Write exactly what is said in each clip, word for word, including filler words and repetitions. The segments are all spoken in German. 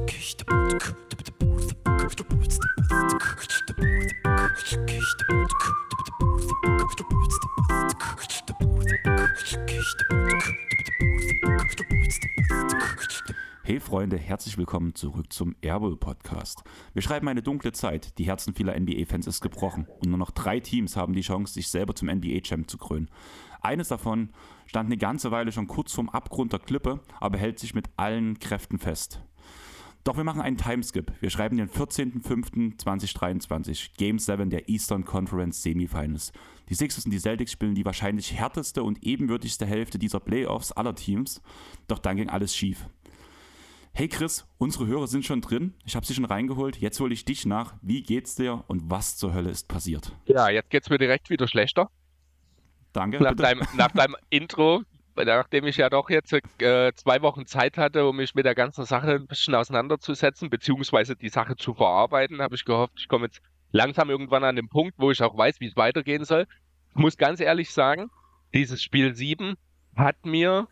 Hey Freunde, herzlich willkommen zurück zum Airbowl Podcast. Wir schreiben eine dunkle Zeit, die Herzen vieler N B A-Fans ist gebrochen und nur noch drei Teams haben die Chance, sich selber zum N B A-Champ zu krönen. Eines davon stand eine ganze Weile schon kurz vorm Abgrund der Klippe, aber hält sich mit allen Kräften fest. Doch wir machen einen Timeskip. Wir schreiben den vierzehnten fünften zweitausenddreiundzwanzig, Game sieben der Eastern Conference Semifinals. Die Sixers und die Celtics spielen die wahrscheinlich härteste und ebenbürtigste Hälfte dieser Playoffs aller Teams, doch dann ging alles schief. Hey Chris, unsere Hörer sind schon drin, ich habe sie schon reingeholt, jetzt hole ich dich nach. Wie geht's dir und was zur Hölle ist passiert? Ja, jetzt geht's mir direkt wieder schlechter. Danke, Nach bitte. deinem, nach deinem Intro, nachdem ich ja doch jetzt äh, zwei Wochen Zeit hatte, um mich mit der ganzen Sache ein bisschen auseinanderzusetzen, beziehungsweise die Sache zu verarbeiten, habe ich gehofft, ich komme jetzt langsam irgendwann an den Punkt, wo ich auch weiß, wie es weitergehen soll. Ich muss ganz ehrlich sagen, dieses Spiel sieben hat mir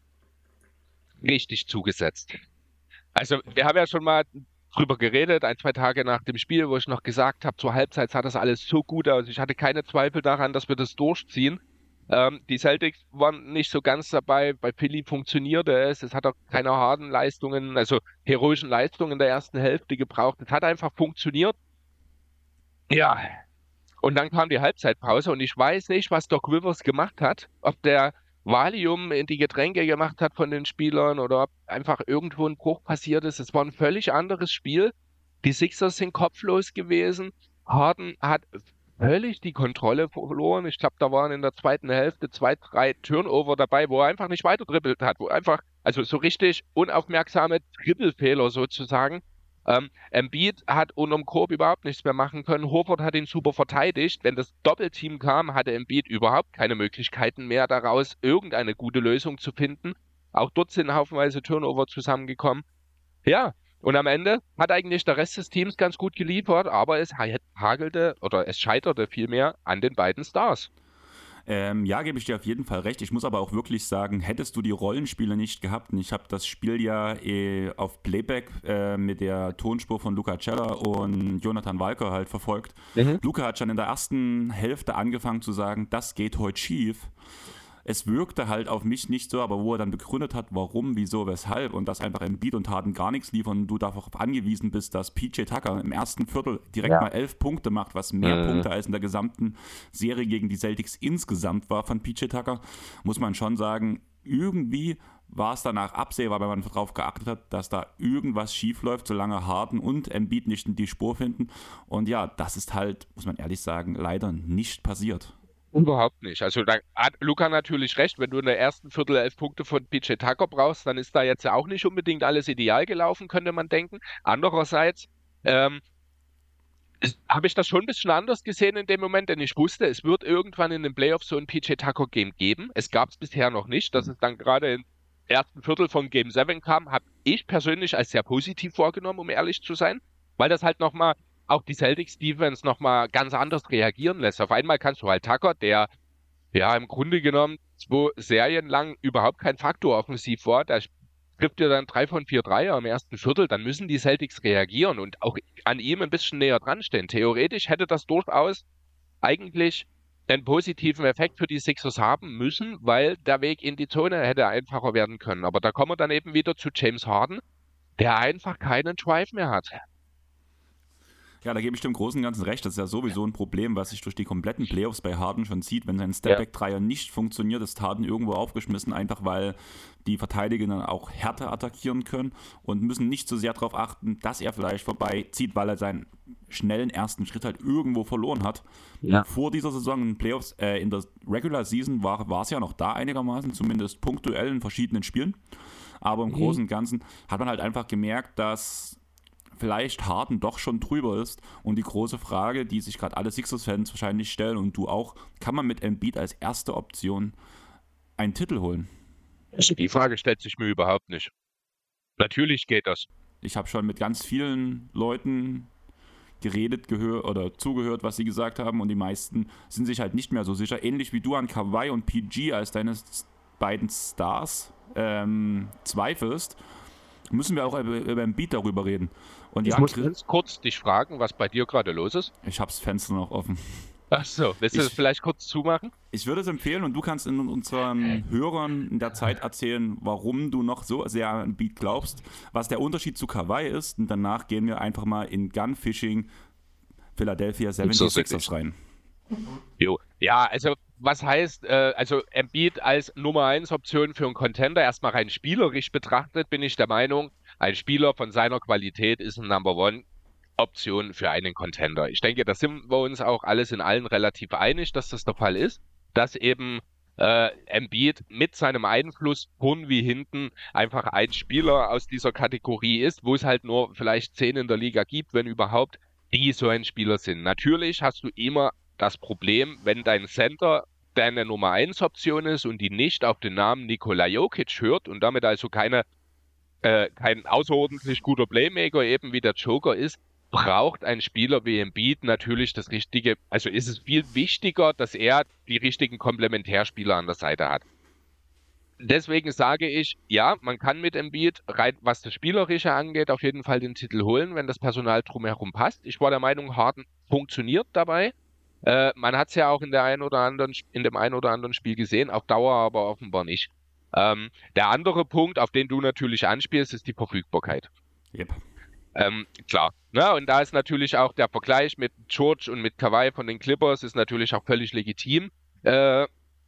richtig zugesetzt. Also wir haben ja schon mal drüber geredet, ein, zwei Tage nach dem Spiel, wo ich noch gesagt habe, zur Halbzeit sah das alles so gut aus. Ich hatte keine Zweifel daran, dass wir das durchziehen. Ähm, die Celtics waren nicht so ganz dabei. Bei Philly funktionierte es. Es hat auch keine harten Leistungen, also heroischen Leistungen in der ersten Hälfte gebraucht. Es hat einfach funktioniert. Ja, und dann kam die Halbzeitpause und ich weiß nicht, was Doc Rivers gemacht hat, ob der Valium in die Getränke gemacht hat von den Spielern oder ob einfach irgendwo ein Bruch passiert ist. Es war ein völlig anderes Spiel. Die Sixers sind kopflos gewesen. Harden hat völlig die Kontrolle verloren. Ich glaube, da waren in der zweiten Hälfte zwei, drei Turnover dabei, wo er einfach nicht weiter dribbelt hat, wo einfach, also so richtig unaufmerksame Dribbelfehler sozusagen. Ähm, Embiid hat unterm Korb überhaupt nichts mehr machen können. Horford hat ihn super verteidigt. Wenn das Doppelteam kam, hatte Embiid überhaupt keine Möglichkeiten mehr daraus, irgendeine gute Lösung zu finden. Auch dort sind haufenweise Turnover zusammengekommen. Ja, und am Ende hat eigentlich der Rest des Teams ganz gut geliefert, aber es hagelte oder es scheiterte vielmehr an den beiden Stars. Ähm, ja, gebe ich dir auf jeden Fall recht. Ich muss aber auch wirklich sagen, hättest du die Rollenspiele nicht gehabt, und ich habe das Spiel ja eh auf Playback äh, mit der Tonspur von Luca Cella und Jonathan Walker halt verfolgt. Mhm. Luca hat schon in der ersten Hälfte angefangen zu sagen, das geht heute schief. Es wirkte halt auf mich nicht so, aber wo er dann begründet hat, warum, wieso, weshalb und dass einfach Embiid und Harden gar nichts liefern und du darauf angewiesen bist, dass P J Tucker im ersten Viertel direkt ja. mal elf Punkte macht, was mehr mhm. Punkte als in der gesamten Serie gegen die Celtics insgesamt war von P J Tucker, muss man schon sagen, irgendwie war es danach absehbar, weil man darauf geachtet hat, dass da irgendwas schief läuft, solange Harden und Embiid nicht in die Spur finden. Und ja, das ist halt, muss man ehrlich sagen, leider nicht passiert. Überhaupt nicht. Also da hat Luca natürlich recht, wenn du in der ersten Viertel elf Punkte von P J Tucker brauchst, dann ist da jetzt ja auch nicht unbedingt alles ideal gelaufen, könnte man denken. Andererseits ähm, habe ich das schon ein bisschen anders gesehen in dem Moment, denn ich wusste, es wird irgendwann in den Playoffs so ein P J Tucker Game geben. Es gab es bisher noch nicht. Dass es dann gerade im ersten Viertel von Game sieben kam, habe ich persönlich als sehr positiv vorgenommen, um ehrlich zu sein, weil das halt nochmal auch die Celtics-Defense nochmal ganz anders reagieren lässt. Auf einmal kannst du halt Tucker, der ja im Grunde genommen zwei Serien lang überhaupt kein Faktor offensiv war, der trifft dir dann drei von vier Dreier im ersten Viertel, dann müssen die Celtics reagieren und auch an ihm ein bisschen näher dran stehen. Theoretisch hätte das durchaus eigentlich einen positiven Effekt für die Sixers haben müssen, weil der Weg in die Zone hätte einfacher werden können. Aber da kommen wir dann eben wieder zu James Harden, der einfach keinen Drive mehr hat. Ja, da gebe ich dem Großen und Ganzen recht. Das ist ja sowieso ein Problem, was sich durch die kompletten Playoffs bei Harden schon zieht. Wenn sein Stepback-Dreier nicht funktioniert, ist Harden irgendwo aufgeschmissen, einfach weil die Verteidiger dann auch härter attackieren können und müssen nicht so sehr darauf achten, dass er vielleicht vorbeizieht, weil er seinen schnellen ersten Schritt halt irgendwo verloren hat. Ja. Vor dieser Saison in den Playoffs, äh, in der Regular Season war, war es ja noch da einigermaßen, zumindest punktuell in verschiedenen Spielen. Aber im mhm. Großen und Ganzen hat man halt einfach gemerkt, dass vielleicht Harden doch schon drüber ist. Und die große Frage, die sich gerade alle Sixers-Fans wahrscheinlich stellen und du auch, kann man mit Embiid als erste Option einen Titel holen? Die Frage stellt sich mir überhaupt nicht. Natürlich geht das. Ich habe schon mit ganz vielen Leuten geredet, gehört oder zugehört, was sie gesagt haben, und die meisten sind sich halt nicht mehr so sicher. Ähnlich wie du an Kawhi und P G als deine beiden Stars ähm, zweifelst. müssen wir auch über, über Embiid darüber reden. Und ich ja, muss Chris, ganz kurz dich fragen, was bei dir gerade los ist. ich habe das Fenster noch offen. Ach so, willst du Ich- das vielleicht kurz zumachen? Ich würde es empfehlen und du kannst in unseren Hörern in der Zeit erzählen, warum du noch so sehr an Embiid glaubst, was der Unterschied zu Kawhi ist und danach gehen wir einfach mal in Gunfishing Philadelphia seventy-sixers rein. Jo. Ja, also was heißt, äh, also Embiid als Nummer eins Option für einen Contender, erstmal rein spielerisch betrachtet, bin ich der Meinung, ein Spieler von seiner Qualität ist ein Number One Option für einen Contender. Ich denke, da sind wir uns auch alles in allen relativ einig, dass das der Fall ist, dass eben äh, Embiid mit seinem Einfluss vorn wie hinten einfach ein Spieler aus dieser Kategorie ist, wo es halt nur vielleicht zehn in der Liga gibt, wenn überhaupt, die so ein Spieler sind. Natürlich hast du immer das Problem, wenn dein Center deine Nummer eins Option ist und die nicht auf den Namen Nikola Jokic hört und damit also keine, äh, kein außerordentlich guter Playmaker eben wie der Joker ist, braucht ein Spieler wie Embiid natürlich das richtige, also ist es viel wichtiger, dass er die richtigen Komplementärspieler an der Seite hat. Deswegen sage ich, ja, man kann mit Embiid, rein was das Spielerische angeht, auf jeden Fall den Titel holen, wenn das Personal drumherum passt. Ich war der Meinung, Harden funktioniert dabei. Äh, man hat es ja auch in, der ein oder anderen, in dem einen oder anderen Spiel gesehen, auf Dauer aber offenbar nicht. Ähm, der andere Punkt, auf den du natürlich anspielst, ist die Verfügbarkeit. Yep. Ähm, klar. Ja, und da ist natürlich auch der Vergleich mit George und mit Kawhi von den Clippers ist natürlich auch völlig legitim. Äh,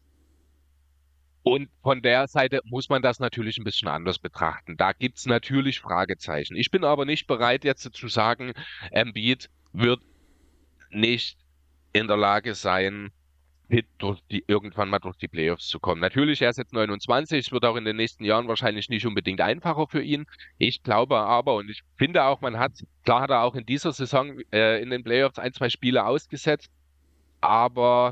und von der Seite muss man das natürlich ein bisschen anders betrachten. Da gibt es natürlich Fragezeichen. Ich bin aber nicht bereit, jetzt zu sagen, Embiid wird nicht in der Lage sein, Hit durch die, irgendwann mal durch die Playoffs zu kommen. Natürlich, er ist jetzt neunundzwanzig, es wird auch in den nächsten Jahren wahrscheinlich nicht unbedingt einfacher für ihn. Ich glaube aber, und ich finde auch, man hat, klar hat er auch in dieser Saison äh, in den Playoffs ein, zwei Spiele ausgesetzt, aber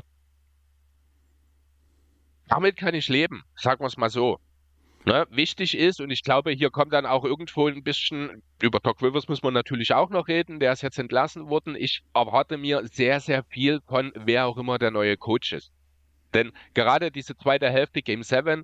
damit kann ich leben, sagen wir es mal so. Ne, wichtig ist, und ich glaube, hier kommt dann auch irgendwo ein bisschen, über Doc Rivers muss man natürlich auch noch reden, der ist jetzt entlassen worden. Ich erwarte mir sehr, sehr viel von wer auch immer der neue Coach ist. Denn gerade diese zweite Hälfte, Game sieben,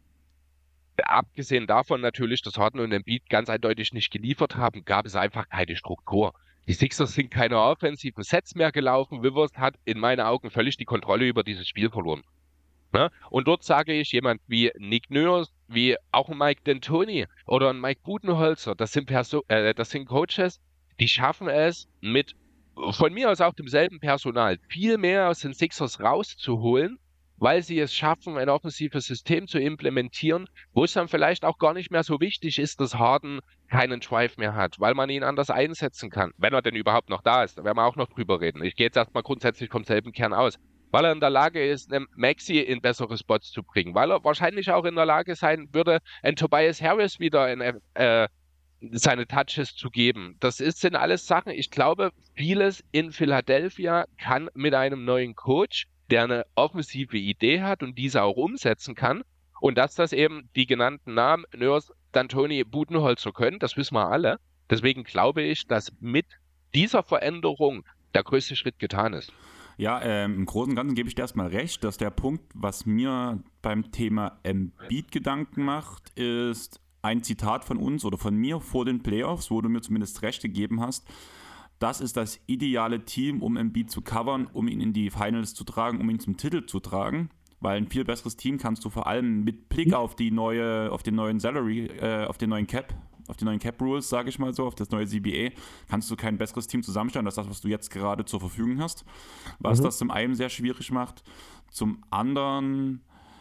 abgesehen davon natürlich, dass Harden und Embiid ganz eindeutig nicht geliefert haben, gab es einfach keine Struktur. Die Sixers sind keine offensiven Sets mehr gelaufen. Rivers hat in meinen Augen völlig die Kontrolle über dieses Spiel verloren. Ne? Und dort sage ich, jemand wie Nick Nurse, wie auch ein Mike D'Antoni oder ein Mike Budenholzer, das sind, Perso äh, das sind Coaches, die schaffen es mit von mir aus auch demselben Personal viel mehr aus den Sixers rauszuholen, weil sie es schaffen, ein offensives System zu implementieren, wo es dann vielleicht auch gar nicht mehr so wichtig ist, dass Harden keinen Drive mehr hat, weil man ihn anders einsetzen kann, wenn er denn überhaupt noch da ist. Da werden wir auch noch drüber reden. Ich gehe jetzt erstmal grundsätzlich vom selben Kern aus. Weil er in der Lage ist, einen Maxi in bessere Spots zu bringen, weil er wahrscheinlich auch in der Lage sein würde, einen Tobias Harris wieder in, äh, seine Touches zu geben. Das ist, sind alles Sachen, ich glaube, vieles in Philadelphia kann mit einem neuen Coach, der eine offensive Idee hat und diese auch umsetzen kann, und dass das eben die genannten Namen Nurse, D'Antoni, Budenholzer können, das wissen wir alle. Deswegen glaube ich, dass mit dieser Veränderung der größte Schritt getan ist. Ja, ähm, im Großen und Ganzen gebe ich dir erstmal recht, dass der Punkt, was mir beim Thema Embiid Gedanken macht, ist ein Zitat von uns oder von mir vor den Playoffs, wo du mir zumindest recht gegeben hast. Das ist das ideale Team, um Embiid zu covern, um ihn in die Finals zu tragen, um ihn zum Titel zu tragen. Weil ein viel besseres Team kannst du vor allem mit Blick auf die neue, auf den neuen Salary, äh, auf den neuen Cap, auf die neuen Cap-Rules, sage ich mal so, auf das neue C B A, kannst du kein besseres Team zusammenstellen als das, was du jetzt gerade zur Verfügung hast. Was mhm. das zum einen sehr schwierig macht. Zum anderen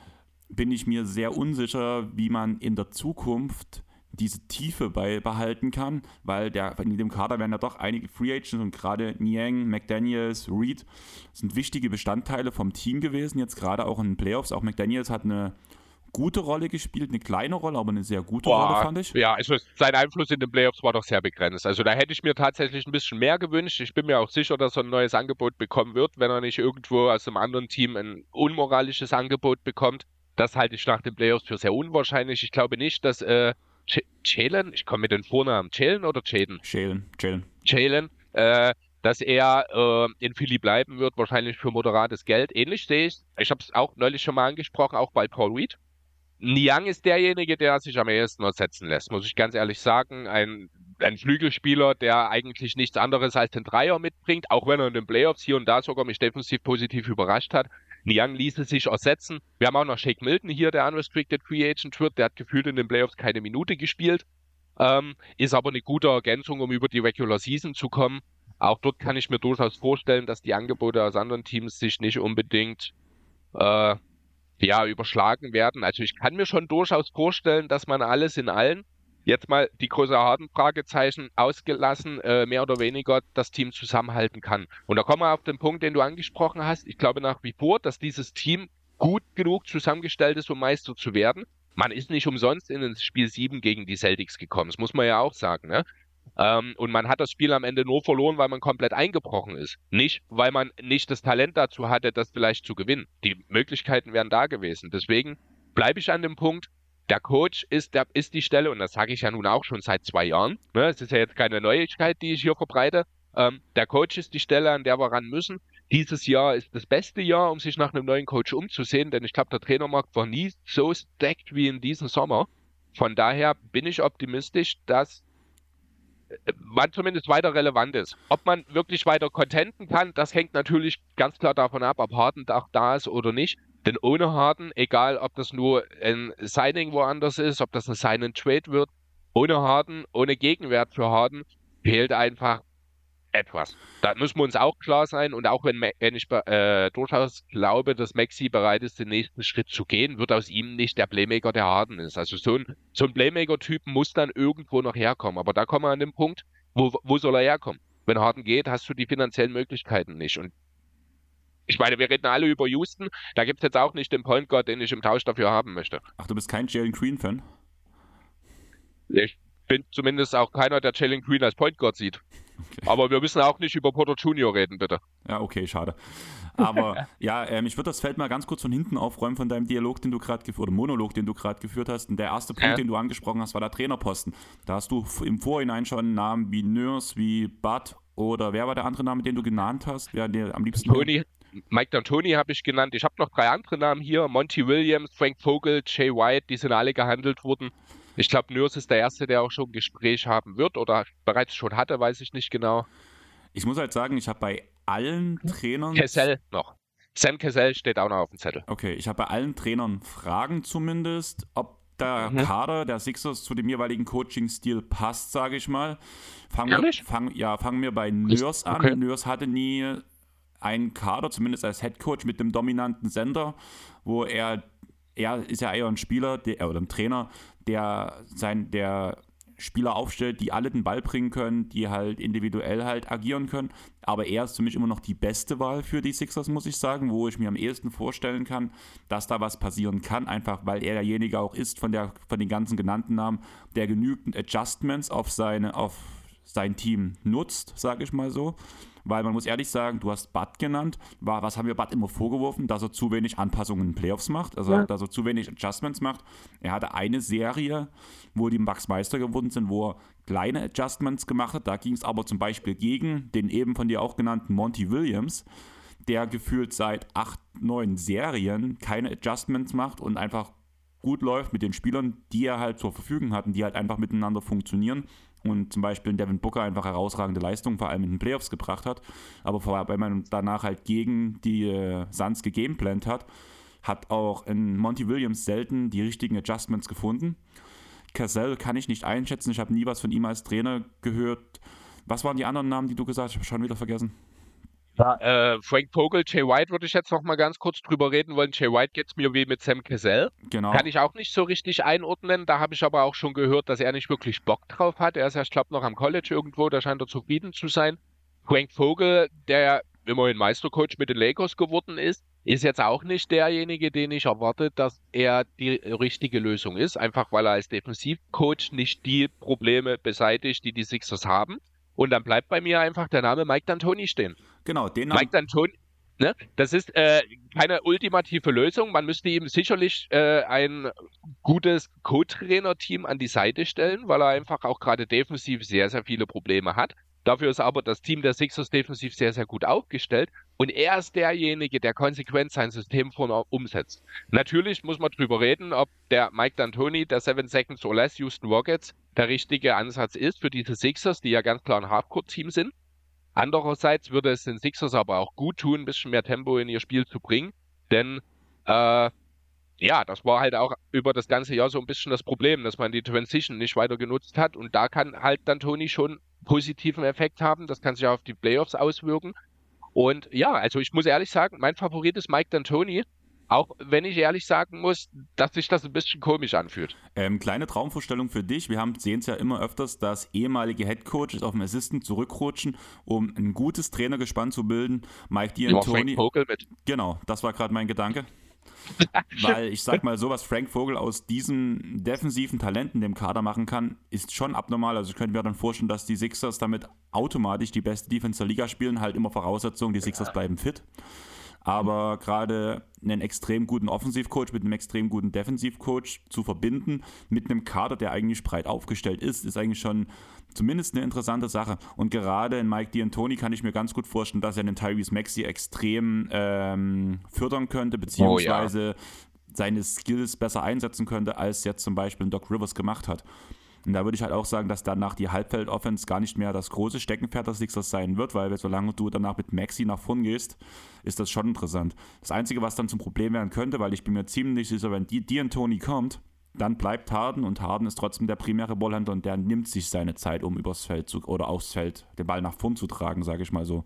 bin ich mir sehr unsicher, wie man in der Zukunft diese Tiefe beibehalten kann, weil der, in dem Kader werden ja doch einige Free Agents und gerade Niang, McDaniels, Reed sind wichtige Bestandteile vom Team gewesen, jetzt gerade auch in den Playoffs. Auch McDaniels hat eine gute Rolle gespielt, eine kleine Rolle, aber eine sehr gute Boah, Rolle, fand ich. Ja, also sein Einfluss in den Playoffs war doch sehr begrenzt. Also da hätte ich mir tatsächlich ein bisschen mehr gewünscht. Ich bin mir auch sicher, dass er ein neues Angebot bekommen wird, wenn er nicht irgendwo aus einem anderen Team ein unmoralisches Angebot bekommt. Das halte ich nach den Playoffs für sehr unwahrscheinlich. Ich glaube nicht, dass äh, Jalen, ich komme mit den Vornamen, Jalen oder Jaden? Jalen, Jalen. Jalen, äh, dass er äh, in Philly bleiben wird, wahrscheinlich für moderates Geld. Ähnlich sehe ich, ich habe es auch neulich schon mal angesprochen, auch bei Paul Reed. Niang ist derjenige, der sich am ehesten ersetzen lässt, muss ich ganz ehrlich sagen. Ein, ein Flügelspieler, der eigentlich nichts anderes als den Dreier mitbringt, auch wenn er in den Playoffs hier und da sogar mich defensiv positiv überrascht hat. Niang ließe sich ersetzen. Wir haben auch noch Shake Milton hier, der Unrestricted Free Agent wird. Der hat gefühlt in den Playoffs keine Minute gespielt. Ähm, ist aber eine gute Ergänzung, um über die Regular Season zu kommen. Auch dort kann ich mir durchaus vorstellen, dass die Angebote aus anderen Teams sich nicht unbedingt äh, ja, überschlagen werden. Also ich kann mir schon durchaus vorstellen, dass man alles in allen, jetzt mal die große Harden-Fragezeichen ausgelassen, äh, mehr oder weniger das Team zusammenhalten kann. Und da kommen wir auf den Punkt, den du angesprochen hast. Ich glaube nach wie vor, dass dieses Team gut genug zusammengestellt ist, um Meister zu werden. Man ist nicht umsonst in das Spiel sieben gegen die Celtics gekommen. Das muss man ja auch sagen, ne? Ähm, und man hat das Spiel am Ende nur verloren, weil man komplett eingebrochen ist. Nicht, weil man nicht das Talent dazu hatte, das vielleicht zu gewinnen. Die Möglichkeiten wären da gewesen. Deswegen bleibe ich an dem Punkt, der Coach ist, der, ist die Stelle, und das sage ich ja nun auch schon seit zwei Jahren. Ne? Es ist ja jetzt keine Neuigkeit, die ich hier verbreite. Ähm, der Coach ist die Stelle, an der wir ran müssen. Dieses Jahr ist das beste Jahr, um sich nach einem neuen Coach umzusehen, denn ich glaube, der Trainermarkt war nie so stacked wie in diesem Sommer. Von daher bin ich optimistisch, dass man zumindest weiter relevant ist. Ob man wirklich weiter contenten kann, das hängt natürlich ganz klar davon ab, ob Harden auch da ist oder nicht. Denn ohne Harden, egal ob das nur ein Signing woanders ist, ob das ein Sign-and-Trade wird, ohne Harden, ohne Gegenwert für Harden, fehlt einfach etwas. Da müssen wir uns auch klar sein. Und auch wenn, wenn ich äh, durchaus glaube, dass Maxey bereit ist, den nächsten Schritt zu gehen, wird aus ihm nicht der Playmaker, der Harden ist. Also so ein, so ein Playmaker-Typ muss dann irgendwo noch herkommen. Aber da kommen wir an den Punkt, wo, wo soll er herkommen? Wenn Harden geht, hast du die finanziellen Möglichkeiten nicht. Und ich meine, wir reden alle über Houston. Da gibt es jetzt auch nicht den Point Guard, den ich im Tausch dafür haben möchte. Ach, du bist kein Jalen Green-Fan? Ich bin zumindest auch keiner, der Jalen Green als Point Guard sieht. Okay. Aber wir müssen auch nicht über Porter Junior reden, bitte. Ja, okay, schade. Aber ja, ähm, ich würde das Feld mal ganz kurz von hinten aufräumen von deinem Dialog, den du gerade geführt oder Monolog, den du gerade geführt hast. Und der erste Punkt, ja. den du angesprochen hast, war der Trainerposten. Da hast du im Vorhinein schon Namen wie Nurse, wie Bud oder wer war der andere Name, den du genannt hast? Wer dir am liebsten Tony, Mike D'Antoni habe ich genannt. Ich habe noch drei andere Namen hier. Monty Williams, Frank Vogel, Jay White, die sind alle gehandelt worden. Ich glaube, Nurse ist der Erste, der auch schon ein Gespräch haben wird oder bereits schon hatte, weiß ich nicht genau. Ich muss halt sagen, ich habe bei allen Trainern... Cassell noch. Sam Cassell steht auch noch auf dem Zettel. Okay, ich habe bei allen Trainern Fragen zumindest, ob der mhm. Kader der Sixers zu dem jeweiligen Coaching-Stil passt, sage ich mal. Fangen wir, fang, ja, fangen wir bei Nurse an. Okay. Nurse hatte nie einen Kader, zumindest als Headcoach mit dem dominanten Sender, wo er... Er ist ja eher ein Spieler der, oder ein Trainer, der sein, der Spieler aufstellt, die alle den Ball bringen können, die halt individuell halt agieren können. Aber er ist für mich immer noch die beste Wahl für die Sixers, muss ich sagen, wo ich mir am ehesten vorstellen kann, dass da was passieren kann, einfach weil er derjenige auch ist von, der, von den ganzen genannten Namen, der genügend Adjustments auf, seine, auf sein Team nutzt, sage ich mal so. Weil man muss ehrlich sagen, du hast Bud genannt. War, was haben wir Bud immer vorgeworfen? Dass er zu wenig Anpassungen in den Playoffs macht, also ja. dass er zu wenig Adjustments macht. Er hatte eine Serie, wo die Bucks Meister geworden sind, wo er kleine Adjustments gemacht hat. Da ging es aber zum Beispiel gegen den eben von dir auch genannten Monty Williams, der gefühlt seit acht, neun Serien keine Adjustments macht und einfach gut läuft mit den Spielern, die er halt zur Verfügung hat und die halt einfach miteinander funktionieren. Und zum Beispiel Devin Booker einfach herausragende Leistungen, vor allem in den Playoffs gebracht hat. Aber weil man danach halt gegen die äh, Suns gegameplant hat, hat auch in Monty Williams selten die richtigen Adjustments gefunden. Cassell kann ich nicht einschätzen. Ich habe nie was von ihm als Trainer gehört. Was waren die anderen Namen, die du gesagt hast? Ich habe schon wieder vergessen. Ja, äh, Frank Vogel, Jay White würde ich jetzt noch mal ganz kurz drüber reden wollen. Jay White geht es mir wie mit Sam Cassell. Genau. Kann ich auch nicht so richtig einordnen. Da habe ich aber auch schon gehört, dass er nicht wirklich Bock drauf hat. Er ist ja, ich glaube, noch am College irgendwo. Da scheint er zufrieden zu sein. Frank Vogel, der immerhin Meistercoach mit den Lakers geworden ist, ist jetzt auch nicht derjenige, den ich erwarte, dass er die richtige Lösung ist. Einfach weil er als Defensivcoach nicht die Probleme beseitigt, die die Sixers haben. Und dann bleibt bei mir einfach der Name Mike D'Antoni stehen. Genau, den Namen. Mike D'Antoni, ne? Das ist äh, keine ultimative Lösung. Man müsste ihm sicherlich äh, ein gutes Co-Trainer-Team an die Seite stellen, weil er einfach auch gerade defensiv sehr, sehr viele Probleme hat. Dafür ist aber das Team der Sixers defensiv sehr, sehr gut aufgestellt. Und er ist derjenige, der konsequent sein System vorne umsetzt. Natürlich muss man drüber reden, ob der Mike D'Antoni, der Seven Seconds or Less Houston Rockets, der richtige Ansatz ist für diese Sixers, die ja ganz klar ein Halfcourt-Team sind. Andererseits würde es den Sixers aber auch gut tun, ein bisschen mehr Tempo in ihr Spiel zu bringen. Denn äh, ja, das war halt auch über das ganze Jahr so ein bisschen das Problem, dass man die Transition nicht weiter genutzt hat. Und da kann halt dann Tony schon positiven Effekt haben. Das kann sich auf die Playoffs auswirken. Und ja, also ich muss ehrlich sagen, mein Favorit ist Mike D'Antoni. Auch wenn ich ehrlich sagen muss, dass sich das ein bisschen komisch anfühlt. Ähm, kleine Traumvorstellung für dich. Wir sehen es ja immer öfters, dass ehemalige Headcoaches auf den Assistant zurückrutschen, um ein gutes Trainergespann zu bilden. Mike D'Antoni. Frank Vogel mit. Genau, das war gerade mein Gedanke. Weil ich sag mal, so was Frank Vogel aus diesen defensiven Talenten dem Kader machen kann, ist schon abnormal. Also ich könnte mir dann vorstellen, dass die Sixers damit automatisch die beste Defense der Liga spielen, halt immer Voraussetzung, die Sixers bleiben fit. Aber gerade einen extrem guten Offensivcoach mit einem extrem guten Defensivcoach zu verbinden mit einem Kader, der eigentlich breit aufgestellt ist, ist eigentlich schon zumindest eine interessante Sache. Und gerade in Mike D'Antoni kann ich mir ganz gut vorstellen, dass er den Tyrese Maxey extrem ähm, fördern könnte, beziehungsweise oh, ja. seine Skills besser einsetzen könnte, als jetzt zum Beispiel Doc Rivers gemacht hat. Und da würde ich halt auch sagen, dass danach die Halbfeld-Offense gar nicht mehr das große Steckenpferd des Sixers sein wird, weil solange du danach mit Maxey nach vorn gehst, ist das schon interessant. Das Einzige, was dann zum Problem werden könnte, weil ich bin mir ziemlich sicher, wenn D'Antoni kommt, dann bleibt Harden und Harden ist trotzdem der primäre Ballhändler und der nimmt sich seine Zeit, um übers Feld zu, oder aufs Feld den Ball nach vorn zu tragen, sage ich mal so.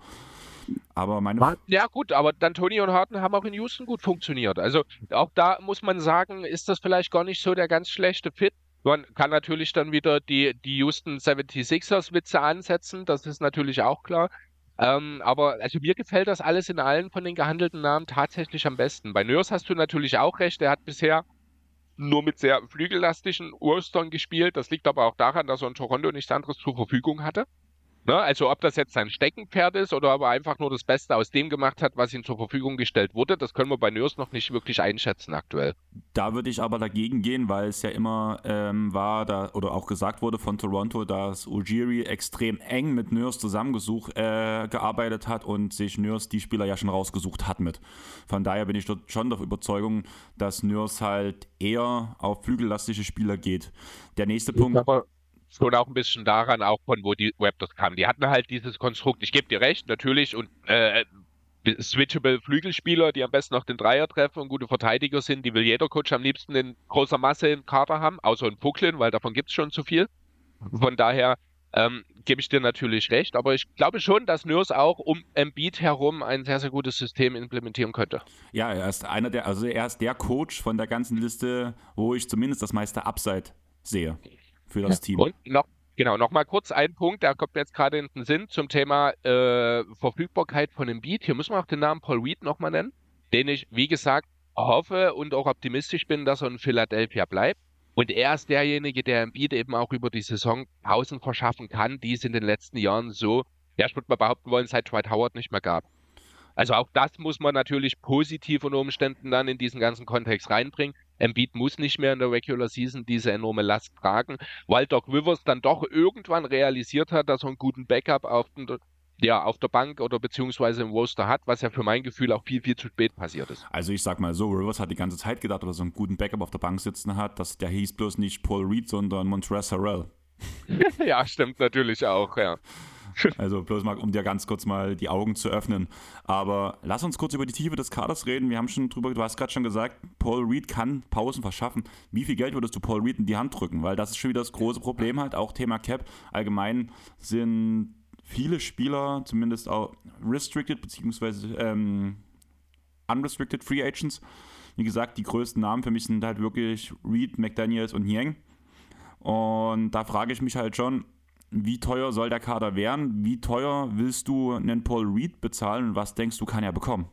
Aber meine ja gut, aber D'Antoni und Harden haben auch in Houston gut funktioniert. Also auch da muss man sagen, ist das vielleicht gar nicht so der ganz schlechte Fit. Man kann natürlich dann wieder die, die Houston seventy-sixers Witze ansetzen, das ist natürlich auch klar. Ähm, aber also mir gefällt das alles in allen von den gehandelten Namen tatsächlich am besten. Bei Nurse hast du natürlich auch recht, der hat bisher nur mit sehr flügellastigen Urstern gespielt. Das liegt aber auch daran, dass er in Toronto nichts anderes zur Verfügung hatte. Ne? Also ob das jetzt sein Steckenpferd ist oder ob er einfach nur das Beste aus dem gemacht hat, was ihm zur Verfügung gestellt wurde, das können wir bei Nurse noch nicht wirklich einschätzen aktuell. Da würde ich aber dagegen gehen, weil es ja immer ähm, war, da, oder auch gesagt wurde von Toronto, dass Ujiri extrem eng mit Nurse zusammengesucht, äh, gearbeitet hat und sich Nurse die Spieler ja schon rausgesucht hat mit. Von daher bin ich dort schon der Überzeugung, dass Nurse halt eher auf flügellastige Spieler geht. Der nächste ich Punkt... Aber schon auch ein bisschen daran, auch von wo die Raptors kamen. Die hatten halt dieses Konstrukt, ich gebe dir recht, natürlich, und äh, switchable Flügelspieler, die am besten noch den Dreier treffen und gute Verteidiger sind, die will jeder Coach am liebsten in großer Masse im Kader haben, außer in Brooklyn, weil davon gibt es schon zu viel. Von daher ähm, gebe ich dir natürlich recht, aber ich glaube schon, dass Nurse auch um Embiid herum ein sehr, sehr gutes System implementieren könnte. Ja, er ist einer der, also er ist der Coach von der ganzen Liste, wo ich zumindest das meiste Upside sehe für das Team. Und noch, genau, noch mal kurz ein Punkt, der kommt mir jetzt gerade in den Sinn zum Thema äh, Verfügbarkeit von Embiid. Hier müssen wir auch den Namen Paul Reed nochmal nennen, den ich, wie gesagt, hoffe und auch optimistisch bin, dass er in Philadelphia bleibt. Und er ist derjenige, der Embiid eben auch über die Saison Pausen verschaffen kann, die es in den letzten Jahren so, ja, ich würde mal behaupten wollen, seit Dwight Howard nicht mehr gab. Also auch das muss man natürlich positiv unter Umständen dann in diesen ganzen Kontext reinbringen. Embiid muss nicht mehr in der Regular Season diese enorme Last tragen, weil Doc Rivers dann doch irgendwann realisiert hat, dass er einen guten Backup auf, den, ja, auf der Bank oder beziehungsweise im Roster hat, was ja für mein Gefühl auch viel, viel zu spät passiert ist. Also ich sag mal so, Rivers hat die ganze Zeit gedacht, dass er so einen guten Backup auf der Bank sitzen hat, dass der hieß bloß nicht Paul Reed, sondern Montrezl Harrell. Ja, stimmt natürlich auch, ja. Also bloß mal, um dir ganz kurz mal die Augen zu öffnen. Aber lass uns kurz über die Tiefe des Kaders reden. Wir haben schon drüber, du hast gerade schon gesagt, Paul Reed kann Pausen verschaffen. Wie viel Geld würdest du Paul Reed in die Hand drücken? Weil das ist schon wieder das große Problem halt, auch Thema Cap. Allgemein sind viele Spieler, zumindest auch restricted, beziehungsweise ähm, unrestricted Free Agents. Wie gesagt, die größten Namen für mich sind halt wirklich Reed, McDaniels und Niang. Und da frage ich mich halt schon, wie teuer soll der Kader werden? Wie teuer willst du einen Paul Reed bezahlen und was denkst du, kann er bekommen?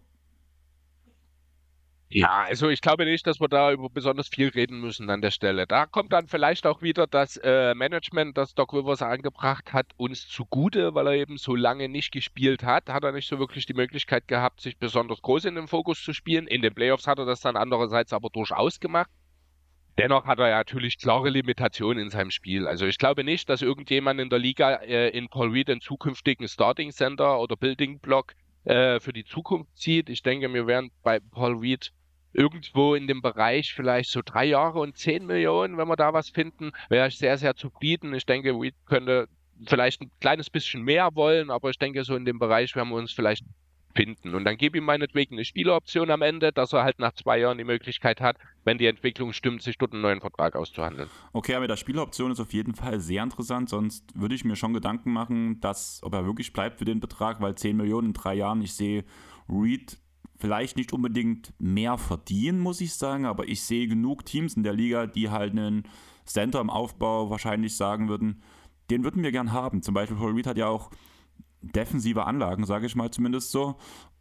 Ja, also ich glaube nicht, dass wir da über besonders viel reden müssen an der Stelle. Da kommt dann vielleicht auch wieder das äh, Management, das Doc Rivers angebracht hat, uns zugute, weil er eben so lange nicht gespielt hat. Hat er nicht so wirklich die Möglichkeit gehabt, sich besonders groß in den Fokus zu spielen. In den Playoffs hat er das dann andererseits aber durchaus gemacht. Dennoch hat er ja natürlich klare Limitationen in seinem Spiel. Also ich glaube nicht, dass irgendjemand in der Liga äh, in Paul Reed einen zukünftigen Starting Center oder Building Block äh, für die Zukunft sieht. Ich denke, wir werden bei Paul Reed irgendwo in dem Bereich vielleicht so drei Jahre und zehn Millionen, wenn wir da was finden, wäre ich sehr, sehr zufrieden. Ich denke, Reed könnte vielleicht ein kleines bisschen mehr wollen, aber ich denke, so in dem Bereich werden wir uns vielleicht finden. Und dann gebe ihm meinetwegen eine Spieleroption am Ende, dass er halt nach zwei Jahren die Möglichkeit hat, wenn die Entwicklung stimmt, sich dort einen neuen Vertrag auszuhandeln. Okay, aber der Spieleroption ist auf jeden Fall sehr interessant, sonst würde ich mir schon Gedanken machen, dass, ob er wirklich bleibt für den Betrag, weil zehn Millionen in drei Jahren, ich sehe Reed vielleicht nicht unbedingt mehr verdienen, muss ich sagen, aber ich sehe genug Teams in der Liga, die halt einen Center im Aufbau wahrscheinlich sagen würden, den würden wir gern haben. Zum Beispiel Paul Reed hat ja auch defensive Anlagen, sage ich mal zumindest so.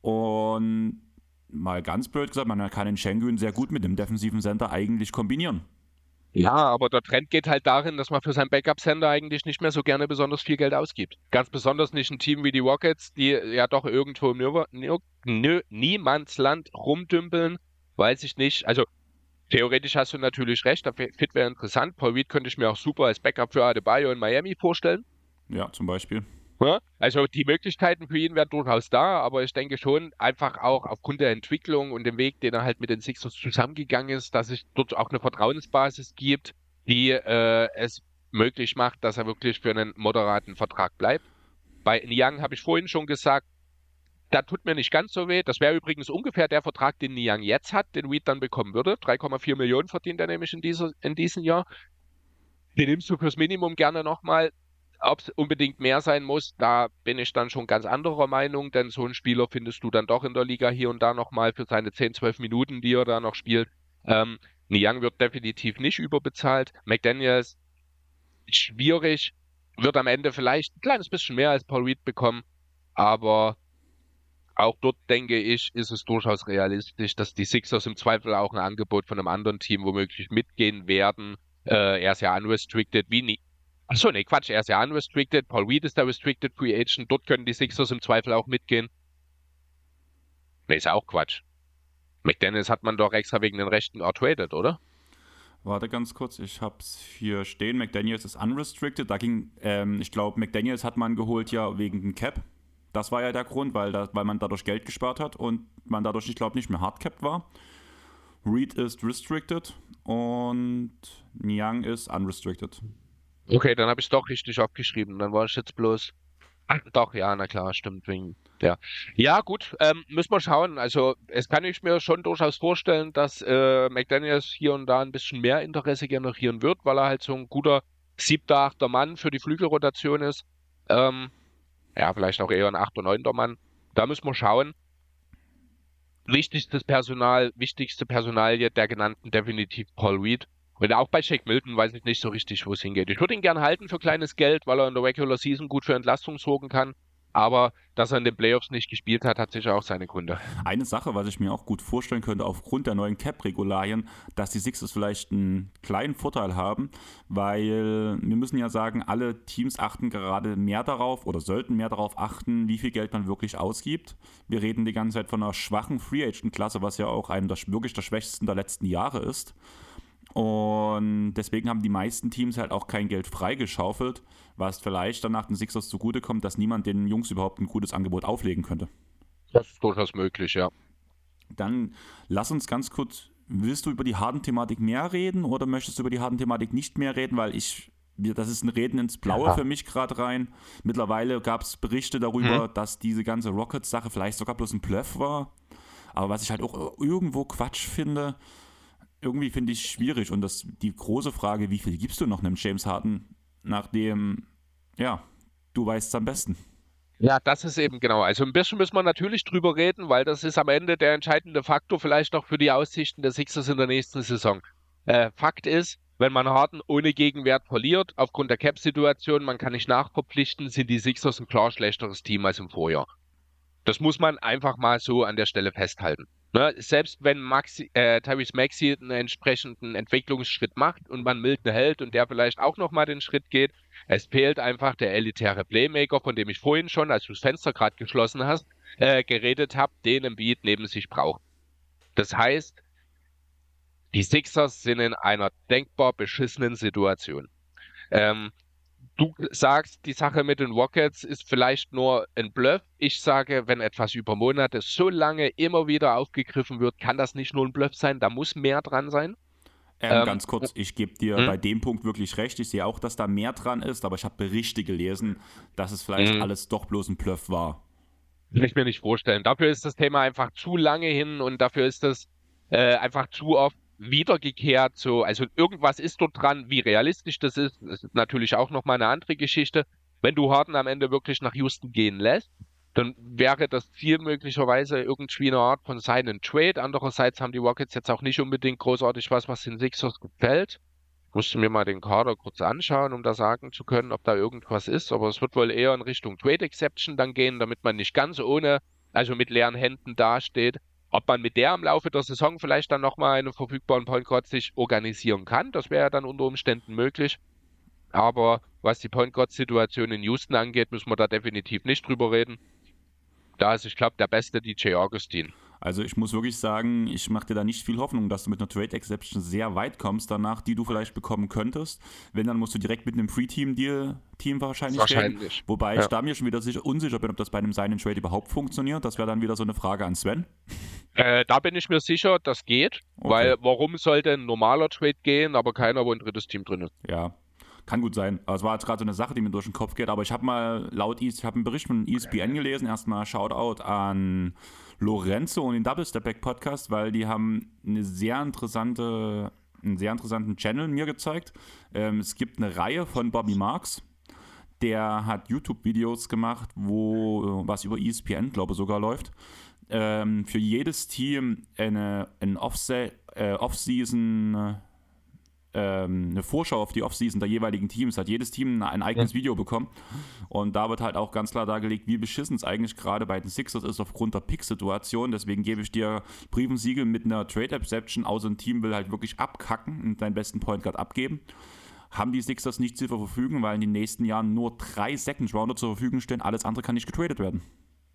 Und mal ganz blöd gesagt, man kann den Şengün sehr gut mit dem defensiven Center eigentlich kombinieren. Ja, aber der Trend geht halt darin, dass man für seinen Backup-Center eigentlich nicht mehr so gerne besonders viel Geld ausgibt. Ganz besonders nicht ein Team wie die Rockets, die ja doch irgendwo im Nirw- Nir- Nir- Niemandsland rumdümpeln, weiß ich nicht. Also theoretisch hast du natürlich recht, der Fit wäre interessant. Paul Reed könnte ich mir auch super als Backup für Adebayo in Miami vorstellen. Ja, zum Beispiel. Ja, also die Möglichkeiten für ihn wären durchaus da, aber ich denke schon einfach auch aufgrund der Entwicklung und dem Weg, den er halt mit den Sixers zusammengegangen ist, dass es dort auch eine Vertrauensbasis gibt, die äh, es möglich macht, dass er wirklich für einen moderaten Vertrag bleibt. Bei Niang habe ich vorhin schon gesagt, da tut mir nicht ganz so weh. Das wäre übrigens ungefähr der Vertrag, den Niang jetzt hat, den Reed dann bekommen würde. drei Komma vier Millionen verdient er nämlich in, dieser, in diesem Jahr. Den nimmst du fürs Minimum gerne nochmal. Ob es unbedingt mehr sein muss, da bin ich dann schon ganz anderer Meinung, denn so einen Spieler findest du dann doch in der Liga hier und da nochmal für seine zehn, zwölf Minuten, die er da noch spielt. Ähm, Niang wird definitiv nicht überbezahlt. McDaniels, schwierig, wird am Ende vielleicht ein kleines bisschen mehr als Paul Reed bekommen, aber auch dort, denke ich, ist es durchaus realistisch, dass die Sixers im Zweifel auch ein Angebot von einem anderen Team womöglich mitgehen werden. Äh, er ist ja unrestricted, wie nie. Achso, nee, Quatsch, er ist ja unrestricted. Paul Reed ist der Restricted Free Agent. Dort können die Sixers im Zweifel auch mitgehen. Nee, ist ja auch Quatsch. McDaniels hat man doch extra wegen den Rechten ertradet, oder? Warte ganz kurz, ich hab's hier stehen. McDaniels ist unrestricted. Da ging, ähm, ich glaube, McDaniels hat man geholt ja wegen dem Cap. Das war ja der Grund, weil, da, weil man dadurch Geld gespart hat und man dadurch, ich glaube, nicht mehr hardcapped war. Reed ist restricted und Niang ist unrestricted. Okay, dann habe ich es doch richtig aufgeschrieben. Dann war ich jetzt bloß. Ach, doch, ja, na klar, stimmt. Wegen, ja. Ja, gut, ähm, müssen wir schauen. Also, es kann ich mir schon durchaus vorstellen, dass äh, McDaniels hier und da ein bisschen mehr Interesse generieren wird, weil er halt so ein guter siebter, achter Mann für die Flügelrotation ist. Ähm, ja, vielleicht auch eher ein achter, neunter Mann. Da müssen wir schauen. Wichtigstes Personal, wichtigste Personalie der genannten definitiv Paul Reed. Und auch bei Shake Milton weiß ich nicht so richtig, wo es hingeht. Ich würde ihn gern halten für kleines Geld, weil er in der Regular Season gut für Entlastung sorgen kann. Aber dass er in den Playoffs nicht gespielt hat, hat sicher auch seine Gründe. Eine Sache, was ich mir auch gut vorstellen könnte, aufgrund der neuen Cap-Regularien, dass die Sixers vielleicht einen kleinen Vorteil haben, weil wir müssen ja sagen, alle Teams achten gerade mehr darauf oder sollten mehr darauf achten, wie viel Geld man wirklich ausgibt. Wir reden die ganze Zeit von einer schwachen Free-Agent-Klasse, was ja auch einer der wirklich der schwächsten der letzten Jahre ist. Und deswegen haben die meisten Teams halt auch kein Geld freigeschaufelt, was vielleicht danach den Sixers zugutekommt, dass niemand den Jungs überhaupt ein gutes Angebot auflegen könnte. Das ist durchaus möglich, ja. Dann lass uns ganz kurz, willst du über die Harden-Thematik mehr reden oder möchtest du über die Harden-Thematik nicht mehr reden, weil ich, das ist ein Reden ins Blaue ja. für mich gerade rein. Mittlerweile gab es Berichte darüber, hm. dass diese ganze Rockets-Sache vielleicht sogar bloß ein Bluff war, aber was ich halt auch irgendwo Quatsch finde, irgendwie finde ich es schwierig und das die große Frage, wie viel gibst du noch einem James Harden, nachdem, ja, du weißt es am besten. Ja, das ist eben genau. Also ein bisschen müssen wir natürlich drüber reden, weil das ist am Ende der entscheidende Faktor vielleicht auch für die Aussichten der Sixers in der nächsten Saison. Äh, Fakt ist, wenn man Harden ohne Gegenwert verliert, aufgrund der Cap-Situation, man kann nicht nachverpflichten, sind die Sixers ein klar schlechteres Team als im Vorjahr. Das muss man einfach mal so an der Stelle festhalten. Ne, selbst wenn Maxi, äh, Tyrese Maxey einen entsprechenden Entwicklungsschritt macht und man Milton hält und der vielleicht auch nochmal den Schritt geht, es fehlt einfach der elitäre Playmaker, von dem ich vorhin schon, als du das Fenster gerade geschlossen hast, äh, geredet habe, den Embiid neben sich braucht. Das heißt, Die Sixers sind in einer denkbar beschissenen Situation. Ähm, du sagst, die Sache mit den Rockets ist vielleicht nur ein Bluff. Ich sage, wenn etwas über Monate so lange immer wieder aufgegriffen wird, kann das nicht nur ein Bluff sein, da muss mehr dran sein. Ähm, Ähm, ganz kurz, ich gebe dir hm, bei dem Punkt wirklich recht. Ich sehe auch, dass da mehr dran ist, aber ich habe Berichte gelesen, dass es vielleicht hm, alles doch bloß ein Bluff war. Will ich mir nicht vorstellen. Dafür ist das Thema einfach zu lange hin und dafür ist das äh, einfach zu oft wiedergekehrt. So, also irgendwas ist dort dran. Wie realistisch das ist, das ist natürlich auch nochmal eine andere Geschichte. Wenn du Harden am Ende wirklich nach Houston gehen lässt, dann wäre das Ziel möglicherweise irgendwie eine Art von Sign and Trade. Andererseits haben die Rockets jetzt auch nicht unbedingt großartig was, was den Sixers gefällt. Musste mir mal den Kader kurz anschauen, um da sagen zu können, ob da irgendwas ist. Aber es wird wohl eher in Richtung Trade Exception dann gehen, damit man nicht ganz ohne, also mit leeren Händen dasteht. Ob man mit der im Laufe der Saison vielleicht dann nochmal einen verfügbaren Point Guard sich organisieren kann, das wäre ja dann unter Umständen möglich. Aber was die Point Guard-Situation in Houston angeht, müssen wir da definitiv nicht drüber reden. Da ist, ich glaube, der beste D J Augustin. Also ich muss wirklich sagen, ich mache dir da nicht viel Hoffnung, dass du mit einer Trade Exception sehr weit kommst danach, die du vielleicht bekommen könntest. Wenn, dann musst du direkt mit einem Free-Team-Deal Team wahrscheinlich, Wahrscheinlich. reden. Wobei Ja. ich da mir schon wieder sicher, unsicher bin, ob das bei einem Sign and Trade überhaupt funktioniert. Das wäre dann wieder so eine Frage an Sven. Äh, da bin ich mir sicher, das geht. Okay. Weil warum sollte ein normaler Trade gehen, aber keiner, wo ein drittes Team drin ist? Ja, kann gut sein. Aber es war jetzt gerade so eine Sache, die mir durch den Kopf geht. Aber ich habe mal laut, ich habe einen Bericht von E S P N gelesen. Erstmal Shoutout an Lorenzo und den Double Step Back Podcast, weil die haben eine sehr interessante, einen sehr interessanten Channel mir gezeigt. Ähm, es gibt eine Reihe von Bobby Marks. Der hat YouTube-Videos gemacht, wo was über E S P N, glaube ich, sogar läuft. Ähm, für jedes Team eine, eine Offse- äh, Off-Season ähm, eine Vorschau auf die Offseason der jeweiligen Teams, hat jedes Team ein eigenes Ja. Video bekommen und da wird halt auch ganz klar dargelegt, wie beschissen es eigentlich gerade bei den Sixers ist aufgrund der Pick-Situation. Deswegen gebe ich dir Brief und Siegel mit einer Trade-Exception, außer ein Team will halt wirklich abkacken und deinen besten Point Guard abgeben. Haben die Sixers nicht zur Verfügung, weil in den nächsten Jahren nur drei Second-Rounder zur Verfügung stehen, alles andere kann nicht getradet werden.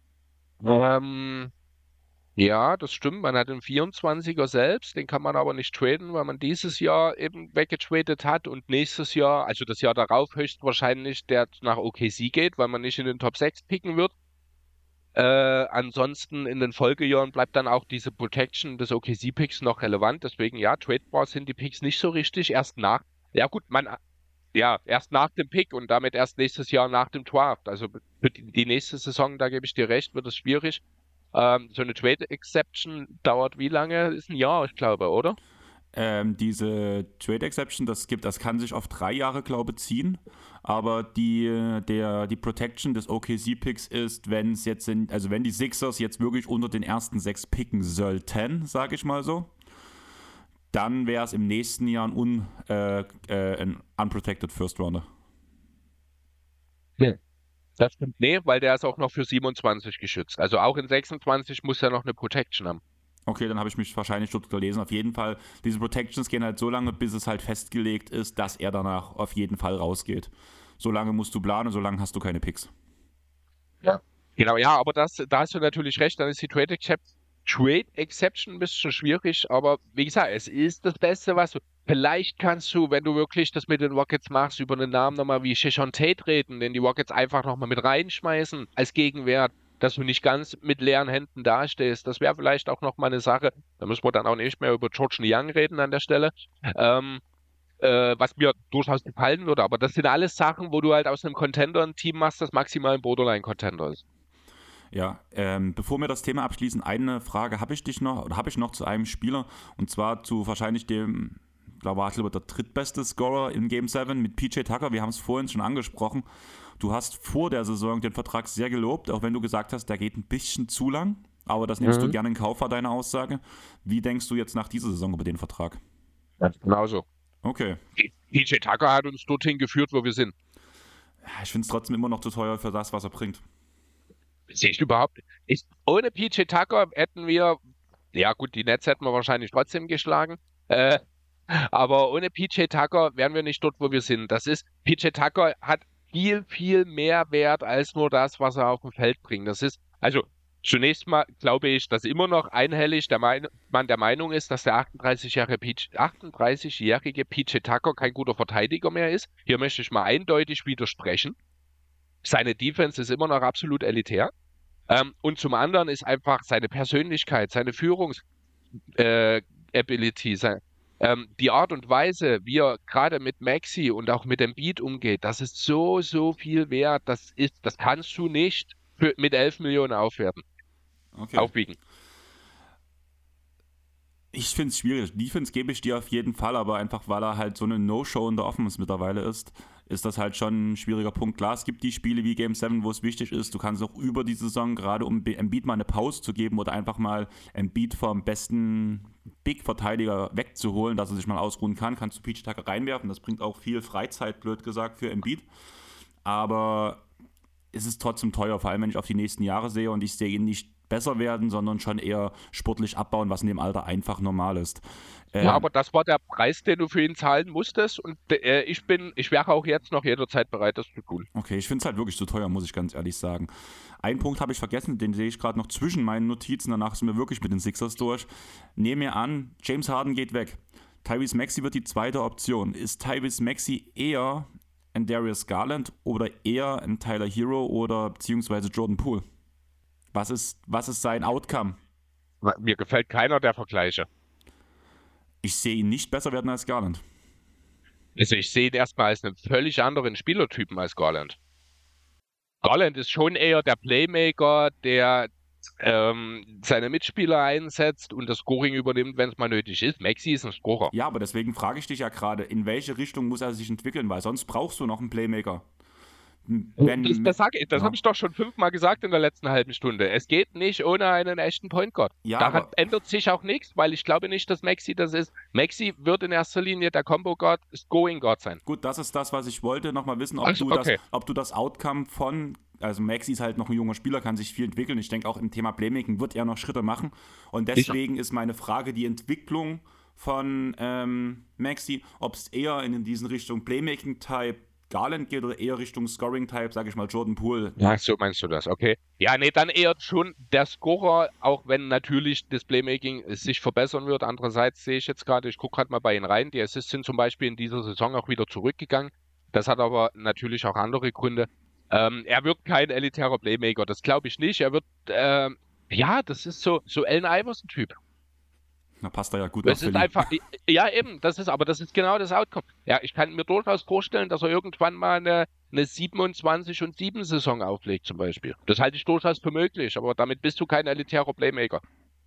Ähm, ja, das stimmt. Man hat den vierundzwanziger selbst, den kann man aber nicht traden, weil man dieses Jahr eben weggetradet hat und nächstes Jahr, also das Jahr darauf höchstwahrscheinlich, der nach O K C geht, weil man nicht in den Top sechs picken wird. Äh, ansonsten in den Folgejahren bleibt dann auch diese Protection des O K C-Picks noch relevant. Deswegen ja, tradebar sind die Picks nicht so richtig. Erst nach, ja gut, man, ja, erst nach dem Pick und damit erst nächstes Jahr nach dem Draft. Also für die, die nächste Saison, da gebe ich dir recht, wird es schwierig. Ähm, so eine Trade Exception dauert wie lange? Ist ein Jahr, ich glaube, oder? Ähm, diese Trade Exception, das gibt, das kann sich auf drei Jahre, glaube ich, ziehen. Aber die, der, die Protection des O K C-Picks ist, wenn es jetzt sind, also wenn die Sixers jetzt wirklich unter den ersten sechs picken sollten, sage ich mal so, dann wäre es im nächsten Jahr ein, un, äh, äh, ein unprotected First Rounder. Ja. Das stimmt. Nee, weil der ist auch noch für siebenundzwanzig geschützt. Also auch in sechsundzwanzig muss er noch eine Protection haben. Okay, dann habe ich mich wahrscheinlich dort gelesen. Auf jeden Fall, diese Protections gehen halt so lange, bis es halt festgelegt ist, dass er danach auf jeden Fall rausgeht. So lange musst du planen, so lange hast du keine Picks. Ja. Genau, ja, aber das, da hast du natürlich recht, dann ist die Trade Exception, Trade Exception ein bisschen schwierig, aber wie gesagt, es ist das Beste, was du. Vielleicht kannst du, wenn du wirklich das mit den Rockets machst, über einen Namen nochmal wie Shishon Tate reden, den die Rockets einfach nochmal mit reinschmeißen als Gegenwert, dass du nicht ganz mit leeren Händen dastehst. Das wäre vielleicht auch nochmal eine Sache. Da müssen wir dann auch nicht mehr über George Niang reden an der Stelle. Ähm, äh, was mir durchaus gefallen würde, aber das sind alles Sachen, wo du halt aus einem Contender ein Team machst, das maximal ein Borderline-Contender ist. Ja, ähm, bevor wir das Thema abschließen, eine Frage habe ich dich noch, oder habe ich noch zu einem Spieler, und zwar zu wahrscheinlich dem, da war ich glaube der drittbeste Scorer in Game sieben mit P J Tucker. Wir haben es vorhin schon angesprochen. Du hast vor der Saison den Vertrag sehr gelobt, auch wenn du gesagt hast, der geht ein bisschen zu lang, aber das nimmst Mhm. du gerne in Kauf, war deine Aussage. Wie denkst du jetzt nach dieser Saison über den Vertrag? Genauso. Okay. P J Tucker hat uns dorthin geführt, wo wir sind. Ich finde es trotzdem immer noch zu teuer für das, was er bringt. Sehe ich überhaupt nicht. Ich, ohne P J Tucker hätten wir, ja gut, die Nets hätten wir wahrscheinlich trotzdem geschlagen. Äh, aber ohne P J Tucker wären wir nicht dort, wo wir sind. Das ist, P J Tucker hat viel, viel mehr Wert als nur das, was er auf dem Feld bringt. Das ist, also Zunächst mal glaube ich, dass immer noch einhellig der Mein man der Meinung ist, dass der achtunddreißigjährige P J, achtunddreißigjährige P J Tucker kein guter Verteidiger mehr ist. Hier möchte ich mal eindeutig widersprechen. Seine Defense ist immer noch absolut elitär. Ähm, und zum anderen ist einfach seine Persönlichkeit, seine Führungs äh, Ability, sein, ähm, die Art und Weise, wie er gerade mit Maxi und auch mit dem Beat umgeht, das ist so, so viel wert. Das ist, das kannst du nicht für, mit elf Millionen aufwerten, Okay. aufwiegen. Ich finde es schwierig. Defense gebe ich dir auf jeden Fall, aber einfach weil er halt so eine No-Show in der Offense mittlerweile ist, ist das halt schon ein schwieriger Punkt. Klar, es gibt die Spiele wie Game sieben, wo es wichtig ist, du kannst auch über die Saison, gerade um Embiid mal eine Pause zu geben oder einfach mal Embiid vom besten Big-Verteidiger wegzuholen, dass er sich mal ausruhen kann, kannst du P J Tucker reinwerfen. Das bringt auch viel Freizeit, blöd gesagt, für Embiid. Aber es ist trotzdem teuer, vor allem wenn ich auf die nächsten Jahre sehe und ich sehe ihn nicht besser werden, sondern schon eher sportlich abbauen, was in dem Alter einfach normal ist. Ja, Ähm, aber das war der Preis, den du für ihn zahlen musstest. Und äh, ich bin, ich wäre auch jetzt noch jederzeit bereit, das zu tun. Okay, ich finde es halt wirklich zu teuer, muss ich ganz ehrlich sagen. Einen Punkt habe ich vergessen, den sehe ich gerade noch zwischen meinen Notizen, danach sind wir wirklich mit den Sixers durch. Nehmen wir an, James Harden geht weg. Tyrese Maxey wird die zweite Option. Ist Tyrese Maxey eher ein Darius Garland oder eher ein Tyler Hero oder beziehungsweise Jordan Poole? Was ist, was ist sein Outcome? Mir gefällt keiner der Vergleiche. Ich sehe ihn nicht besser werden als Garland. Also ich sehe ihn erstmal als einen völlig anderen Spielertypen als Garland. Garland ist schon eher der Playmaker, der ähm, seine Mitspieler einsetzt und das Scoring übernimmt, wenn es mal nötig ist. Maxey ist ein Scorer. Ja, aber deswegen frage ich dich ja gerade, in welche Richtung muss er sich entwickeln, weil sonst brauchst du noch einen Playmaker. Wenn, das das, sag ich- das ja. habe ich doch schon fünfmal gesagt in der letzten halben Stunde. Es geht nicht ohne einen echten Point Guard. Ja, Daran aber- ändert sich auch nichts, weil ich glaube nicht, dass Maxey das ist. Maxey wird in erster Linie der Combo Guard, Scoring Guard sein. Gut, das ist das, was ich wollte. Nochmal wissen, ob, Also, du okay. das, ob du das Outcome von, also Maxi ist halt noch ein junger Spieler, kann sich viel entwickeln. Ich denke auch im Thema Playmaking wird er noch Schritte machen. Und deswegen ist meine Frage die Entwicklung von ähm, Maxi, ob es eher in diesen Richtung Playmaking-Type Garland geht oder eher Richtung Scoring-Type, sage ich mal Jordan Poole. Ja, so meinst du das, okay. Ja, nee, dann eher schon der Scorer, auch wenn natürlich das Playmaking sich verbessern wird. Andererseits sehe ich jetzt gerade, ich gucke gerade mal bei Ihnen rein, die Assists sind zum Beispiel in dieser Saison auch wieder zurückgegangen. Das hat aber natürlich auch andere Gründe. Ähm, er wird kein elitärer Playmaker, das glaube ich nicht. Er wird, ähm, ja, das ist so, so Allen Iverson-Typ. Da passt er ja gut Es auf ist Philly. einfach, ja eben, das ist, aber das ist genau das Outcome. Ja, ich kann mir durchaus vorstellen, dass er irgendwann mal eine, eine siebenundzwanzig und sieben Saison auflegt zum Beispiel. Das halte ich durchaus für möglich, aber damit bist du kein elitärer Playmaker.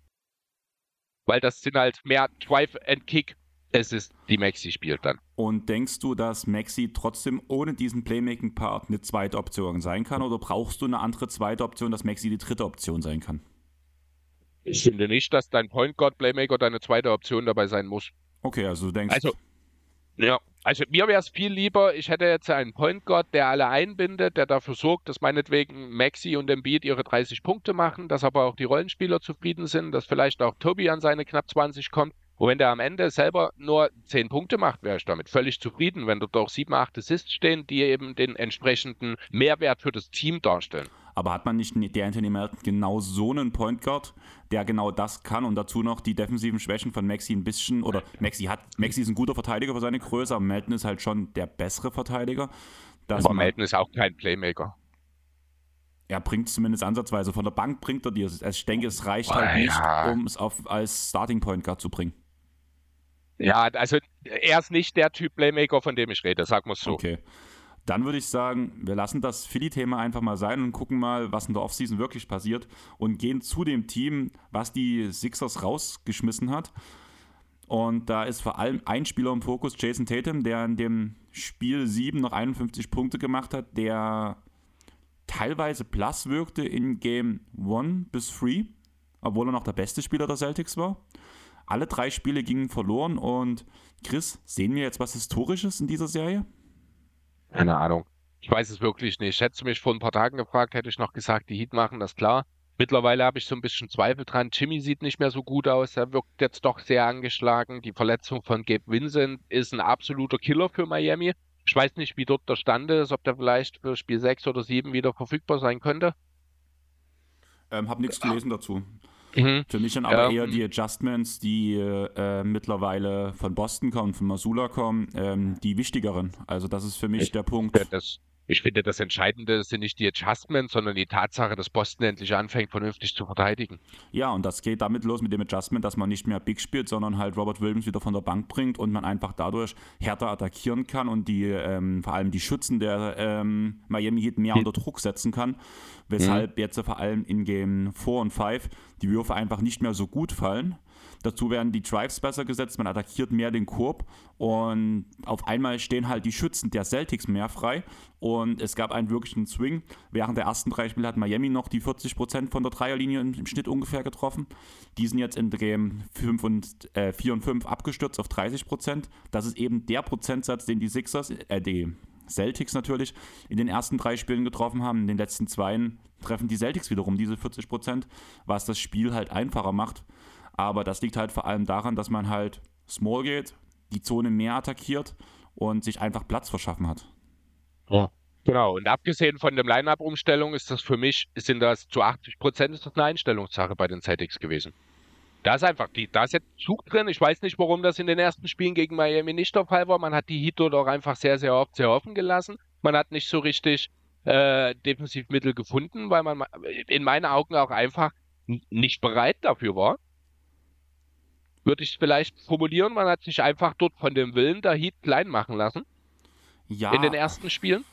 Weil das sind halt mehr Drive and Kick Assists, die Maxi spielt dann. Und denkst du, dass Maxi trotzdem ohne diesen Playmaking-Part eine zweite Option sein kann oder brauchst du eine andere zweite Option, dass Maxi die dritte Option sein kann? Ich finde nicht, dass dein Point Guard Playmaker deine zweite Option dabei sein muss. Okay, also du denkst... Also, ja, also mir wäre es viel lieber, ich hätte jetzt einen Point Guard, der alle einbindet, der dafür sorgt, dass meinetwegen Maxi und Embiid ihre dreißig Punkte machen, dass aber auch die Rollenspieler zufrieden sind, dass vielleicht auch Tobi an seine knapp zwanzig kommt. Und wenn der am Ende selber nur zehn Punkte macht, wäre ich damit völlig zufrieden, wenn dort auch sieben, acht Assists stehen, die eben den entsprechenden Mehrwert für das Team darstellen. Aber hat man nicht der Anthony Melton genau so einen Point Guard, der genau das kann und dazu noch die defensiven Schwächen von Maxi ein bisschen, oder Maxi hat, Maxi ist ein guter Verteidiger für seine Größe, aber Melton ist halt schon der bessere Verteidiger. Dass Aber man, Melton ist auch kein Playmaker. er bringt es zumindest ansatzweise. Von der Bank bringt er dir es. Ich denke, es reicht halt Oh, nicht, ja. um es auf, als Starting Point Guard zu bringen. Ja, also er ist nicht der Typ Playmaker, von dem ich rede, sagen wir es so. Okay. Dann würde ich sagen, wir lassen das Philly-Thema einfach mal sein und gucken mal, was in der Offseason wirklich passiert und gehen zu dem Team, was die Sixers rausgeschmissen hat. Und da ist vor allem ein Spieler im Fokus, Jason Tatum, der in dem Spiel sieben noch einundfünfzig Punkte gemacht hat, der teilweise blass wirkte in Game eins bis drei, obwohl er noch der beste Spieler der Celtics war. Alle drei Spiele gingen verloren und Chris, sehen wir jetzt was Historisches in dieser Serie? Keine Ahnung. Ich weiß es wirklich nicht. Hättest du mich vor ein paar Tagen gefragt, hätte ich noch gesagt, die Heat machen das klar. Mittlerweile habe ich so ein bisschen Zweifel dran. Jimmy sieht nicht mehr so gut aus. Er wirkt jetzt doch sehr angeschlagen. Die Verletzung von Gabe Vincent ist ein absoluter Killer für Miami. Ich weiß nicht, wie dort der Stand ist, ob der vielleicht für Spiel sechs oder sieben wieder verfügbar sein könnte. Ähm, hab nichts gelesen dazu. Mhm. Für mich dann aber Ähm, eher die Adjustments, die äh, mittlerweile von Boston kommen, von Mazzulla kommen, ähm, die wichtigeren. Also das ist für mich Ich der Punkt. finde, das, ich finde, das Entscheidende sind nicht die Adjustments, sondern die Tatsache, dass Boston endlich anfängt, vernünftig zu verteidigen. Ja, und das geht damit los mit dem Adjustment, dass man nicht mehr Big spielt, sondern halt Robert Williams wieder von der Bank bringt und man einfach dadurch härter attackieren kann und die ähm, vor allem die Schützen der ähm, Miami Heat mehr Hm. unter Druck setzen kann, weshalb jetzt vor allem in Game vier und fünf die Würfe einfach nicht mehr so gut fallen. Dazu werden die Drives besser gesetzt, man attackiert mehr den Korb und auf einmal stehen halt die Schützen der Celtics mehr frei und es gab einen wirklichen Swing. Während der ersten drei Spiele hat Miami noch die vierzig Prozent von der Dreierlinie im, im Schnitt ungefähr getroffen. Die sind jetzt in Game fünf und, äh, vier und fünf abgestürzt auf dreißig Prozent. Das ist eben der Prozentsatz, den die Sixers, äh, die Celtics natürlich, in den ersten drei Spielen getroffen haben. In den letzten zweien treffen die Celtics wiederum diese vierzig Prozent, was das Spiel halt einfacher macht. Aber das liegt halt vor allem daran, dass man halt small geht, die Zone mehr attackiert und sich einfach Platz verschaffen hat. Ja. Genau, und abgesehen von dem Line-Up-Umstellung ist das für mich, sind das zu achtzig Prozent ist das eine Einstellungssache bei den Celtics gewesen. Da ist einfach, die, da ist jetzt Zug drin. Ich weiß nicht, warum das in den ersten Spielen gegen Miami nicht der Fall war. Man hat die Heat dort auch einfach sehr, sehr oft sehr offen gelassen. Man hat nicht so richtig äh, Defensivmittel gefunden, weil man in meinen Augen auch einfach n- nicht bereit dafür war. Würde ich vielleicht formulieren, man hat sich einfach dort von dem Willen der Heat klein machen lassen Ja, in den ersten Spielen.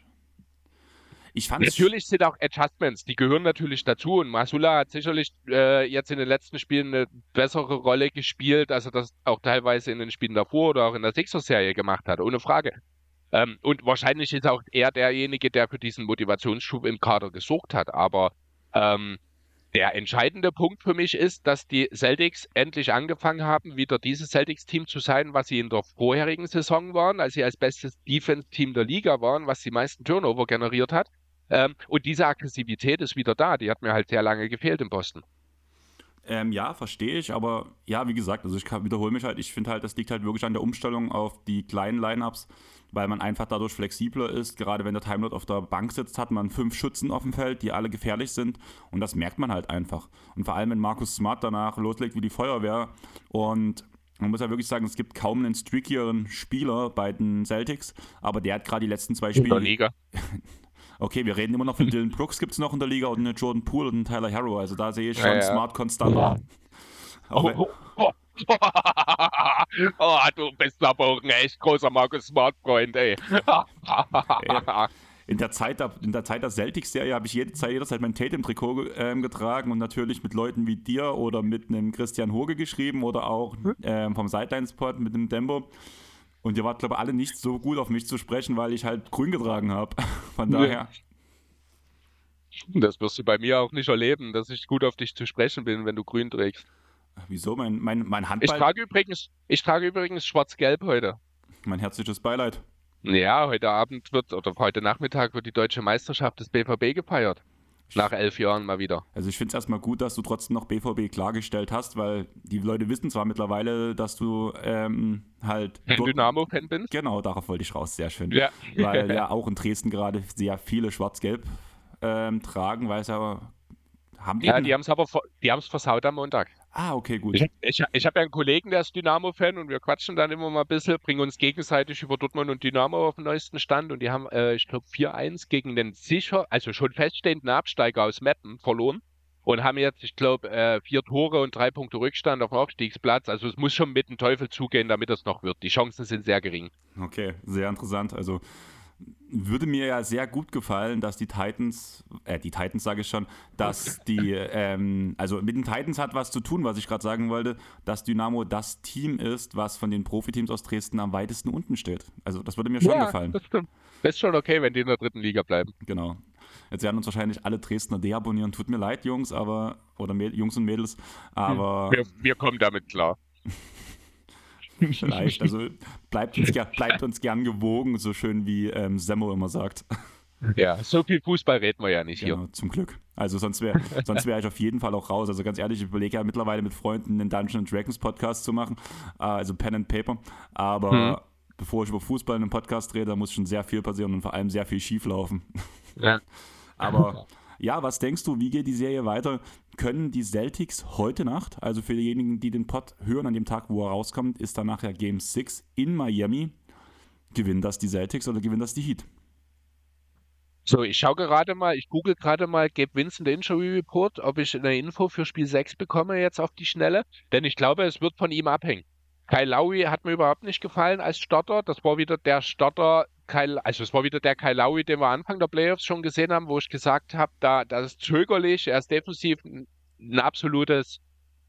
ich fand Natürlich sind auch Adjustments, die gehören natürlich dazu und Mazzulla hat sicherlich äh, jetzt in den letzten Spielen eine bessere Rolle gespielt, als er das auch teilweise in den Spielen davor oder auch in der Sixers-Serie gemacht hat, ohne Frage. Ähm, und wahrscheinlich ist auch er derjenige, der für diesen Motivationsschub im Kader gesorgt hat, aber ähm, der entscheidende Punkt für mich ist, dass die Celtics endlich angefangen haben, wieder dieses Celtics-Team zu sein, was sie in der vorherigen Saison waren, als sie als bestes Defense-Team der Liga waren, was die meisten Turnover generiert hat. Ähm, und diese Aggressivität ist wieder da. Die hat mir halt sehr lange gefehlt in Boston. Ähm, ja, verstehe ich, aber ja, wie gesagt, also ich kann, wiederhole mich halt, ich finde halt, das liegt halt wirklich an der Umstellung auf die kleinen Lineups, weil man einfach dadurch flexibler ist. Gerade wenn der Timelord auf der Bank sitzt, hat man fünf Schützen auf dem Feld, die alle gefährlich sind und das merkt man halt einfach. Und vor allem, wenn Marcus Smart danach loslegt wie die Feuerwehr und man muss ja wirklich sagen, es gibt kaum einen streakieren Spieler bei den Celtics, aber der hat gerade die letzten zwei In der Spiele... Liga. Okay, wir reden immer noch von Dylan Brooks, gibt es noch in der Liga und einen Jordan Poole und einen Tyler Harrow. Also da sehe ich schon Ja, ja. Smart konstanter. Auch wenn- Oh, oh, oh. Oh, du bist aber auch ein echt großer Marcus Smart-Freund, ey. in, der Zeit der, in der Zeit der Celtics-Serie habe ich jede Zeit, jederzeit mein Tatum-Trikot ähm, getragen und natürlich mit Leuten wie dir oder mit einem Christian Hoge geschrieben oder auch ähm, vom Sideline-Spot mit dem Dembo. Und ihr wart, glaube ich, alle nicht so gut auf mich zu sprechen, weil ich halt grün getragen habe. Von daher. Das wirst du bei mir auch nicht erleben, dass ich gut auf dich zu sprechen bin, wenn du grün trägst. Wieso? Mein, mein, mein Ich Handball. trage übrigens, ich trage übrigens schwarz-gelb heute. Mein herzliches Beileid. Ja, heute Abend wird, oder heute Nachmittag wird die deutsche Meisterschaft des B V B gefeiert. Nach elf Jahren mal wieder. Also ich finde es erstmal gut, dass du trotzdem noch B V B klargestellt hast, weil die Leute wissen zwar mittlerweile, dass du ähm, halt... Ein dort- Dynamo-Fan bin? Genau, darauf wollte ich raus, sehr schön. Ja. Weil ja auch in Dresden gerade sehr viele Schwarz-Gelb ähm, tragen, weil es ja... Haben die Ja, denn- die haben es aber ver- die haben's versaut am Montag. Ah, okay, gut. Ich, ich, ich habe ja einen Kollegen, der ist Dynamo-Fan und wir quatschen dann immer mal ein bisschen, bringen uns gegenseitig über Dortmund und Dynamo auf den neuesten Stand und die haben, äh, ich glaube, vier eins gegen den sicher, also schon feststehenden Absteiger aus Meppen verloren und haben jetzt, ich glaube, äh, vier Tore und drei Punkte Rückstand auf dem Aufstiegsplatz. Also es muss schon mit dem Teufel zugehen, damit das noch wird. Die Chancen sind sehr gering. Okay, sehr interessant. Also würde mir ja sehr gut gefallen, dass die Titans, äh, die Titans sage ich schon, dass die, ähm, also mit den Titans hat was zu tun, was ich gerade sagen wollte, dass Dynamo das Team ist, was von den Profiteams aus Dresden am weitesten unten steht. Also das würde mir schon gefallen. Das stimmt. Das ist schon okay, wenn die in der dritten Liga bleiben. Genau. Jetzt werden uns wahrscheinlich alle Dresdner deabonnieren. Tut mir leid, Jungs, aber oder Mäd- Jungs und Mädels, aber Wir, wir kommen damit klar. vielleicht. Also bleibt uns, ger- bleibt uns gern gewogen, so schön wie ähm, Semmo immer sagt. Ja, so viel Fußball reden wir ja nicht Genau, zum Glück. Also sonst wäre sonst wär ich auf jeden Fall auch raus. Also ganz ehrlich, ich überlege ja mittlerweile mit Freunden einen Dungeons and Dragons Podcast zu machen, äh, also Pen and Paper. Aber Mhm. bevor ich über Fußball in einem Podcast rede, da muss schon sehr viel passieren und vor allem sehr viel schief laufen. hier. Ja. Aber Ja, was denkst du, wie geht die Serie weiter? Können die Celtics heute Nacht, also für diejenigen, die den Pod hören an dem Tag, wo er rauskommt, ist dann nachher Game sechs in Miami. Gewinnen das die Celtics oder gewinnen das die Heat? So, ich schaue gerade mal, ich google gerade mal Gabe Vincent Injury Report, ob ich eine Info für Spiel sechs bekomme jetzt auf die Schnelle, denn ich glaube, es wird von ihm abhängen. Kyle Lowry hat mir überhaupt nicht gefallen als Starter. Das war wieder der Starter, Kyle, also es war wieder der Kyle Lowry, den wir Anfang der Playoffs schon gesehen haben, wo ich gesagt habe, da, das ist zögerlich, er ist defensiv ein, ein absolutes,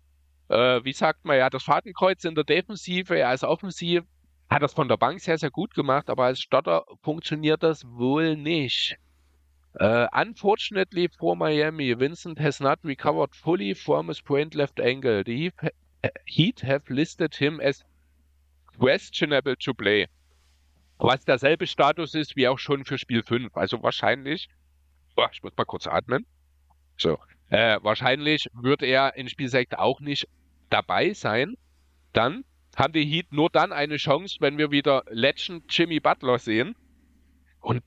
äh, wie sagt man, ja, das Fadenkreuz in der Defensive, er ist offensiv, hat das von der Bank sehr, sehr gut gemacht, aber als Starter funktioniert das wohl nicht. Uh, unfortunately for Miami, Vincent has not recovered fully from a sprained left ankle. The Heat, uh, Heat have listed him as questionable to play. Was derselbe Status ist wie auch schon für Spiel fünf. Also wahrscheinlich, oh, ich muss mal kurz atmen. So, äh, wahrscheinlich wird er in Spiel sechs auch nicht dabei sein. Dann haben die Heat nur dann eine Chance, wenn wir wieder Legend Jimmy Butler sehen. Und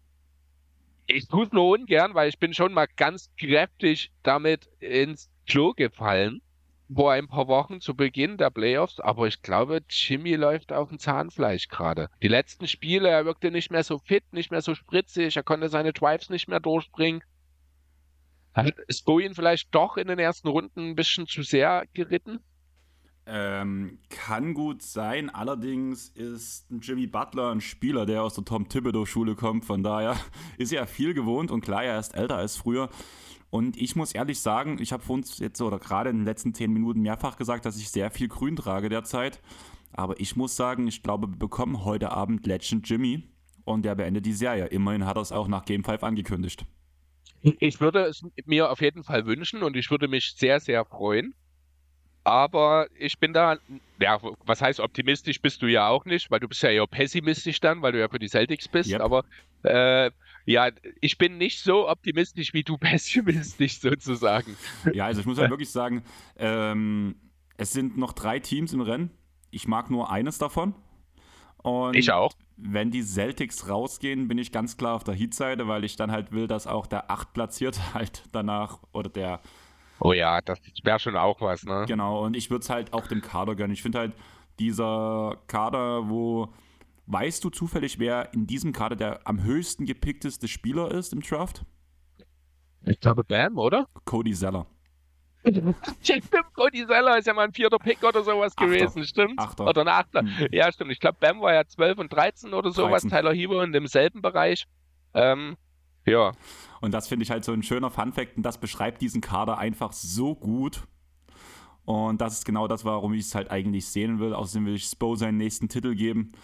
ich tue es nur ungern, weil ich bin schon mal ganz kräftig damit ins Klo gefallen vor ein paar Wochen zu Beginn der Playoffs. Aber ich glaube, Jimmy läuft auf dem Zahnfleisch gerade. Die letzten Spiele, er wirkte nicht mehr so fit, nicht mehr so spritzig, er konnte seine Drives nicht mehr durchbringen. Hat Spoin vielleicht doch in den ersten Runden ein bisschen zu sehr geritten? Ähm, kann gut sein, allerdings ist Jimmy Butler ein Spieler, der aus der Tom Thibodeau-Schule kommt, von daher ist er viel gewohnt und klar, er ist älter als früher. Und ich muss ehrlich sagen, ich habe für uns jetzt oder gerade in den letzten zehn Minuten mehrfach gesagt, dass ich sehr viel Grün trage derzeit. Aber ich muss sagen, ich glaube, wir bekommen heute Abend Legend Jimmy und der beendet die Serie. Immerhin hat er es auch nach Game fünf angekündigt. Ich würde es mir auf jeden Fall wünschen und ich würde mich sehr, sehr freuen. Aber ich bin da, ja, was heißt optimistisch bist du ja auch nicht, weil du bist ja eher pessimistisch dann, weil du ja für die Celtics bist. Yep. Aber äh, ja, ich bin nicht so optimistisch wie du pessimistisch sozusagen. Ja, also ich muss halt wirklich sagen, ähm, es sind noch drei Teams im Rennen. Ich mag nur eines davon. Und ich auch. Wenn die Celtics rausgehen, bin ich ganz klar auf der Heat-Seite, weil ich dann halt will, dass auch der acht-Platzierte halt danach oder der Oh ja, das wäre schon auch was, ne? Genau, und ich würde es halt auch dem Kader gönnen. Ich finde halt, dieser Kader, wo, weißt du zufällig, wer in diesem Kader der am höchsten gepickteste Spieler ist im Draft? Ich glaube Bam, oder? Cody Zeller. Stimmt, Cody Zeller ist ja mal ein vierter Pick oder sowas Achter. gewesen, stimmt? Achter. Oder ein Achter. Hm. Ja, stimmt. Ich glaube, Bam war ja zwölf und dreizehn oder sowas, dreizehn. Tyler Hero in demselben Bereich. Ähm, ja. Und das finde ich halt so ein schöner Funfact und das beschreibt diesen Kader einfach so gut. Und das ist genau das, warum ich es halt eigentlich sehen will. Außerdem will ich Spo seinen nächsten Titel geben.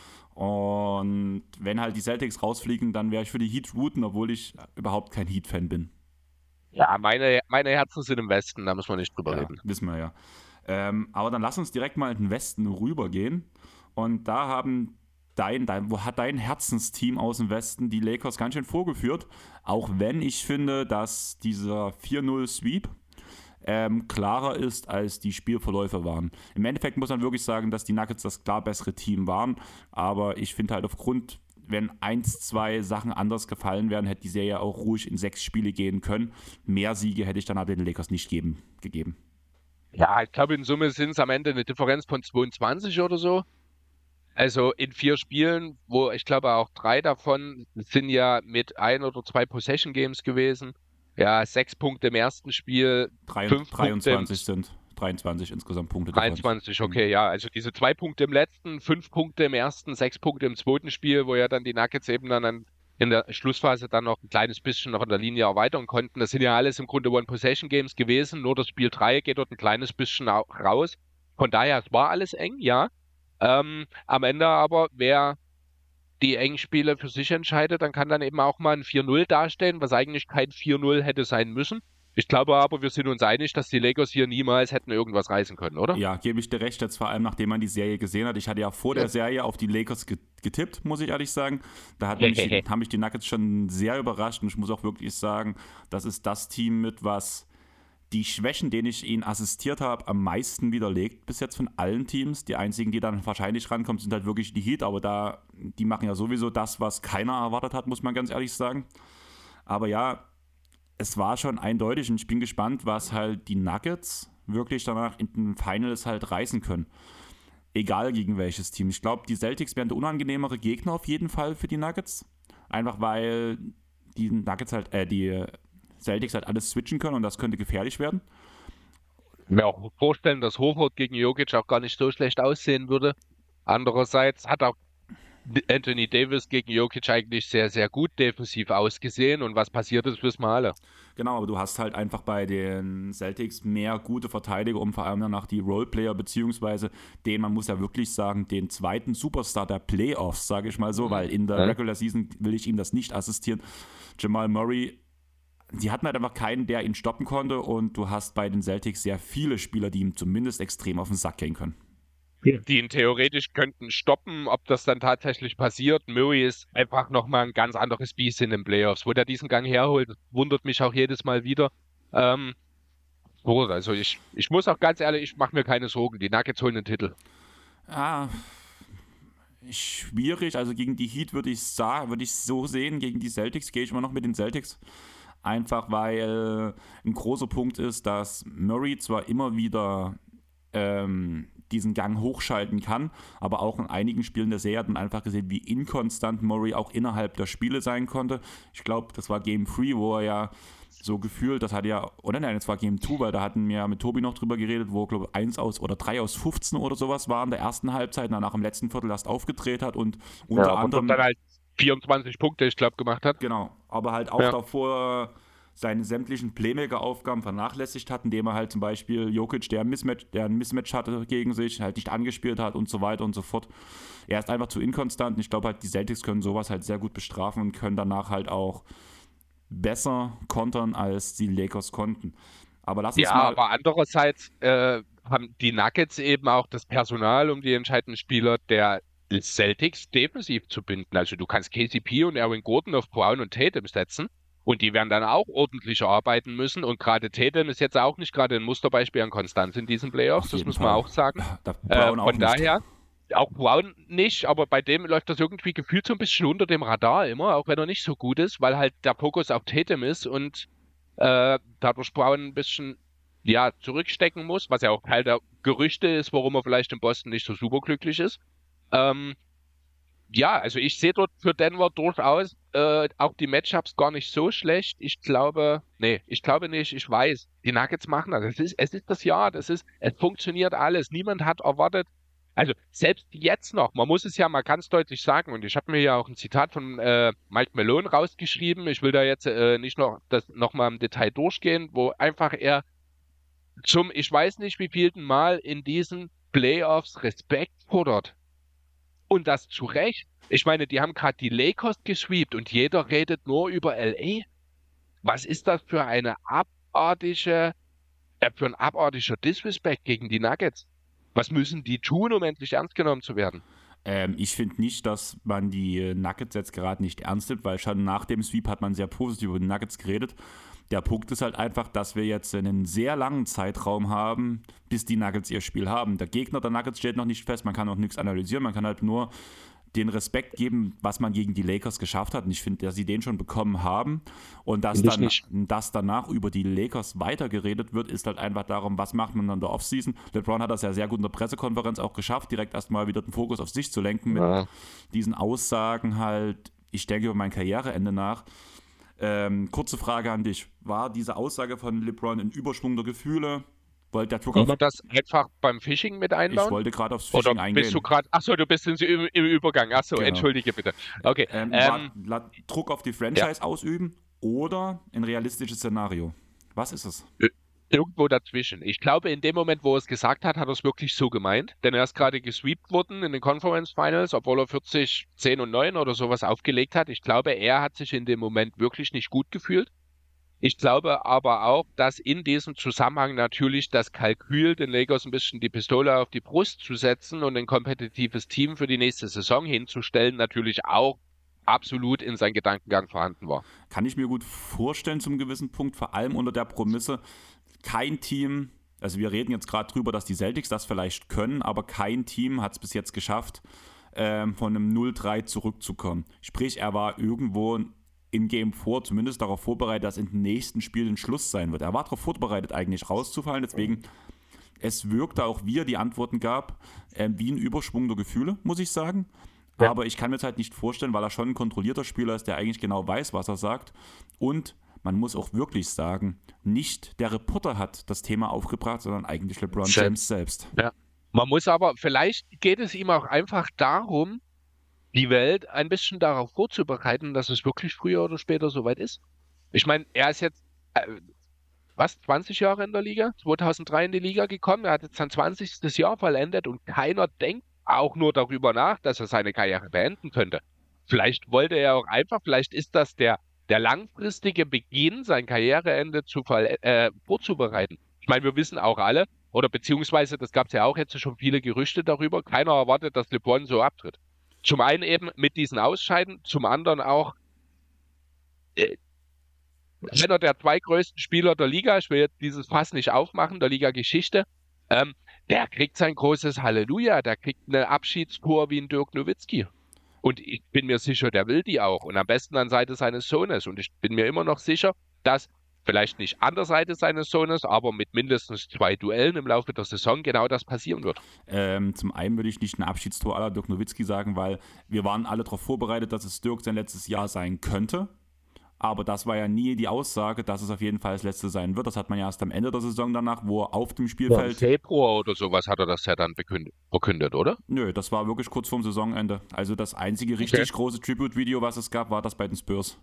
Und wenn halt die Celtics rausfliegen, dann wäre ich für die Heat routen, obwohl ich überhaupt kein Heat-Fan bin. Ja, meine, meine Herzen sind im Westen, da muss man nicht drüber ja, reden. Wissen wir ja. Ähm, aber dann lass uns direkt mal in den Westen rübergehen. Und da haben Dein, dein, wo hat dein Herzensteam aus dem Westen die Lakers ganz schön vorgeführt, auch wenn ich finde, dass dieser vier null Sweep ähm, klarer ist, als die Spielverläufe waren. Im Endeffekt muss man wirklich sagen, dass die Nuggets das klar bessere Team waren, aber ich finde halt aufgrund, wenn eins, zwei Sachen anders gefallen wären, hätte die Serie auch ruhig in sechs Spiele gehen können. Mehr Siege hätte ich dann aber den Lakers nicht geben, gegeben. Ja, ich glaube in Summe sind es am Ende eine Differenz von zweiundzwanzig oder so. Also in vier Spielen, wo ich glaube auch drei davon sind ja mit ein oder zwei Possession Games gewesen. Ja, sechs Punkte im ersten Spiel, Drei, fünf dreiundzwanzig Punkte im, sind dreiundzwanzig insgesamt Punkte. dreiundzwanzig, okay, ja. Also diese zwei Punkte im letzten, fünf Punkte im ersten, sechs Punkte im zweiten Spiel, wo ja dann die Nuggets eben dann an, in der Schlussphase dann noch ein kleines bisschen noch in der Linie erweitern konnten. Das sind ja alles im Grunde One-Possession-Games gewesen. Nur das Spiel drei geht dort ein kleines bisschen raus. Von daher, es war alles eng, ja. Ähm, am Ende aber, wer die engen Spiele für sich entscheidet, dann kann dann eben auch mal ein vier null dastehen, was eigentlich kein vier null hätte sein müssen. Ich glaube aber, wir sind uns einig, dass die Lakers hier niemals hätten irgendwas reißen können, oder? Ja, gebe ich dir recht, jetzt vor allem nachdem man die Serie gesehen hat. Ich hatte ja vor der Serie auf die Lakers getippt, muss ich ehrlich sagen. Da hat mich, haben mich die Nuggets schon sehr überrascht und ich muss auch wirklich sagen, das ist das Team mit, was die Schwächen, denen ich ihnen assistiert habe, am meisten widerlegt bis jetzt von allen Teams. Die einzigen, die dann wahrscheinlich rankommen, sind halt wirklich die Heat, aber da, die machen ja sowieso das, was keiner erwartet hat, muss man ganz ehrlich sagen. Aber ja, es war schon eindeutig und ich bin gespannt, was halt die Nuggets wirklich danach in den Finals halt reißen können. Egal gegen welches Team. Ich glaube, die Celtics wären der unangenehmere Gegner auf jeden Fall für die Nuggets. Einfach weil die Nuggets halt, äh, die Celtics halt alles switchen können und das könnte gefährlich werden. Ich kann mir auch vorstellen, dass Horford gegen Jokic auch gar nicht so schlecht aussehen würde. Andererseits hat auch Anthony Davis gegen Jokic eigentlich sehr, sehr gut defensiv ausgesehen und was passiert ist, wissen wir alle. Genau, aber du hast halt einfach bei den Celtics mehr gute Verteidiger, um vor allem danach die Roleplayer, beziehungsweise den, man muss ja wirklich sagen, den zweiten Superstar der Playoffs, sage ich mal so, weil in der Ja. Regular Season will ich ihm das nicht assistieren. Jamal Murray, sie hatten halt einfach keinen, der ihn stoppen konnte und du hast bei den Celtics sehr viele Spieler, die ihm zumindest extrem auf den Sack gehen können. Die ihn theoretisch könnten stoppen, ob das dann tatsächlich passiert. Murray ist einfach nochmal ein ganz anderes Biest in den Playoffs. Wo der diesen Gang herholt, wundert mich auch jedes Mal wieder. Ähm, gut, also ich, ich muss auch ganz ehrlich, ich mache mir keine Sorgen. Die Nuggets holen den Titel. Ah, schwierig. Also gegen die Heat würde ich, sa- würde ich so sehen, gegen die Celtics gehe ich immer noch mit den Celtics. Einfach weil ein großer Punkt ist, dass Murray zwar immer wieder ähm, diesen Gang hochschalten kann, aber auch in einigen Spielen der Serie hat man einfach gesehen, wie inkonstant Murray auch innerhalb der Spiele sein konnte. Ich glaube, das war Game drei, wo er ja so gefühlt, das hat ja, oder nein, es war Game zwei, weil da hatten wir mit Tobi noch drüber geredet, wo, glaube ich, eins aus oder drei aus fünfzehn oder sowas war in der ersten Halbzeit, danach im letzten Viertel erst aufgedreht hat und unter Ja, und anderem dann halt vierundzwanzig Punkte, ich glaube, gemacht hat. Genau, aber halt auch Ja. davor seine sämtlichen Playmaker-Aufgaben vernachlässigt hat, indem er halt zum Beispiel Jokic, der ein Mismatch, der ein Mismatch hatte gegen sich, halt nicht angespielt hat und so weiter und so fort. Er ist einfach zu inkonstant und ich glaube halt, die Celtics können sowas halt sehr gut bestrafen und können danach halt auch besser kontern, als die Lakers konnten. Aber lass uns Ja, mal... aber andererseits äh, haben die Nuggets eben auch das Personal, um die entscheidenden Spieler der Celtics defensiv zu binden. Also du kannst K C P und Aaron Gordon auf Brown und Tatum setzen und die werden dann auch ordentlich arbeiten müssen. Und gerade Tatum ist jetzt auch nicht gerade ein Musterbeispiel an Konstanz in diesen Playoffs, Auf das jeden muss man Fall. auch sagen. Da Äh, Brown auch von nicht. daher, auch Brown nicht, aber bei dem läuft das irgendwie gefühlt so ein bisschen unter dem Radar immer, auch wenn er nicht so gut ist, weil halt der Fokus auf Tatum ist und äh, dadurch Brown ein bisschen ja, zurückstecken muss, was ja auch Teil der Gerüchte ist, warum er vielleicht in Boston nicht so superglücklich ist. Ähm, ja, also ich sehe dort für Denver durchaus äh, auch die Matchups gar nicht so schlecht. Ich glaube, nee, ich glaube nicht, ich weiß, die Nuggets machen das. Es ist, es ist das Jahr, das ist, es funktioniert alles. Niemand hat erwartet, also selbst jetzt noch, man muss es ja mal ganz deutlich sagen, und ich habe mir ja auch ein Zitat von äh, Mike Malone rausgeschrieben, ich will da jetzt äh, nicht noch das nochmal im Detail durchgehen, wo einfach er zum, ich weiß nicht wievielten Mal in diesen Playoffs Respekt fordert. Und das zu Recht. Ich meine, die haben gerade die Lakers gesweept und jeder redet nur über L A. Was ist das für eine abartige, äh, für ein abartiger Disrespect gegen die Nuggets? Was müssen die tun, um endlich ernst genommen zu werden? Ähm, ich finde nicht, dass man die Nuggets jetzt gerade nicht ernst nimmt, weil schon nach dem Sweep hat man sehr positiv über die Nuggets geredet. Der Punkt ist halt einfach, dass wir jetzt einen sehr langen Zeitraum haben, bis die Nuggets ihr Spiel haben. Der Gegner der Nuggets steht noch nicht fest, man kann auch nichts analysieren, man kann halt nur den Respekt geben, was man gegen die Lakers geschafft hat. Und ich finde, dass sie den schon bekommen haben. Und dass, Finde ich dann, nicht. dass danach über die Lakers weitergeredet wird, ist halt einfach darum, was macht man in der Offseason. LeBron hat das ja sehr gut in der Pressekonferenz auch geschafft, direkt erstmal wieder den Fokus auf sich zu lenken mit Ja. diesen Aussagen halt, ich denke über mein Karriereende nach. Ähm, kurze Frage an dich. War diese Aussage von LeBron ein Überschwung der Gefühle? Wollte der Druck Kann auf... man das einfach beim Phishing mit Ich einbauen? wollte gerade aufs Oder Phishing eingehen. bist du gerade, achso, du bist im, im Übergang, achso, Genau. entschuldige bitte. Okay, Ähm, ähm, war, la- Druck auf die Franchise ausüben oder ein realistisches Szenario? Was ist es? irgendwo dazwischen. Ich glaube, in dem Moment, wo er es gesagt hat, hat er es wirklich so gemeint, denn er ist gerade gesweept worden in den Conference Finals, obwohl er vierzig, zehn und neun oder sowas aufgelegt hat. Ich glaube, er hat sich in dem Moment wirklich nicht gut gefühlt. Ich glaube aber auch, dass in diesem Zusammenhang natürlich das Kalkül, den Lakers ein bisschen die Pistole auf die Brust zu setzen und ein kompetitives Team für die nächste Saison hinzustellen, natürlich auch absolut in seinem Gedankengang vorhanden war. Kann ich mir gut vorstellen zum gewissen Punkt, vor allem unter der Prämisse, kein Team, also wir reden jetzt gerade drüber, dass die Celtics das vielleicht können, aber kein Team hat es bis jetzt geschafft, ähm, von einem null drei zurückzukommen. Sprich, er war irgendwo in Game vier zumindest darauf vorbereitet, dass in den nächsten Spielen Schluss sein wird. Er war darauf vorbereitet, eigentlich rauszufallen, deswegen es wirkte auch, wie er die Antworten gab, äh, wie ein Überschwung der Gefühle, muss ich sagen. Ja. Aber ich kann mir das halt nicht vorstellen, weil er schon ein kontrollierter Spieler ist, der eigentlich genau weiß, was er sagt. Und man muss auch wirklich sagen, nicht der Reporter hat das Thema aufgebracht, sondern eigentlich LeBron Selbst. James selbst. Ja. Man muss aber, vielleicht geht es ihm auch einfach darum, die Welt ein bisschen darauf vorzubereiten, dass es wirklich früher oder später soweit ist. Ich meine, er ist jetzt, äh, was, zwanzig Jahre in der Liga? zweitausenddrei in die Liga gekommen, er hat jetzt sein zwanzigstes Jahr vollendet und keiner denkt auch nur darüber nach, dass er seine Karriere beenden könnte. Vielleicht wollte er auch einfach, vielleicht ist das der, der langfristige Beginn, sein Karriereende zu voll, äh, vorzubereiten. Ich meine, wir wissen auch alle, oder beziehungsweise, das gab es ja auch jetzt schon viele Gerüchte darüber, keiner erwartet, dass LeBron so abtritt. Zum einen eben mit diesen Ausscheiden, zum anderen auch äh, einer der zwei größten Spieler der Liga, ich will jetzt dieses Fass nicht aufmachen, der Liga-Geschichte, ähm, der kriegt sein großes Halleluja, der kriegt eine Abschiedstour wie ein Dirk Nowitzki. Und ich bin mir sicher, der will die auch. Und am besten an Seite seines Sohnes. Und ich bin mir immer noch sicher, dass vielleicht nicht an der Seite seines Sohnes, aber mit mindestens zwei Duellen im Laufe der Saison genau das passieren wird. Ähm, zum einen würde ich nicht ein Abschiedstor à la Dirk Nowitzki sagen, weil wir waren alle darauf vorbereitet, dass es Dirk sein letztes Jahr sein könnte. Aber das war ja nie die Aussage, dass es auf jeden Fall das letzte sein wird. Das hat man ja erst am Ende der Saison danach, wo er auf dem Spielfeld... Ja, im Februar oder sowas hat er das ja dann bekündet, verkündet, oder? Nö, das war wirklich kurz vorm Saisonende. Also das einzige richtig okay. große Tribute-Video, was es gab, war das bei den Spurs.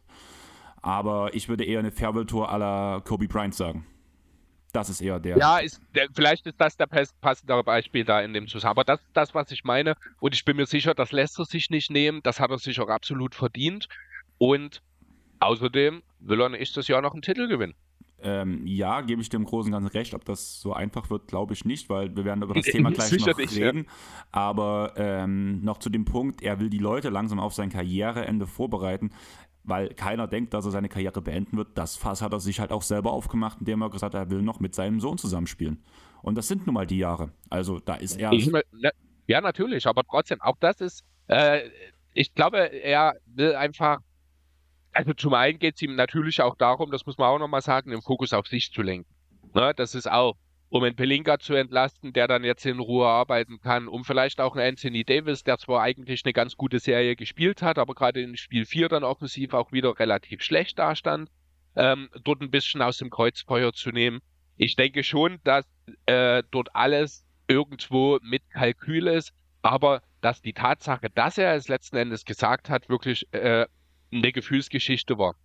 Aber ich würde eher eine Farewell-Tour à la Kobe Bryant sagen. Das ist eher der... Ja, ist der, vielleicht ist das der passendere Beispiel da in dem Zusammenhang. Aber das ist das, was ich meine. Und ich bin mir sicher, das lässt er sich nicht nehmen. Das hat er sich auch absolut verdient. Und außerdem will er nächstes Jahr noch einen Titel gewinnen. Ähm, ja, gebe ich dir im Großen und Ganzen recht. Ob das so einfach wird, glaube ich nicht, weil wir werden über das Thema gleich noch nicht, reden. Ja. Aber ähm, noch zu dem Punkt, er will die Leute langsam auf sein Karriereende vorbereiten, weil keiner denkt, dass er seine Karriere beenden wird. Das Fass hat er sich halt auch selber aufgemacht, indem er gesagt hat, er will noch mit seinem Sohn zusammenspielen. Und das sind nun mal die Jahre. Also da ist er... Ich, ja, natürlich, aber trotzdem, auch das ist, äh, ich glaube, er will einfach, also zum einen geht es ihm natürlich auch darum, das muss man auch nochmal sagen, den Fokus auf sich zu lenken. Ne, das ist auch, um einen Pelinka zu entlasten, der dann jetzt in Ruhe arbeiten kann, um vielleicht auch einen Anthony Davis, der zwar eigentlich eine ganz gute Serie gespielt hat, aber gerade in Spiel vier dann offensiv auch wieder relativ schlecht dastand, ähm, dort ein bisschen aus dem Kreuzfeuer zu nehmen. Ich denke schon, dass äh, dort alles irgendwo mit Kalkül ist, aber dass die Tatsache, dass er es letzten Endes gesagt hat, wirklich äh, eine Gefühlsgeschichte war.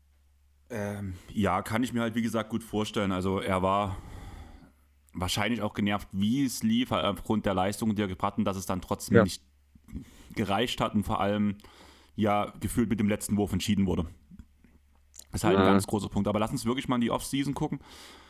Ähm, ja, kann ich mir halt wie gesagt gut vorstellen. Also er war wahrscheinlich auch genervt, wie es lief, aufgrund der Leistung, die er gebracht hat, und dass es dann trotzdem ja. nicht gereicht hat und vor allem ja gefühlt mit dem letzten Wurf entschieden wurde. Das ist halt ja. ein ganz großer Punkt. Aber lass uns wirklich mal in die Offseason gucken.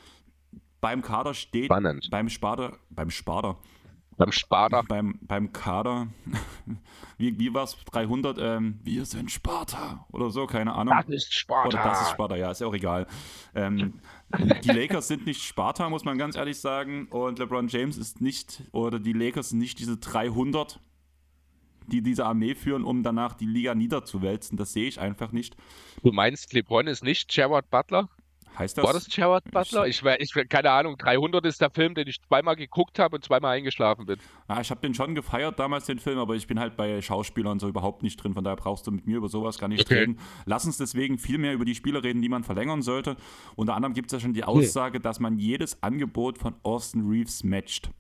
Beim Kader steht, Spannend. beim Sparta, beim Sparta, beim Sparta, beim, beim Kader, wie, wie war es, dreihundert, ähm, wir sind Sparta oder so, keine Ahnung. Das ist Sparta. Oder das ist Sparta, ja, ist ja auch egal. Ähm, die Lakers sind nicht Sparta, muss man ganz ehrlich sagen, und LeBron James ist nicht, oder die Lakers sind nicht diese dreihundert, die diese Armee führen, um danach die Liga niederzuwälzen. Das sehe ich einfach nicht. Du meinst, LeBron ist nicht Gerard Butler? Heißt das? War das Gerard Butler? Ich, ich, ich keine Ahnung. dreihundert ist der Film, den ich zweimal geguckt habe und zweimal eingeschlafen bin. Ja, ich habe den schon gefeiert damals, den Film, aber ich bin halt bei Schauspielern so überhaupt nicht drin. Von daher brauchst du mit mir über sowas gar nicht okay. reden. Lass uns deswegen viel mehr über die Spieler reden, die man verlängern sollte. Unter anderem gibt es ja schon die Aussage, hm. dass man jedes Angebot von Austin Reeves matcht.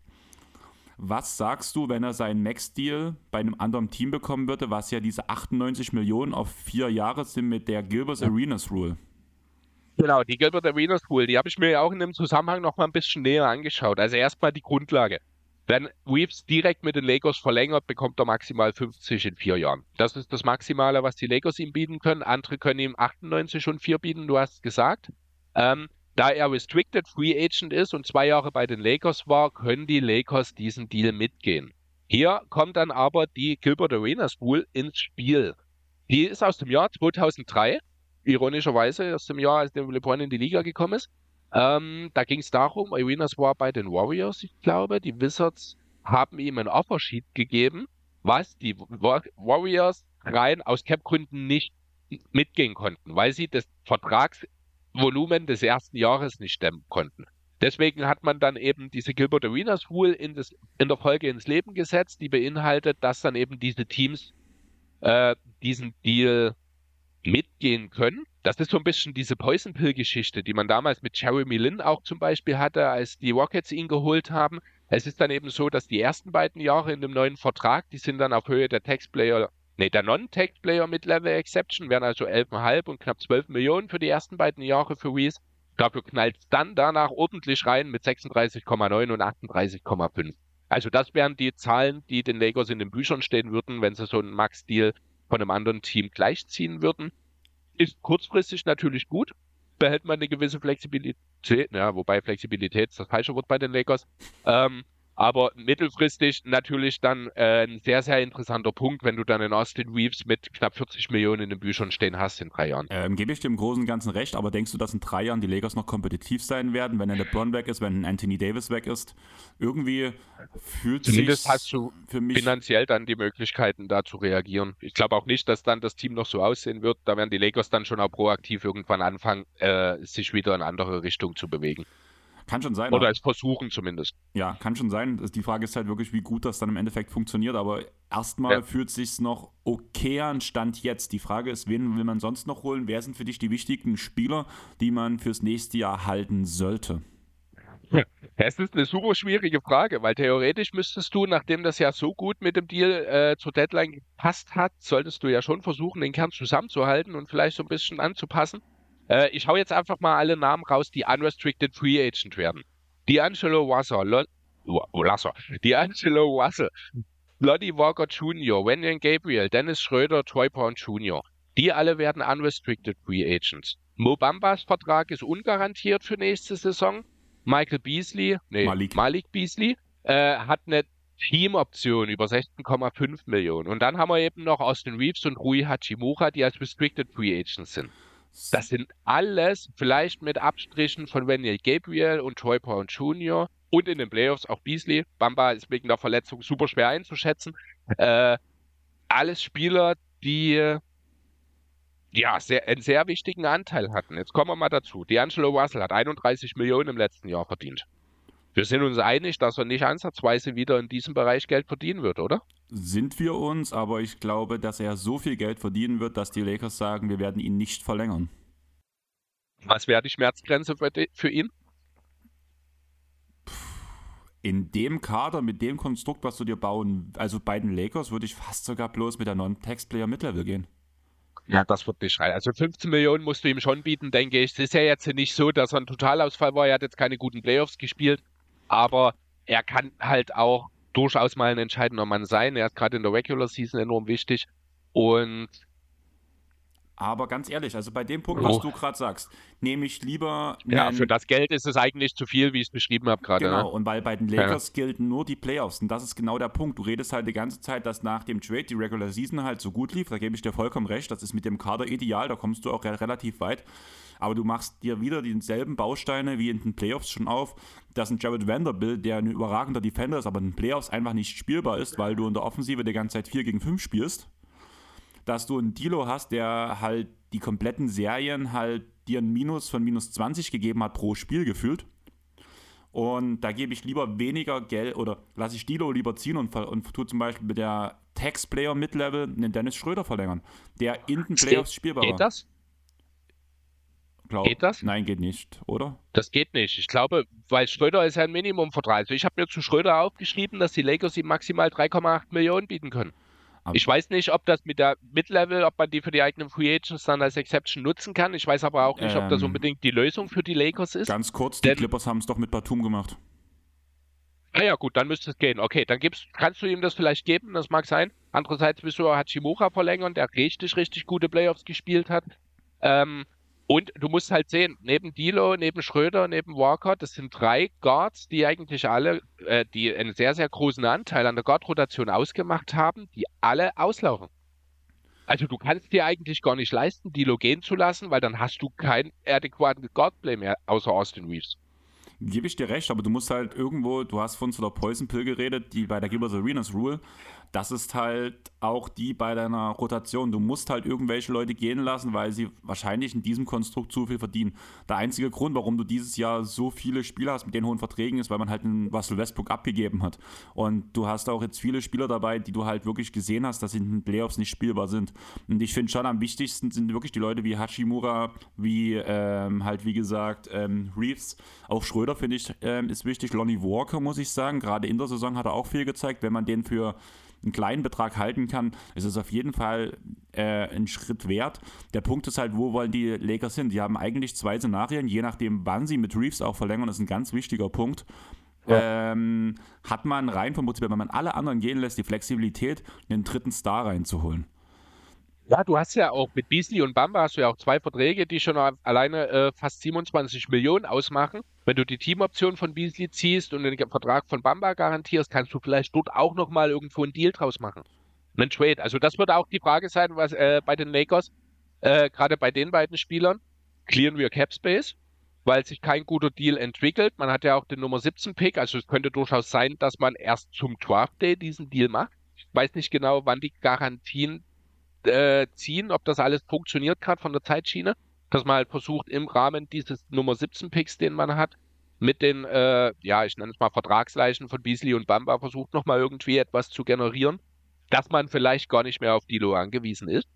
Was sagst du, wenn er seinen Max-Deal bei einem anderen Team bekommen würde, was ja diese achtundneunzig Millionen auf vier Jahre sind mit der Gilbert Arenas Rule? Genau, die Gilbert Arenas Rule, die habe ich mir ja auch in dem Zusammenhang noch mal ein bisschen näher angeschaut. Also erstmal die Grundlage. Wenn Reeves direkt mit den Lakers verlängert, bekommt er maximal fünfzig in vier Jahren. Das ist das Maximale, was die Lakers ihm bieten können. Andere können ihm achtundneunzig und vier bieten, du hast es gesagt. Ähm, da er Restricted Free Agent ist und zwei Jahre bei den Lakers war, können die Lakers diesen Deal mitgehen. Hier kommt dann aber die Gilbert Arenas Rule ins Spiel. Die ist aus dem Jahr zweitausenddrei. Ironischerweise erst im Jahr, als der LeBron in die Liga gekommen ist. Ähm, da ging es darum, Arenas war bei den Warriors, ich glaube. Die Wizards haben ihm ein Offersheet gegeben, was die Warriors rein aus Cap-Gründen nicht mitgehen konnten, weil sie das Vertragsvolumen des ersten Jahres nicht stemmen konnten. Deswegen hat man dann eben diese Gilbert Arenas Rule in, das, in der Folge ins Leben gesetzt, die beinhaltet, dass dann eben diese Teams äh, diesen Deal mitgehen können. Das ist so ein bisschen diese Poison Pill-Geschichte, die man damals mit Jeremy Lin auch zum Beispiel hatte, als die Rockets ihn geholt haben. Es ist dann eben so, dass die ersten beiden Jahre in dem neuen Vertrag, die sind dann auf Höhe der Taxplayer, nee, der Non-Taxplayer mit Level Exception, wären also elf Komma fünf und knapp zwölf Millionen für die ersten beiden Jahre für Reese. Dafür knallt es dann danach ordentlich rein mit sechsunddreißig Komma neun und achtunddreißig Komma fünf. Also das wären die Zahlen, die den Lakers in den Büchern stehen würden, wenn sie so einen Max-Deal von einem anderen Team gleichziehen würden. Ist kurzfristig natürlich gut, behält man eine gewisse Flexibilität, ja, wobei Flexibilität ist das falsche Wort bei den Lakers, ähm, aber mittelfristig natürlich dann äh, ein sehr, sehr interessanter Punkt, wenn du dann in Austin Reeves mit knapp vierzig Millionen in den Büchern stehen hast in drei Jahren. Ähm, gebe ich dir im Großen und Ganzen recht, aber denkst du, dass in drei Jahren die Lakers noch kompetitiv sein werden, wenn ein LeBron weg ist, wenn ein Anthony Davis weg ist? Irgendwie fühlt sich Zumindest hast du für mich finanziell dann die Möglichkeiten, da zu reagieren. Ich glaube auch nicht, dass dann das Team noch so aussehen wird. Da werden die Lakers dann schon auch proaktiv irgendwann anfangen, äh, sich wieder in andere Richtung zu bewegen. Kann schon sein. Oder es versuchen zumindest. Ja, kann schon sein. Die Frage ist halt wirklich, wie gut das dann im Endeffekt funktioniert. Aber erstmal ja. fühlt es sich noch okay an, Stand jetzt. Die Frage ist, wen will man sonst noch holen? Wer sind für dich die wichtigen Spieler, die man fürs nächste Jahr halten sollte? Es ist eine super schwierige Frage, weil theoretisch müsstest du, nachdem das ja so gut mit dem Deal äh, zur Deadline gepasst hat, solltest du ja schon versuchen, den Kern zusammenzuhalten und vielleicht so ein bisschen anzupassen. Äh, ich hau jetzt einfach mal alle Namen raus, die unrestricted Free Agent werden. D'Angelo Russell, Lon- Russell, D'Angelo Russell, Lonnie Walker Junior, Wenyan Gabriel, Dennis Schröder, Troy Brown Junior Die alle werden unrestricted Free Agents. Mo Bambas Vertrag ist ungarantiert für nächste Saison. Michael Beasley, nee, Malik, Malik Beasley, äh, hat eine Teamoption über sechzehn Komma fünf Millionen. Und dann haben wir eben noch Austin Reeves und Rui Hachimura, die als Restricted Free Agents sind. Das sind alles, vielleicht mit Abstrichen von Wenyan Gabriel und Troy Brown Junior und in den Playoffs auch Beasley. Bamba ist wegen der Verletzung super schwer einzuschätzen. Äh, alles Spieler, die ja, sehr, einen sehr wichtigen Anteil hatten. Jetzt kommen wir mal dazu. D'Angelo Russell hat einunddreißig Millionen im letzten Jahr verdient. Wir sind uns einig, dass er nicht ansatzweise wieder in diesem Bereich Geld verdienen wird, oder? Sind wir uns, aber ich glaube, dass er so viel Geld verdienen wird, dass die Lakers sagen, wir werden ihn nicht verlängern. Was wäre die Schmerzgrenze für, die, für ihn? In dem Kader, mit dem Konstrukt, was du dir bauen, also bei den Lakers, würde ich fast sogar bloß mit der Non-Tax-Player Mid-Level gehen. Ja, das wird nicht rein. Also fünfzehn Millionen musst du ihm schon bieten, denke ich. Es ist ja jetzt nicht so, dass er ein Totalausfall war. Er hat jetzt keine guten Playoffs gespielt. Aber er kann halt auch durchaus mal ein entscheidender Mann sein. Er ist gerade in der Regular Season enorm wichtig. Und aber ganz ehrlich, also bei dem Punkt, was oh. du gerade sagst, nehme ich lieber... Ja, für das Geld ist es eigentlich zu viel, wie ich es beschrieben habe gerade. Genau, ne? Und weil bei den Lakers ja. gelten nur die Playoffs. Und das ist genau der Punkt. Du redest halt die ganze Zeit, dass nach dem Trade die Regular Season halt so gut lief. Da gebe ich dir vollkommen recht. Das ist mit dem Kader ideal. Da kommst du auch re- relativ weit. Aber du machst dir wieder dieselben Bausteine wie in den Playoffs schon auf, dass ein Jared Vanderbilt, der ein überragender Defender ist, aber in den Playoffs einfach nicht spielbar ist, weil du in der Offensive die ganze Zeit vier gegen fünf spielst. Dass du einen D'Lo hast, der halt die kompletten Serien halt dir ein Minus von minus zwanzig gegeben hat pro Spiel gefühlt. Und da gebe ich lieber weniger Geld oder lasse ich D'Lo lieber ziehen und, und tue zum Beispiel mit der Tax-Player Mid-Level einen Dennis Schröder verlängern, der in den Playoffs spielbar war. Geht das? Glaub, geht das? Nein, geht nicht, oder? Das geht nicht. Ich glaube, weil Schröder ist ja ein Minimumvertrag. Also ich habe mir zu Schröder aufgeschrieben, dass die Lakers ihm maximal drei Komma acht Millionen bieten können. Aber ich weiß nicht, ob das mit der Mid-Level, ob man die für die eigenen Free Agents dann als Exception nutzen kann. Ich weiß aber auch nicht, ähm, ob das unbedingt die Lösung für die Lakers ist. Ganz kurz, die Denn, Clippers haben es doch mit Batum gemacht. Ah ja, gut, dann müsste es gehen. Okay, dann gibst, kannst du ihm das vielleicht geben, das mag sein. Andererseits willst du Hachimura verlängern, der richtig, richtig gute Playoffs gespielt hat. Ähm, und du musst halt sehen, neben D'Lo, neben Schröder, neben Walker, das sind drei Guards, die eigentlich alle, äh, die einen sehr, sehr großen Anteil an der Guard-Rotation ausgemacht haben, die alle auslaufen. Also du kannst dir eigentlich gar nicht leisten, D'Lo gehen zu lassen, weil dann hast du keinen adäquaten Guard-Play mehr, außer Austin Reeves. Gebe ich dir recht, aber du musst halt irgendwo, du hast von so der Poison Pill geredet, die bei der Gilbert Arenas Rule, das ist halt auch die bei deiner Rotation. Du musst halt irgendwelche Leute gehen lassen, weil sie wahrscheinlich in diesem Konstrukt zu viel verdienen. Der einzige Grund, warum du dieses Jahr so viele Spieler hast mit den hohen Verträgen, ist, weil man halt einen Russell Westbrook abgegeben hat. Und du hast auch jetzt viele Spieler dabei, die du halt wirklich gesehen hast, dass sie in den Playoffs nicht spielbar sind. Und ich finde schon, am wichtigsten sind wirklich die Leute wie Hachimura, wie ähm, halt wie gesagt ähm, Reeves. Auch Schröder, finde ich, ähm, ist wichtig. Lonnie Walker, muss ich sagen. Gerade in der Saison hat er auch viel gezeigt. Wenn man den für einen kleinen Betrag halten kann, ist es auf jeden Fall äh, ein Schritt wert. Der Punkt ist halt, wo wollen die Lakers hin? Die haben eigentlich zwei Szenarien, je nachdem, wann sie mit Reeves auch verlängern, das ist ein ganz wichtiger Punkt. Ja. Ähm, hat man rein vom Prinzip, wenn man alle anderen gehen lässt, die Flexibilität, einen dritten Star reinzuholen. Ja, du hast ja auch mit Beasley und Bamba hast du ja auch zwei Verträge, die schon alleine äh, fast siebenundzwanzig Millionen ausmachen. Wenn du die Teamoption von Beasley ziehst und den Vertrag von Bamba garantierst, kannst du vielleicht dort auch nochmal irgendwo einen Deal draus machen. Einen Trade. Also das wird auch die Frage sein, was äh, bei den Lakers, äh, gerade bei den beiden Spielern, clearen wir Cap Space, weil sich kein guter Deal entwickelt. Man hat ja auch den Nummer siebzehn Pick, also es könnte durchaus sein, dass man erst zum Draft Day diesen Deal macht. Ich weiß nicht genau, wann die Garantien Äh, ziehen, ob das alles funktioniert gerade von der Zeitschiene, dass man halt versucht im Rahmen dieses Nummer siebzehn Picks, den man hat, mit den, äh, ja, ich nenne es mal Vertragsleichen von Beasley und Bamba, versucht nochmal irgendwie etwas zu generieren, dass man vielleicht gar nicht mehr auf D'Lo angewiesen ist.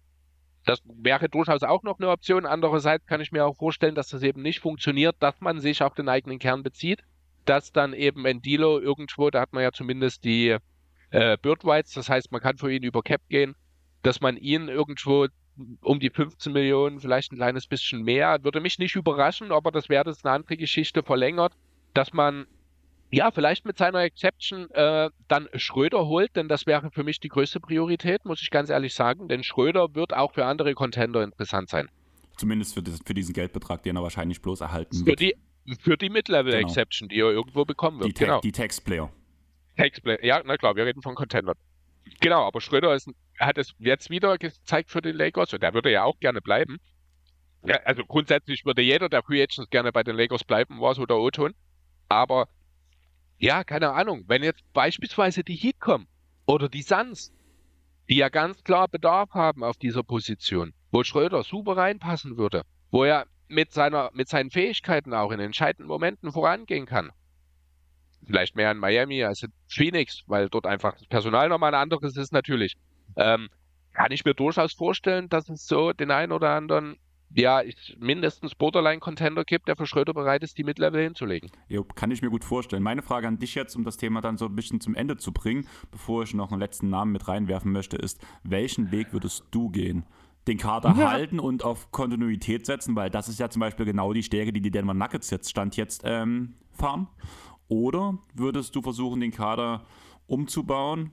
Das wäre durchaus auch noch eine Option. Andererseits kann ich mir auch vorstellen, dass das eben nicht funktioniert, dass man sich auf den eigenen Kern bezieht, dass dann eben ein D'Lo irgendwo, da hat man ja zumindest die äh, Bird Rights, das heißt, man kann für ihn über Cap gehen, dass man ihn irgendwo um die fünfzehn Millionen, vielleicht ein kleines bisschen mehr, würde mich nicht überraschen, aber das wäre das eine andere Geschichte verlängert, dass man ja vielleicht mit seiner Exception äh, dann Schröder holt, denn das wäre für mich die größte Priorität, muss ich ganz ehrlich sagen, denn Schröder wird auch für andere Contender interessant sein. Zumindest für, das, für diesen Geldbetrag, den er wahrscheinlich bloß erhalten für wird. Die, für die Mid-Level-Exception, genau, die er irgendwo bekommen wird. Die, Te- genau. die Tax-Player. Tax-Player, ja, na klar, wir reden von Contender. Genau, aber Schröder ist, hat es jetzt wieder gezeigt für den Lakers und der würde ja auch gerne bleiben. Ja, also grundsätzlich würde jeder der Free Agents gerne bei den Lakers bleiben, war so der O-Ton. Aber ja, keine Ahnung, wenn jetzt beispielsweise die Heat kommen oder die Suns, die ja ganz klar Bedarf haben auf dieser Position, wo Schröder super reinpassen würde, wo er mit seiner, mit seinen Fähigkeiten auch in entscheidenden Momenten vorangehen kann. Vielleicht mehr in Miami als in Phoenix, weil dort einfach das Personal nochmal ein anderes ist natürlich. Ähm, kann ich mir durchaus vorstellen, dass es so den einen oder anderen, ja, ich, mindestens Borderline-Contender gibt, der für Schröder bereit ist, die Mid-Level hinzulegen. Jo, kann ich mir gut vorstellen. Meine Frage an dich jetzt, um das Thema dann so ein bisschen zum Ende zu bringen, bevor ich noch einen letzten Namen mit reinwerfen möchte, ist, welchen Weg würdest du gehen? Den Kader ja. halten und auf Kontinuität setzen, weil das ist ja zum Beispiel genau die Stärke, die die Denver Nuggets jetzt Stand jetzt ähm, fahren. Oder würdest du versuchen, den Kader umzubauen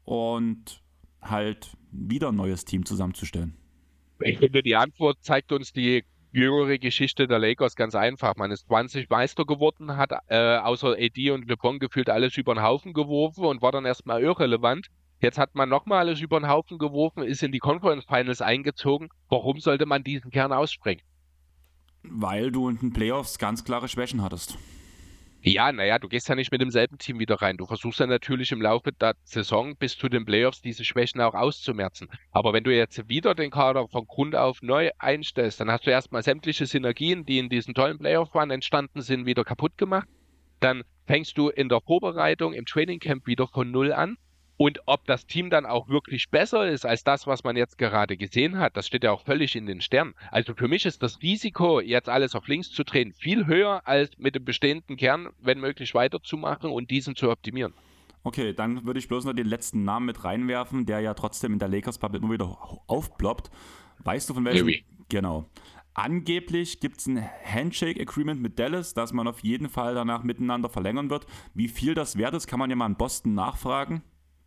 und halt wieder ein neues Team zusammenzustellen? Ich finde, die Antwort zeigt uns die jüngere Geschichte der Lakers ganz einfach. Man ist zwanzig Meister geworden, hat äh, außer A D und LeBron gefühlt alles über den Haufen geworfen und war dann erstmal irrelevant. Jetzt hat man nochmal alles über den Haufen geworfen, ist in die Conference Finals eingezogen. Warum sollte man diesen Kern aussprengen? Weil du in den Playoffs ganz klare Schwächen hattest. Ja, naja, du gehst ja nicht mit demselben Team wieder rein. Du versuchst ja natürlich im Laufe der Saison bis zu den Playoffs diese Schwächen auch auszumerzen. Aber wenn du jetzt wieder den Kader von Grund auf neu einstellst, dann hast du erstmal sämtliche Synergien, die in diesen tollen Playoff-Run entstanden sind, wieder kaputt gemacht. Dann fängst du in der Vorbereitung im Trainingcamp wieder von Null an. Und ob das Team dann auch wirklich besser ist als das, was man jetzt gerade gesehen hat, das steht ja auch völlig in den Sternen. Also für mich ist das Risiko, jetzt alles auf links zu drehen, viel höher als mit dem bestehenden Kern, wenn möglich, weiterzumachen und diesen zu optimieren. Okay, dann würde ich bloß noch den letzten Namen mit reinwerfen, der ja trotzdem in der Lakers-Bubble immer wieder aufploppt. Weißt du von welchem? Maybe. Genau. Angeblich gibt es ein Handshake-Agreement mit Dallas, dass man auf jeden Fall danach miteinander verlängern wird. Wie viel das wert ist, kann man ja mal in Boston nachfragen.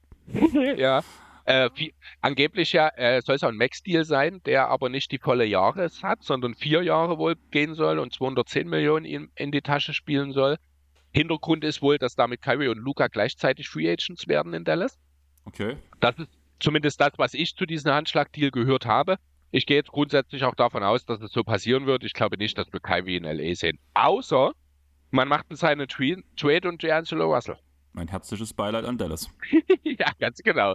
ja, äh, viel, angeblich ja äh, soll es auch ein Max-Deal sein, der aber nicht die volle Jahre hat, sondern vier Jahre wohl gehen soll und zweihundertzehn Millionen in, in die Tasche spielen soll. Hintergrund ist wohl, dass damit Kyrie und Luka gleichzeitig Free Agents werden in Dallas. Okay. Das ist zumindest das, was ich zu diesem Handschlag-Deal gehört habe. Ich gehe jetzt grundsätzlich auch davon aus, dass es so passieren wird. Ich glaube nicht, dass wir Kyrie in L A sehen. Außer man macht seine Trade und D'Angelo Russell. Mein herzliches Beileid an Dallas. Ja, ganz genau.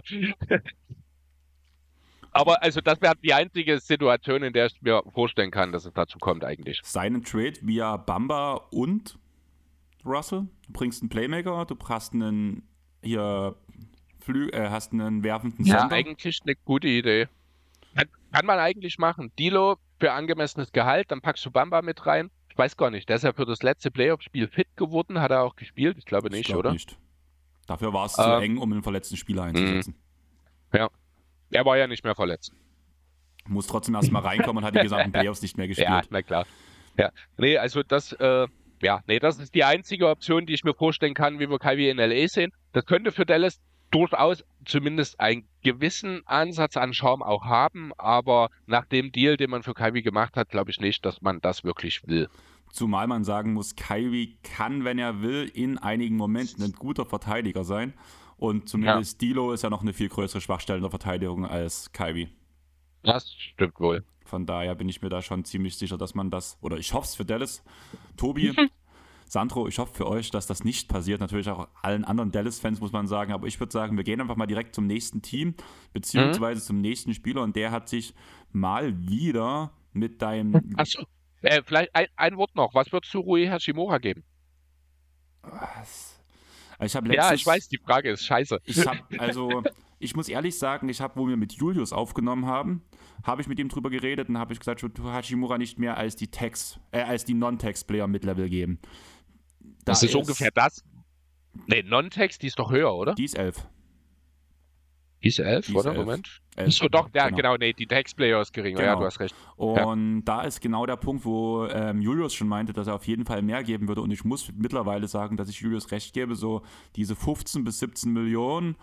Aber also das wäre die einzige Situation, in der ich mir vorstellen kann, dass es dazu kommt eigentlich. Seinen Trade via Bamba und Russell. Du bringst einen Playmaker, du hast einen hier Flü äh, hast einen werfenden Ja, Center. eigentlich eine gute Idee. Kann, kann man eigentlich machen. Dilo für angemessenes Gehalt, dann packst du Bamba mit rein. Ich weiß gar nicht, der ist ja für das letzte Playoff-Spiel fit geworden. Hat er auch gespielt? Ich glaube nicht, ich glaub oder? nicht. Dafür war es Ähm, zu eng, um einen verletzten Spieler einzusetzen. Ja. Er war ja nicht mehr verletzt. Muss trotzdem erstmal reinkommen und hat die gesamten Playoffs nicht mehr gespielt. Ja, na klar. Ja. Nee, also das, äh, ja, nee, das ist die einzige Option, die ich mir vorstellen kann, wie wir Kyrie in L A sehen. Das könnte für Dallas durchaus zumindest einen gewissen Ansatz an Charme auch haben, aber nach dem Deal, den man für Kyrie gemacht hat, glaube ich nicht, dass man das wirklich will. Zumal man sagen muss, Kyrie kann, wenn er will, in einigen Momenten ein guter Verteidiger sein. Und zumindest ja. D'Lo ist ja noch eine viel größere Schwachstelle in der Verteidigung als Kyrie. Das stimmt wohl. Von daher bin ich mir da schon ziemlich sicher, dass man das, oder ich hoffe es für Dallas. Tobi, Sandro, ich hoffe für euch, dass das nicht passiert. Natürlich auch allen anderen Dallas-Fans muss man sagen. Aber ich würde sagen, wir gehen einfach mal direkt zum nächsten Team, beziehungsweise mhm. zum nächsten Spieler. Und der hat sich mal wieder mit deinem... Achso, äh, vielleicht ein, ein Wort noch. Was würdest du Rui Hachimura geben? Was? Ich letztens, ja, ich weiß, die Frage ist scheiße. Ich hab, also, ich muss ehrlich sagen, ich habe, wo wir mit Julius aufgenommen haben, habe ich mit ihm drüber geredet und habe ich gesagt, ich würde Hachimura nicht mehr als die Text, äh, als die Non-Text-Player Mid-Level geben. Da das ist, ist ungefähr das. Ne, Non-Text, die ist doch höher, oder? Die ist elf. Die ist elf, die oder? Ist elf. Moment. Achso, doch, ja, genau. genau, nee, die Text-Player ist geringer, genau. Ja, du hast recht. Und ja. da ist genau der Punkt, wo ähm, Julius schon meinte, dass er auf jeden Fall mehr geben würde. Und ich muss mittlerweile sagen, dass ich Julius recht gebe, so diese fünfzehn bis siebzehn Millionen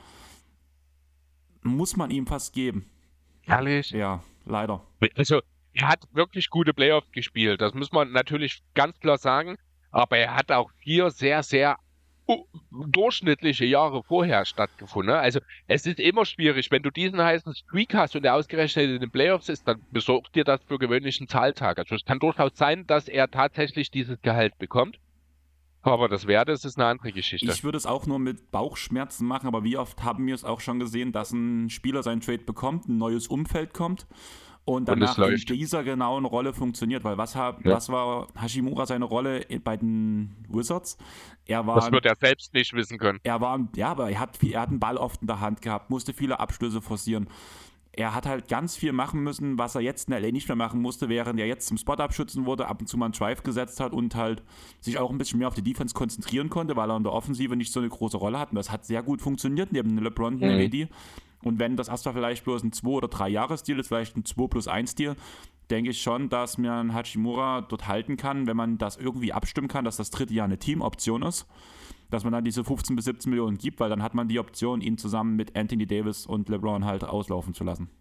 muss man ihm fast geben. Ehrlich? Ja, leider. Also, er hat wirklich gute Playoffs gespielt, das muss man natürlich ganz klar sagen. Aber er hat auch vier sehr, sehr durchschnittliche Jahre vorher stattgefunden. Also es ist immer schwierig, wenn du diesen heißen Streak hast und der ausgerechnet in den Playoffs ist, dann besorgt dir das für gewöhnlich einen Zahltag. Also es kann durchaus sein, dass er tatsächlich dieses Gehalt bekommt. Aber das Wert ist, ist eine andere Geschichte. Ich würde es auch nur mit Bauchschmerzen machen, aber wie oft haben wir es auch schon gesehen, dass ein Spieler seinen Trade bekommt, ein neues Umfeld kommt und danach und in dieser genauen Rolle funktioniert. Weil was, ha- ja. was war Hachimura seine Rolle bei den Wizards? Er war, das wird er selbst nicht wissen können. Er war, ja, aber er hat, viel, er hat einen Ball oft in der Hand gehabt, musste viele Abschlüsse forcieren. Er hat halt ganz viel machen müssen, was er jetzt in L A nicht mehr machen musste, während er jetzt zum Spot-Up-Schützen wurde, ab und zu mal einen Drive gesetzt hat und halt sich auch ein bisschen mehr auf die Defense konzentrieren konnte, weil er in der Offensive nicht so eine große Rolle hat. Und das hat sehr gut funktioniert neben LeBron und mhm. A D. Und wenn das erstmal vielleicht bloß ein zwei- oder drei Jahres-Deal ist, vielleicht ein zwei plus eins Deal, denke ich schon, dass man Hachimura dort halten kann, wenn man das irgendwie abstimmen kann, dass das dritte Jahr eine Teamoption ist, dass man dann diese fünfzehn bis siebzehn Millionen gibt, weil dann hat man die Option, ihn zusammen mit Anthony Davis und LeBron halt auslaufen zu lassen.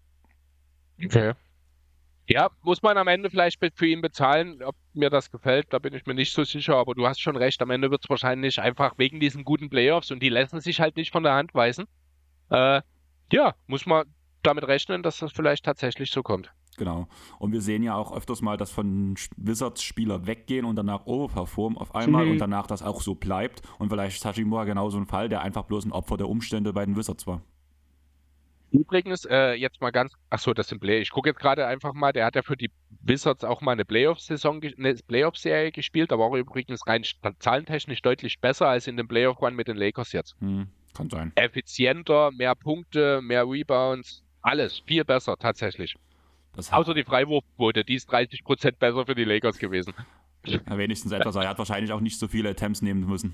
Okay. Ja, muss man am Ende vielleicht für ihn bezahlen, ob mir das gefällt, da bin ich mir nicht so sicher, aber du hast schon recht, am Ende wird es wahrscheinlich einfach wegen diesen guten Playoffs und die lassen sich halt nicht von der Hand weisen. Äh, ja, muss man damit rechnen, dass das vielleicht tatsächlich so kommt. Genau. Und wir sehen ja auch öfters mal, dass von Wizards Spieler weggehen und danach overperformen auf einmal mhm. und danach das auch so bleibt. Und vielleicht ist Hachimura genau so ein Fall, der einfach bloß ein Opfer der Umstände bei den Wizards war. Übrigens, äh, jetzt mal ganz, achso, das sind Play. Ich gucke jetzt gerade einfach mal, der hat ja für die Wizards auch mal eine Playoff-Saison, eine Playoff-Serie gespielt. Da war er übrigens rein zahlentechnisch deutlich besser als in dem Playoff-Run mit den Lakers jetzt. Hm, kann sein. Effizienter, mehr Punkte, mehr Rebounds, alles viel besser tatsächlich. Das Außer die Freiwurfquote, die ist dreißig Prozent besser für die Lakers gewesen. Ja, wenigstens etwas, er hat wahrscheinlich auch nicht so viele Attempts nehmen müssen.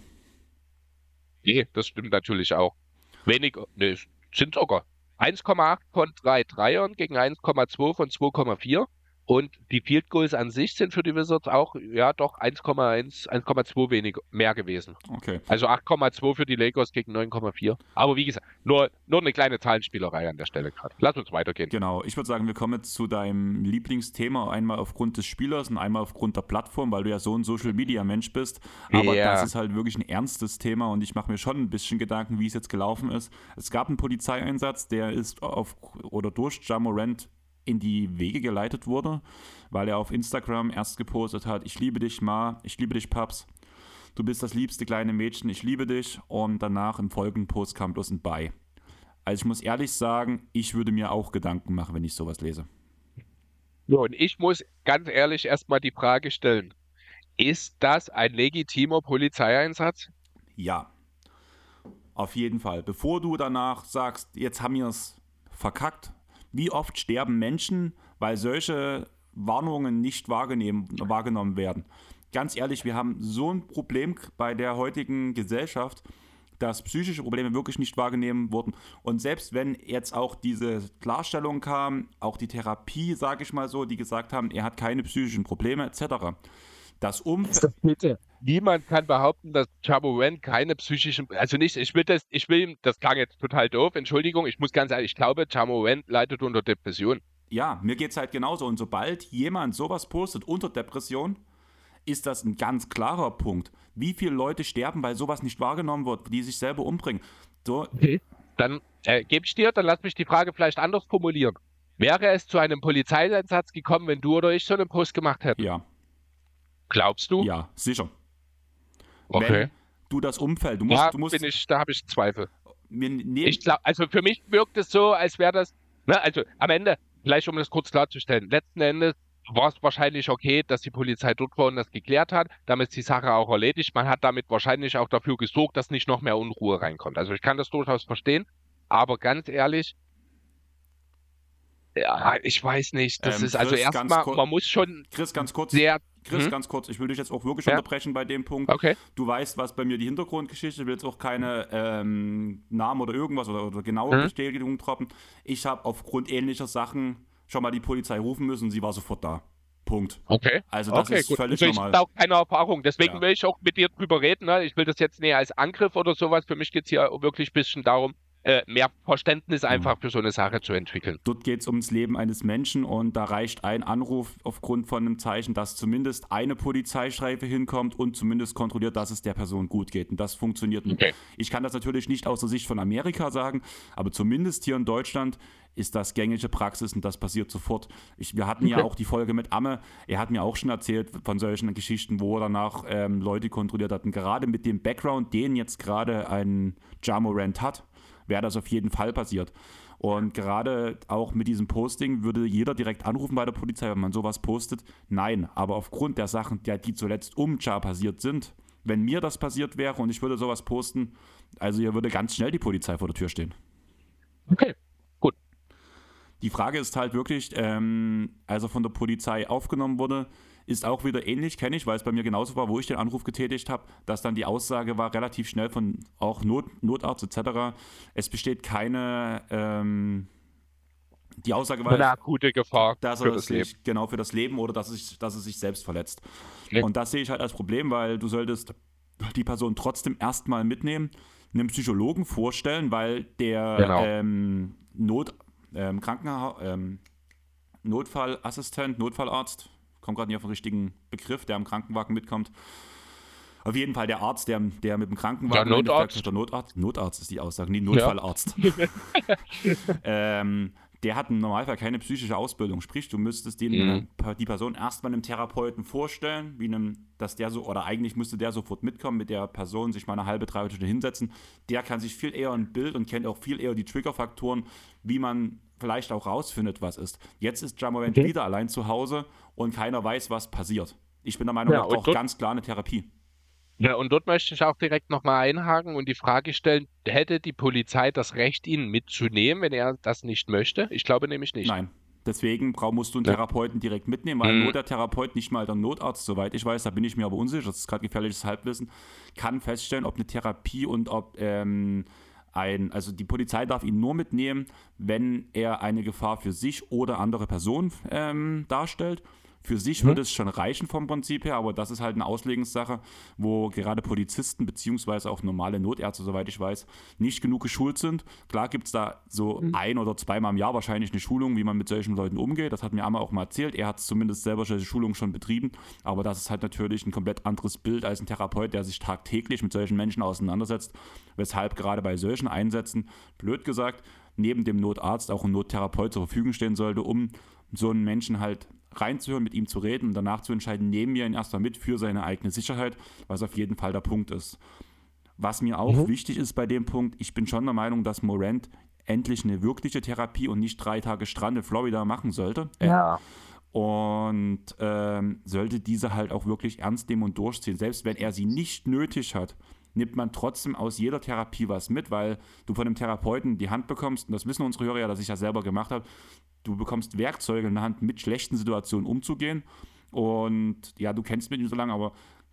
Nee, das stimmt natürlich auch. Weniger, ne, sind sogar eins Komma acht von drei Dreiern gegen eins Komma zwei von zwei Komma vier. Und die Field Goals an sich sind für die Wizards auch, ja doch, eins Komma eins, eins Komma zwei weniger, mehr gewesen. Okay. Also acht Komma zwei für die Lakers gegen neun Komma vier. Aber wie gesagt, nur, nur eine kleine Zahlenspielerei an der Stelle gerade. Lass uns weitergehen. Genau, ich würde sagen, wir kommen jetzt zu deinem Lieblingsthema. Einmal aufgrund des Spielers und einmal aufgrund der Plattform, weil du ja so ein Social-Media-Mensch bist. Aber yeah. das ist halt wirklich ein ernstes Thema und ich mache mir schon ein bisschen Gedanken, wie es jetzt gelaufen ist. Es gab einen Polizeieinsatz, der ist auf oder durch Ja Morant in die Wege geleitet wurde, weil er auf Instagram erst gepostet hat, ich liebe dich, Ma, ich liebe dich, Paps. du bist das liebste kleine Mädchen, ich liebe dich und danach im folgenden Post kam bloß ein Bye. Also ich muss ehrlich sagen, ich würde mir auch Gedanken machen, wenn ich sowas lese. So, und ich muss ganz ehrlich erstmal die Frage stellen, ist das ein legitimer Polizeieinsatz? Ja, auf jeden Fall. Bevor du danach sagst, jetzt haben wir es verkackt, wie oft sterben Menschen, weil solche Warnungen nicht wahrgenommen werden? Ganz ehrlich, wir haben so ein Problem bei der heutigen Gesellschaft, dass psychische Probleme wirklich nicht wahrgenommen wurden. Und selbst wenn jetzt auch diese Klarstellung kam, auch die Therapie, sage ich mal so, die gesagt haben, er hat keine psychischen Probleme et cetera. Das Umfeld... Bitte. Niemand kann behaupten, dass Ja Morant keine psychischen, also nicht, ich will das, ich will, das klang jetzt total doof, Entschuldigung, ich muss ganz ehrlich, ich glaube, Ja Morant leidet unter Depression. Ja, mir geht es halt genauso. Und sobald jemand sowas postet unter Depression, ist das ein ganz klarer Punkt. Wie viele Leute sterben, weil sowas nicht wahrgenommen wird, die sich selber umbringen? So. Okay. Dann äh, gebe ich dir, dann lass mich die Frage vielleicht anders formulieren. Wäre es zu einem Polizeieinsatz gekommen, wenn du oder ich so einen Post gemacht hätten? Ja. Glaubst du? Ja, sicher. Okay. Wenn du das Umfeld, du musst... Da, du musst bin ich, da habe ich Zweifel. wir nehmen, Ich glaube, also für mich wirkt es so, als wäre das, ne, also am Ende, vielleicht um das kurz klarzustellen, letzten Endes war es wahrscheinlich okay, dass die Polizei dort war und das geklärt hat. Damit ist die Sache auch erledigt. Man hat damit wahrscheinlich auch dafür gesorgt, dass nicht noch mehr Unruhe reinkommt. Also ich kann das durchaus verstehen, aber ganz ehrlich, ja, ich weiß nicht. Das Ähm, ist also Chris, ganz erstmal, kur- man muss schon Chris, ganz kurz. sehr. Chris, Hm? ganz kurz, ich will dich jetzt auch wirklich Ja. unterbrechen bei dem Punkt. Okay. Du weißt, was bei mir die Hintergrundgeschichte, ich will jetzt auch keine ähm, Namen oder irgendwas oder, oder genaue Hm? Bestätigung droppen. Ich habe aufgrund ähnlicher Sachen schon mal die Polizei rufen müssen und sie war sofort da. Punkt. Okay. Also das Okay, ist gut. völlig Also ich normal. habe auch keine Erfahrung. Deswegen Ja. will ich auch mit dir drüber reden. Ne? Ich will das jetzt näher als Angriff oder sowas. Für mich geht es hier wirklich ein bisschen darum, äh, mehr Verständnis einfach für so eine Sache zu entwickeln. Dort geht es ums Leben eines Menschen und da reicht ein Anruf aufgrund von einem Zeichen, dass zumindest eine Polizeistreife hinkommt und zumindest kontrolliert, dass es der Person gut geht. Und das funktioniert nicht. Okay. Ich kann das natürlich nicht aus der Sicht von Amerika sagen, aber zumindest hier in Deutschland ist das gängige Praxis und das passiert sofort. Ich, wir hatten ja Okay. auch die Folge mit Amme. Er hat mir auch schon erzählt von solchen Geschichten, wo er danach ähm, Leute kontrolliert hat. Und gerade mit dem Background, den jetzt gerade ein Ja Morant hat, wäre das auf jeden Fall passiert. Und gerade auch mit diesem Posting würde jeder direkt anrufen bei der Polizei, wenn man sowas postet. Nein, aber aufgrund der Sachen, die, die zuletzt um Ja passiert sind, wenn mir das passiert wäre und ich würde sowas posten, also hier würde ganz schnell die Polizei vor der Tür stehen. Okay. Gut. Die Frage ist halt wirklich, ähm, als er von der Polizei aufgenommen wurde, ist auch wieder ähnlich, kenne ich, weil es bei mir genauso war, wo ich den Anruf getätigt habe, dass dann die Aussage war, relativ schnell von auch Not, Notarzt et cetera. Es besteht keine, ähm, die Aussage war, Eine akute Gefahr dass für er das sich, Leben. genau, für das Leben oder dass, es, dass er sich selbst verletzt. Ja. Und das sehe ich halt als Problem, weil du solltest die Person trotzdem erstmal mitnehmen, einem Psychologen vorstellen, weil der Genau. ähm, Not, ähm, Krankenhaus, ähm, Notfallassistent, Notfallarzt, komme gerade nicht auf den richtigen Begriff, der am Krankenwagen mitkommt. Auf jeden Fall der Arzt, der, der mit dem Krankenwagen... Der Notarzt. Der Notarzt, Notarzt ist die Aussage, nie Notfallarzt. ähm, der hat im Normalfall keine psychische Ausbildung. Sprich, du müsstest den, Mhm. äh, die Person erstmal einem Therapeuten vorstellen, wie einem, dass der so, oder eigentlich müsste der sofort mitkommen, mit der Person sich mal eine halbe, dreiviertel Stunde hinsetzen. Der kann sich viel eher ein Bild und kennt auch viel eher die Triggerfaktoren, wie man vielleicht auch rausfindet, was ist. Jetzt ist Ja Morant Okay. wieder allein zu Hause und keiner weiß, was passiert. Ich bin der Meinung, Ja, er und braucht dort- ganz klar eine Therapie. Ja, und dort möchte ich auch direkt nochmal einhaken und die Frage stellen, hätte die Polizei das Recht, ihn mitzunehmen, wenn er das nicht möchte? Ich glaube nämlich nicht. Nein. Deswegen brau- musst du einen Ja. Therapeuten direkt mitnehmen, weil Mhm. nur der Therapeut, nicht mal der Notarzt, soweit ich weiß, da bin ich mir aber unsicher, das ist gerade gefährliches Halbwissen, kann feststellen, ob eine Therapie und ob ähm, ein, also die Polizei darf ihn nur mitnehmen, wenn er eine Gefahr für sich oder andere Personen ähm, darstellt. Für sich Mhm. würde es schon reichen vom Prinzip her, aber das ist halt eine Auslegungssache, wo gerade Polizisten beziehungsweise auch normale Notärzte, soweit ich weiß, nicht genug geschult sind. Klar gibt es da so Mhm. ein- oder zweimal im Jahr wahrscheinlich eine Schulung, wie man mit solchen Leuten umgeht. Das hat mir Amma auch mal erzählt. Er hat zumindest selber solche Schulungen schon betrieben, aber das ist halt natürlich ein komplett anderes Bild als ein Therapeut, der sich tagtäglich mit solchen Menschen auseinandersetzt, weshalb gerade bei solchen Einsätzen, blöd gesagt, neben dem Notarzt auch ein Nottherapeut zur Verfügung stehen sollte, um so einen Menschen halt reinzuhören, mit ihm zu reden und danach zu entscheiden, nehmen wir ihn erstmal mit für seine eigene Sicherheit, was auf jeden Fall der Punkt ist. Was mir auch mhm. wichtig ist bei dem Punkt, ich bin schon der Meinung, dass Morant endlich eine wirkliche Therapie und nicht drei Tage Strand in Florida machen sollte. Ja. Und ähm, sollte diese halt auch wirklich ernst nehmen und durchziehen. Selbst wenn er sie nicht nötig hat, nimmt man trotzdem aus jeder Therapie was mit, weil du von dem Therapeuten die Hand bekommst, und das wissen unsere Hörer ja, dass ich das selber gemacht habe, du bekommst Werkzeuge in der Hand, mit schlechten Situationen umzugehen. Und ja, du kennst mich nicht so lange, aber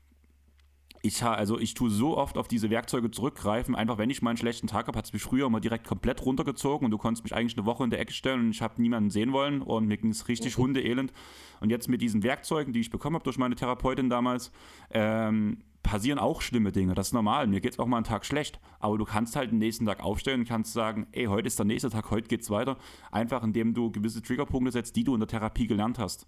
ich, also ich tue so oft auf diese Werkzeuge zurückgreifen, einfach wenn ich mal einen schlechten Tag habe, hat es mich früher immer direkt komplett runtergezogen und du konntest mich eigentlich eine Woche in der Ecke stellen und ich habe niemanden sehen wollen und mir ging es richtig mhm. hundeelend. Und jetzt mit diesen Werkzeugen, die ich bekommen habe durch meine Therapeutin damals, ähm, passieren auch schlimme Dinge, das ist normal, mir geht es auch mal einen Tag schlecht, aber du kannst halt den nächsten Tag aufstellen und kannst sagen, ey, heute ist der nächste Tag, heute geht's weiter, einfach indem du gewisse Triggerpunkte setzt, die du in der Therapie gelernt hast.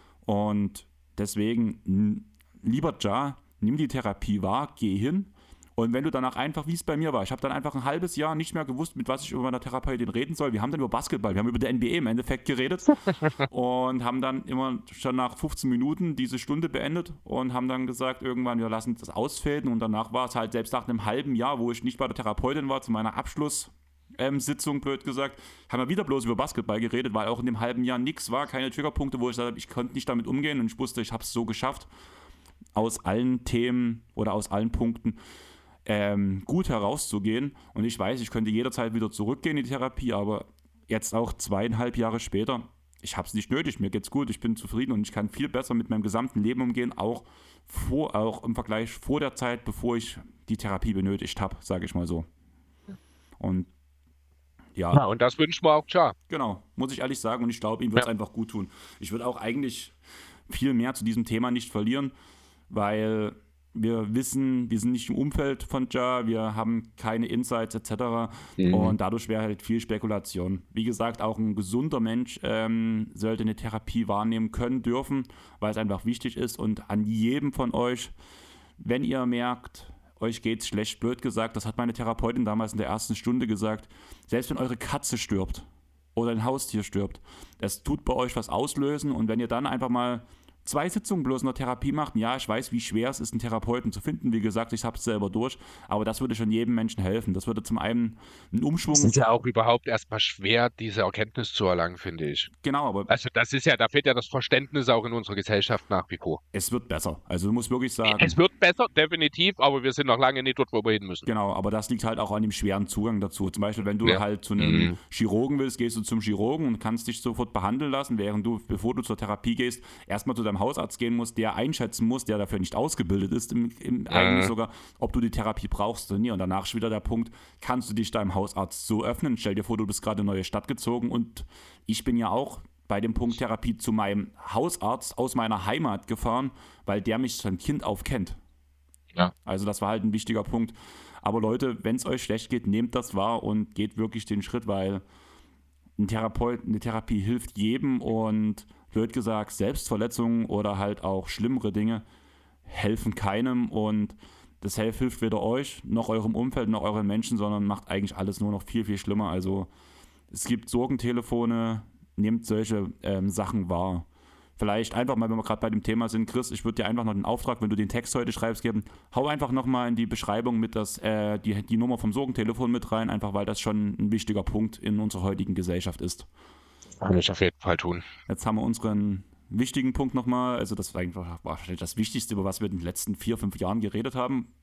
Und deswegen, lieber Ja, nimm die Therapie wahr, geh hin und wenn du danach einfach, wie es bei mir war, ich habe dann einfach ein halbes Jahr nicht mehr gewusst, mit was ich über meine Therapeutin reden soll. Wir haben dann über Basketball, wir haben über die N B A im Endeffekt geredet und haben dann immer schon nach fünfzehn Minuten diese Stunde beendet und haben dann gesagt, irgendwann, wir lassen das ausfäden und danach war es halt selbst nach einem halben Jahr, wo ich nicht bei der Therapeutin war, zu meiner Abschluss Ähm, Sitzung, blöd gesagt, haben wir wieder bloß über Basketball geredet, weil auch in dem halben Jahr nichts war, keine Triggerpunkte, wo ich gesagt habe, ich konnte nicht damit umgehen und ich wusste, ich habe es so geschafft, aus allen Themen oder aus allen Punkten ähm, gut herauszugehen. Und ich weiß, ich könnte jederzeit wieder zurückgehen in die Therapie, aber jetzt auch zweieinhalb Jahre später, ich habe es nicht nötig, mir geht's gut, ich bin zufrieden und ich kann viel besser mit meinem gesamten Leben umgehen, auch, vor, auch im Vergleich vor der Zeit, bevor ich die Therapie benötigt habe, sage ich mal so. Und ja. ja. Und das wünschen wir auch, klar. Genau, muss ich ehrlich sagen und ich glaube, ihm wird es ja. einfach gut tun. Ich würde auch eigentlich viel mehr zu diesem Thema nicht verlieren, weil wir wissen, wir sind nicht im Umfeld von Ja, wir haben keine Insights et cetera. Mhm. Und dadurch wäre halt viel Spekulation. Wie gesagt, auch ein gesunder Mensch ähm, sollte eine Therapie wahrnehmen können, dürfen, weil es einfach wichtig ist. Und an jedem von euch, wenn ihr merkt, euch geht's schlecht, blöd gesagt, das hat meine Therapeutin damals in der ersten Stunde gesagt, selbst wenn eure Katze stirbt oder ein Haustier stirbt, es tut bei euch was auslösen und wenn ihr dann einfach mal zwei Sitzungen bloß in der Therapie macht, ja, ich weiß, wie schwer es ist, einen Therapeuten zu finden. Wie gesagt, ich habe es selber durch, aber das würde schon jedem Menschen helfen. Das würde zum einen einen Umschwung... Es ist ja auch überhaupt erstmal schwer, diese Erkenntnis zu erlangen, finde ich. Genau, aber... Also das ist ja, da fehlt ja das Verständnis auch in unserer Gesellschaft nach wie vor. Es wird besser. Also du musst wirklich sagen... Es wird besser, definitiv, aber wir sind noch lange nicht dort, wo wir hin müssen. Genau, aber das liegt halt auch an dem schweren Zugang dazu. Zum Beispiel, wenn du ja. halt zu einem mhm. Chirurgen willst, gehst du zum Chirurgen und kannst dich sofort behandeln lassen, während du, bevor du zur Therapie gehst, erstmal zu deinem Hausarzt gehen musst, der einschätzen muss, der dafür nicht ausgebildet ist, im, im, äh. eigentlich sogar, ob du die Therapie brauchst oder nie. Und danach ist wieder der Punkt, kannst du dich deinem Hausarzt so öffnen? Stell dir vor, du bist gerade in eine neue Stadt gezogen und ich bin ja auch bei dem Punkt Therapie zu meinem Hausarzt aus meiner Heimat gefahren, weil der mich von Kind auf kennt. Ja. Also das war halt ein wichtiger Punkt. Aber Leute, wenn es euch schlecht geht, nehmt das wahr und geht wirklich den Schritt, weil ein Therapeut, eine Therapie hilft jedem und blöd gesagt, Selbstverletzungen oder halt auch schlimmere Dinge helfen keinem und das hilft weder euch, noch eurem Umfeld, noch euren Menschen, sondern macht eigentlich alles nur noch viel, viel schlimmer. Also es gibt Sorgentelefone, nehmt solche ähm, Sachen wahr. Vielleicht einfach mal, wenn wir gerade bei dem Thema sind, Chris, ich würde dir einfach noch den Auftrag, wenn du den Text heute schreibst, geben, hau einfach nochmal in die Beschreibung mit das, äh, die, die Nummer vom Sorgentelefon mit rein, einfach weil das schon ein wichtiger Punkt in unserer heutigen Gesellschaft ist. Kann ich auf jeden Fall tun. Jetzt haben wir unseren wichtigen Punkt nochmal, also das war einfach wahrscheinlich das Wichtigste, über was wir in den letzten vier, fünf Jahren geredet haben.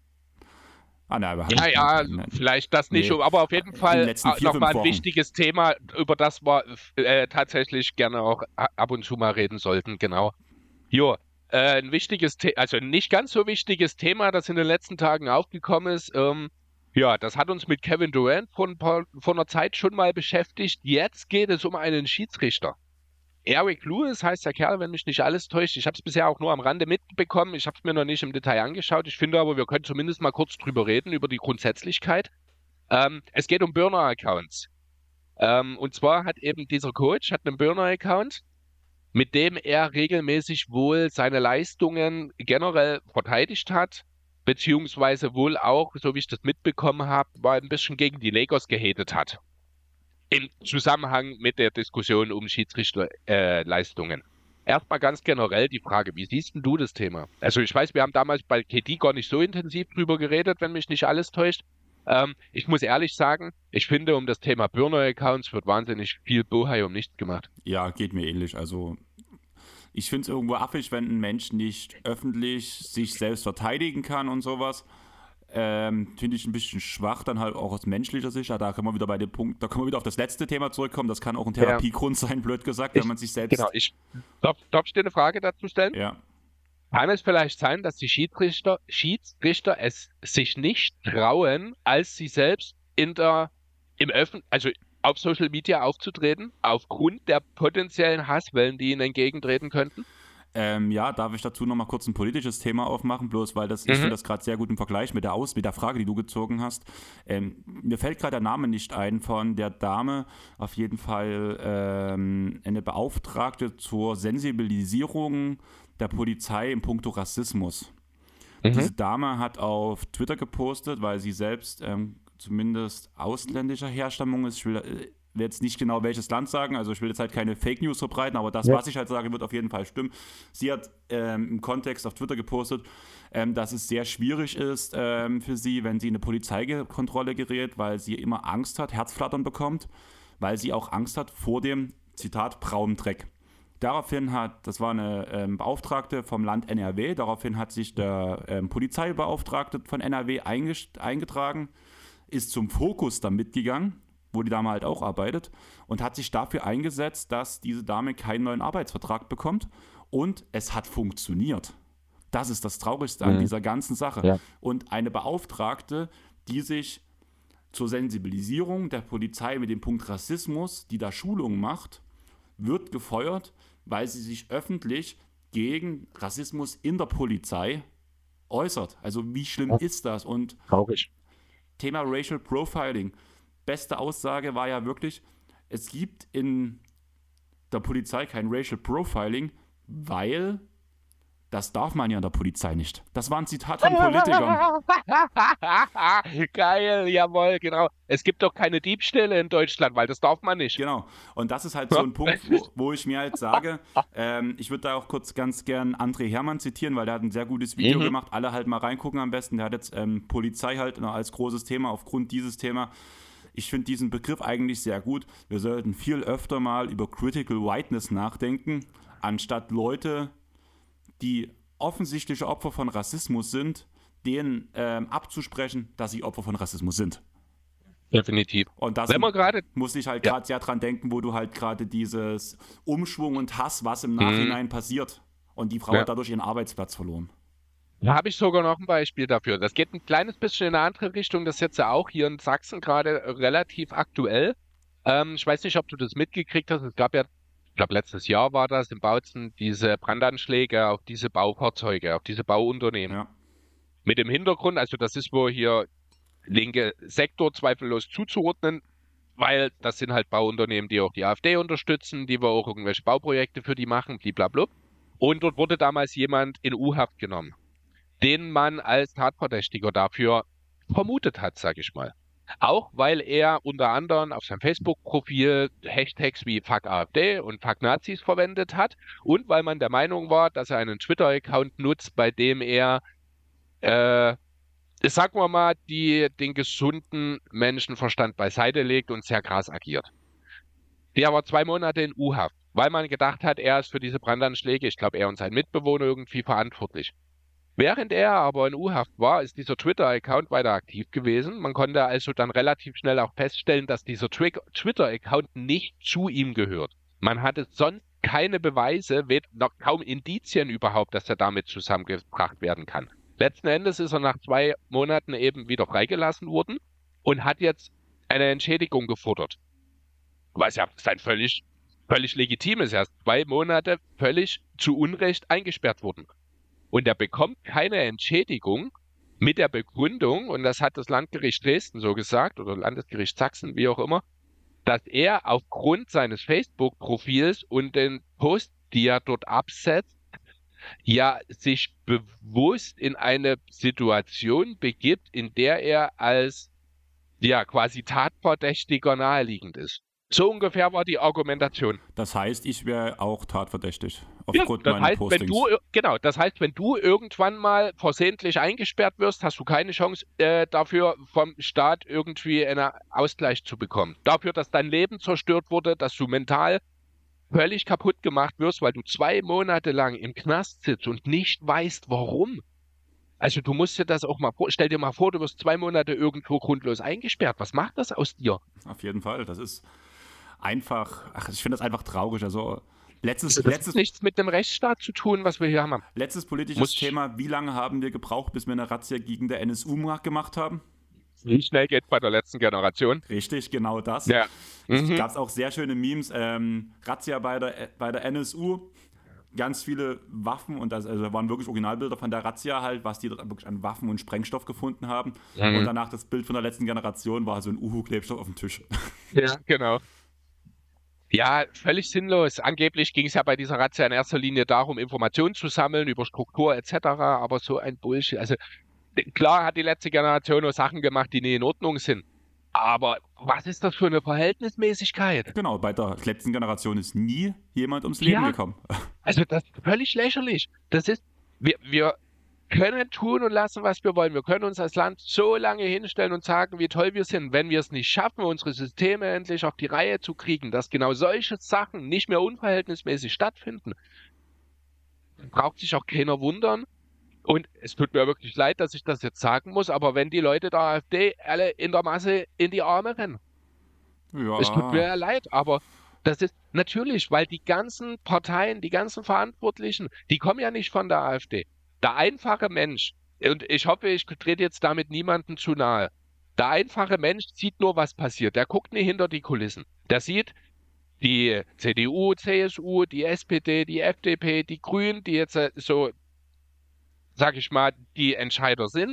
Ah, nein, wir ja, ja, ne, vielleicht das nicht, nee, aber auf jeden Fall nochmal ein wichtiges Thema, über das wir äh, tatsächlich gerne auch ab und zu mal reden sollten, genau. Jo, äh, ein wichtiges Thema, also ein nicht ganz so wichtiges Thema, das in den letzten Tagen aufgekommen ist, ähm, ja, das hat uns mit Kevin Durant vor, ein paar, vor einer Zeit schon mal beschäftigt. Jetzt geht es um einen Schiedsrichter. Eric Lewis heißt der Kerl, wenn mich nicht alles täuscht. Ich habe es bisher auch nur am Rande mitbekommen. Ich habe es mir noch nicht im Detail angeschaut. Ich finde aber, wir können zumindest mal kurz drüber reden, über die Grundsätzlichkeit. Ähm, es geht um Burner-Accounts. Ähm, und zwar hat eben dieser Coach hat einen Burner-Account, mit dem er regelmäßig wohl seine Leistungen generell verteidigt hat, beziehungsweise wohl auch, so wie ich das mitbekommen habe, mal ein bisschen gegen die Lakers gehatet hat. Im Zusammenhang mit der Diskussion um Schiedsrichterleistungen. Äh, erstmal ganz generell die Frage, wie siehst denn du das Thema? Also ich weiß, wir haben damals bei K D gar nicht so intensiv drüber geredet, wenn mich nicht alles täuscht. Ähm, ich muss ehrlich sagen, ich finde, um das Thema Burner-Accounts wird wahnsinnig viel Bohai um nichts gemacht. Ja, geht mir ähnlich. Also ich finde es irgendwo affig, wenn ein Mensch nicht öffentlich sich selbst verteidigen kann und sowas. Ähm, finde ich ein bisschen schwach, dann halt auch aus menschlicher Sicht. Da können wir wieder bei dem Punkt, da können wir wieder auf das letzte Thema zurückkommen. Das kann auch ein Ja. Therapiegrund sein, blöd gesagt, Ich, wenn man sich selbst. genau, ich darf, darf ich dir eine Frage dazu stellen? Ja. Kann es vielleicht sein, dass die Schiedsrichter, Schiedsrichter es sich nicht trauen, als sie selbst in der, im Öffn also auf Social Media aufzutreten, aufgrund der potenziellen Hasswellen, die ihnen entgegentreten könnten? Ähm, ja, darf ich dazu nochmal kurz ein politisches Thema aufmachen, bloß weil das, ich Mhm. finde das gerade sehr gut im Vergleich mit der Aus, mit der Frage, die du gezogen hast. Ähm, mir fällt gerade der Name nicht ein von der Dame, auf jeden Fall ähm, eine Beauftragte zur Sensibilisierung der Polizei in puncto Rassismus. Mhm. Diese Dame hat auf Twitter gepostet, weil sie selbst ähm, zumindest ausländischer Herstammung ist. Ich will, äh, will jetzt nicht genau welches Land sagen, also ich will jetzt halt keine Fake News verbreiten, aber das, Ja. was ich halt sage, wird auf jeden Fall stimmen. Sie hat ähm, im Kontext auf Twitter gepostet, ähm, dass es sehr schwierig ist ähm, für sie, wenn sie in eine Polizeikontrolle gerät, weil sie immer Angst hat, Herzflattern bekommt, weil sie auch Angst hat vor dem, Zitat, braunen Dreck. Daraufhin hat, das war eine ähm, Beauftragte vom Land N R W, daraufhin hat sich der ähm, Polizeibeauftragte von N R W eingetragen, ist zum Fokus da mitgegangen, wo die Dame halt auch arbeitet, und hat sich dafür eingesetzt, dass diese Dame keinen neuen Arbeitsvertrag bekommt, und es hat funktioniert. Das ist das Traurigste an Mhm. dieser ganzen Sache. Ja. Und eine Beauftragte, die sich zur Sensibilisierung der Polizei mit dem Punkt Rassismus, die da Schulungen macht, wird gefeuert, weil sie sich öffentlich gegen Rassismus in der Polizei äußert. Also wie schlimm ist das? Und Traurig. Thema Racial Profiling. Beste Aussage war ja wirklich, es gibt in der Polizei kein Racial Profiling, weil das darf man ja in der Polizei nicht. Das war ein Zitat von Politikern. Geil, jawohl, genau. Es gibt doch keine Diebstähle in Deutschland, weil das darf man nicht. Genau. Und das ist halt so ein Punkt, wo, wo ich mir halt sage, ähm, ich würde da auch kurz ganz gern André Hermann zitieren, weil der hat ein sehr gutes Video Mhm. gemacht. Alle halt mal reingucken am besten. Der hat jetzt ähm, Polizei halt noch als großes Thema aufgrund dieses Thema. Ich finde diesen Begriff eigentlich sehr gut. Wir sollten viel öfter mal über Critical Whiteness nachdenken, anstatt Leute, die offensichtliche Opfer von Rassismus sind, denen ähm, abzusprechen, dass sie Opfer von Rassismus sind. Definitiv. Und das Wenn wir gerade, muss ich halt Ja. gerade sehr dran denken, wo du halt gerade dieses Umschwung und Hass, was im Mhm. Nachhinein passiert. Und die Frau Ja. hat dadurch ihren Arbeitsplatz verloren. da habe ich sogar noch ein Beispiel dafür. Das geht ein kleines bisschen in eine andere Richtung. Das ist jetzt ja auch hier in Sachsen gerade relativ aktuell. Ähm, ich weiß nicht, ob du das mitgekriegt hast. Es gab ja, ich glaube, letztes Jahr war das in Bautzen, diese Brandanschläge auf diese Baufahrzeuge, auf diese Bauunternehmen. Ja. Mit dem Hintergrund, also das ist wohl hier linke Sektor zweifellos zuzuordnen, weil das sind halt Bauunternehmen, die auch die AfD unterstützen, die wir auch irgendwelche Bauprojekte für die machen, blablabla. Und dort wurde damals jemand in U-Haft genommen, den man als Tatverdächtiger dafür vermutet hat, sag ich mal. Auch weil er unter anderem auf seinem Facebook-Profil Hashtags wie Fuck AfD und Fuck Nazis verwendet hat und weil man der Meinung war, dass er einen Twitter-Account nutzt, bei dem er, äh, sagen wir mal, die, den gesunden Menschenverstand beiseite legt und sehr krass agiert. Der war zwei Monate in U-Haft, weil man gedacht hat, er ist für diese Brandanschläge, ich glaube, er und sein Mitbewohner irgendwie verantwortlich. Während er aber in U-Haft war, ist dieser Twitter-Account weiter aktiv gewesen. Man konnte also dann relativ schnell auch feststellen, dass dieser Twi- Twitter-Account nicht zu ihm gehört. Man hatte sonst keine Beweise, wed- noch kaum Indizien überhaupt, dass er damit zusammengebracht werden kann. Letzten Endes ist er nach zwei Monaten eben wieder freigelassen worden und hat jetzt eine Entschädigung gefordert. Was ja sein völlig, völlig legitim ist. Er ist zwei Monate völlig zu Unrecht eingesperrt worden. Und er bekommt keine Entschädigung mit der Begründung, und das hat das Landgericht Dresden so gesagt, oder Landesgericht Sachsen, wie auch immer, dass er aufgrund seines Facebook-Profils und den Posts, die er dort absetzt, ja sich bewusst in eine Situation begibt, in der er als ja quasi Tatverdächtiger naheliegend ist. So ungefähr war die Argumentation. Das heißt, ich wäre auch tatverdächtig Ja, aufgrund das meiner heißt, wenn Postings. du, genau, das heißt, wenn du irgendwann mal versehentlich eingesperrt wirst, hast du keine Chance äh, dafür vom Staat irgendwie einen Ausgleich zu bekommen. Dafür, dass dein Leben zerstört wurde, dass du mental völlig kaputt gemacht wirst, weil du zwei Monate lang im Knast sitzt und nicht weißt, warum. Also du musst dir das auch mal vor, stell dir mal vor, du wirst zwei Monate irgendwo grundlos eingesperrt. Was macht das aus dir? Auf jeden Fall. Das ist einfach, ach, ich finde das einfach traurig. Also letztes, Also das letztes, hat nichts mit dem Rechtsstaat zu tun, was wir hier haben. letztes politisches Muss- Thema, wie lange haben wir gebraucht, bis wir eine Razzia gegen der N S U gemacht haben? Wie schnell geht bei der letzten Generation? Richtig, genau das. Ja. Es Mhm. gab auch sehr schöne Memes. Ähm, Razzia bei der, bei der N S U, ganz viele Waffen und das also waren wirklich Originalbilder von der Razzia halt, was die dort wirklich an Waffen und Sprengstoff gefunden haben. Mhm. Und danach das Bild von der letzten Generation war so ein Uhu-Klebstoff auf dem Tisch. Ja, genau. Ja, völlig sinnlos. Angeblich ging es ja bei dieser Razzia in erster Linie darum, Informationen zu sammeln über Struktur et cetera. Aber so ein Bullshit. Also d- klar hat die letzte Generation nur Sachen gemacht, die nicht in Ordnung sind. Aber was ist das für eine Verhältnismäßigkeit? Genau, bei der letzten Generation ist nie jemand ums Leben Ja. gekommen. Also das ist völlig lächerlich. Das ist, wir, wir können tun und lassen, was wir wollen. Wir können uns als Land so lange hinstellen und sagen, wie toll wir sind. Wenn wir es nicht schaffen, unsere Systeme endlich auf die Reihe zu kriegen, dass genau solche Sachen nicht mehr unverhältnismäßig stattfinden, dann braucht sich auch keiner wundern. Und es tut mir wirklich leid, dass ich das jetzt sagen muss, aber wenn die Leute der AfD alle in der Masse in die Arme rennen, Ja. es tut mir ja leid, aber das ist natürlich, weil die ganzen Parteien, die ganzen Verantwortlichen, die kommen ja nicht von der AfD. Der einfache Mensch, und ich hoffe, ich trete jetzt damit niemandem zu nahe, der einfache Mensch sieht nur, was passiert. Der guckt nicht hinter die Kulissen. Der sieht die C D U, C S U, die S P D, die F D P, die Grünen, die jetzt äh, so, sag ich mal, die Entscheider sind.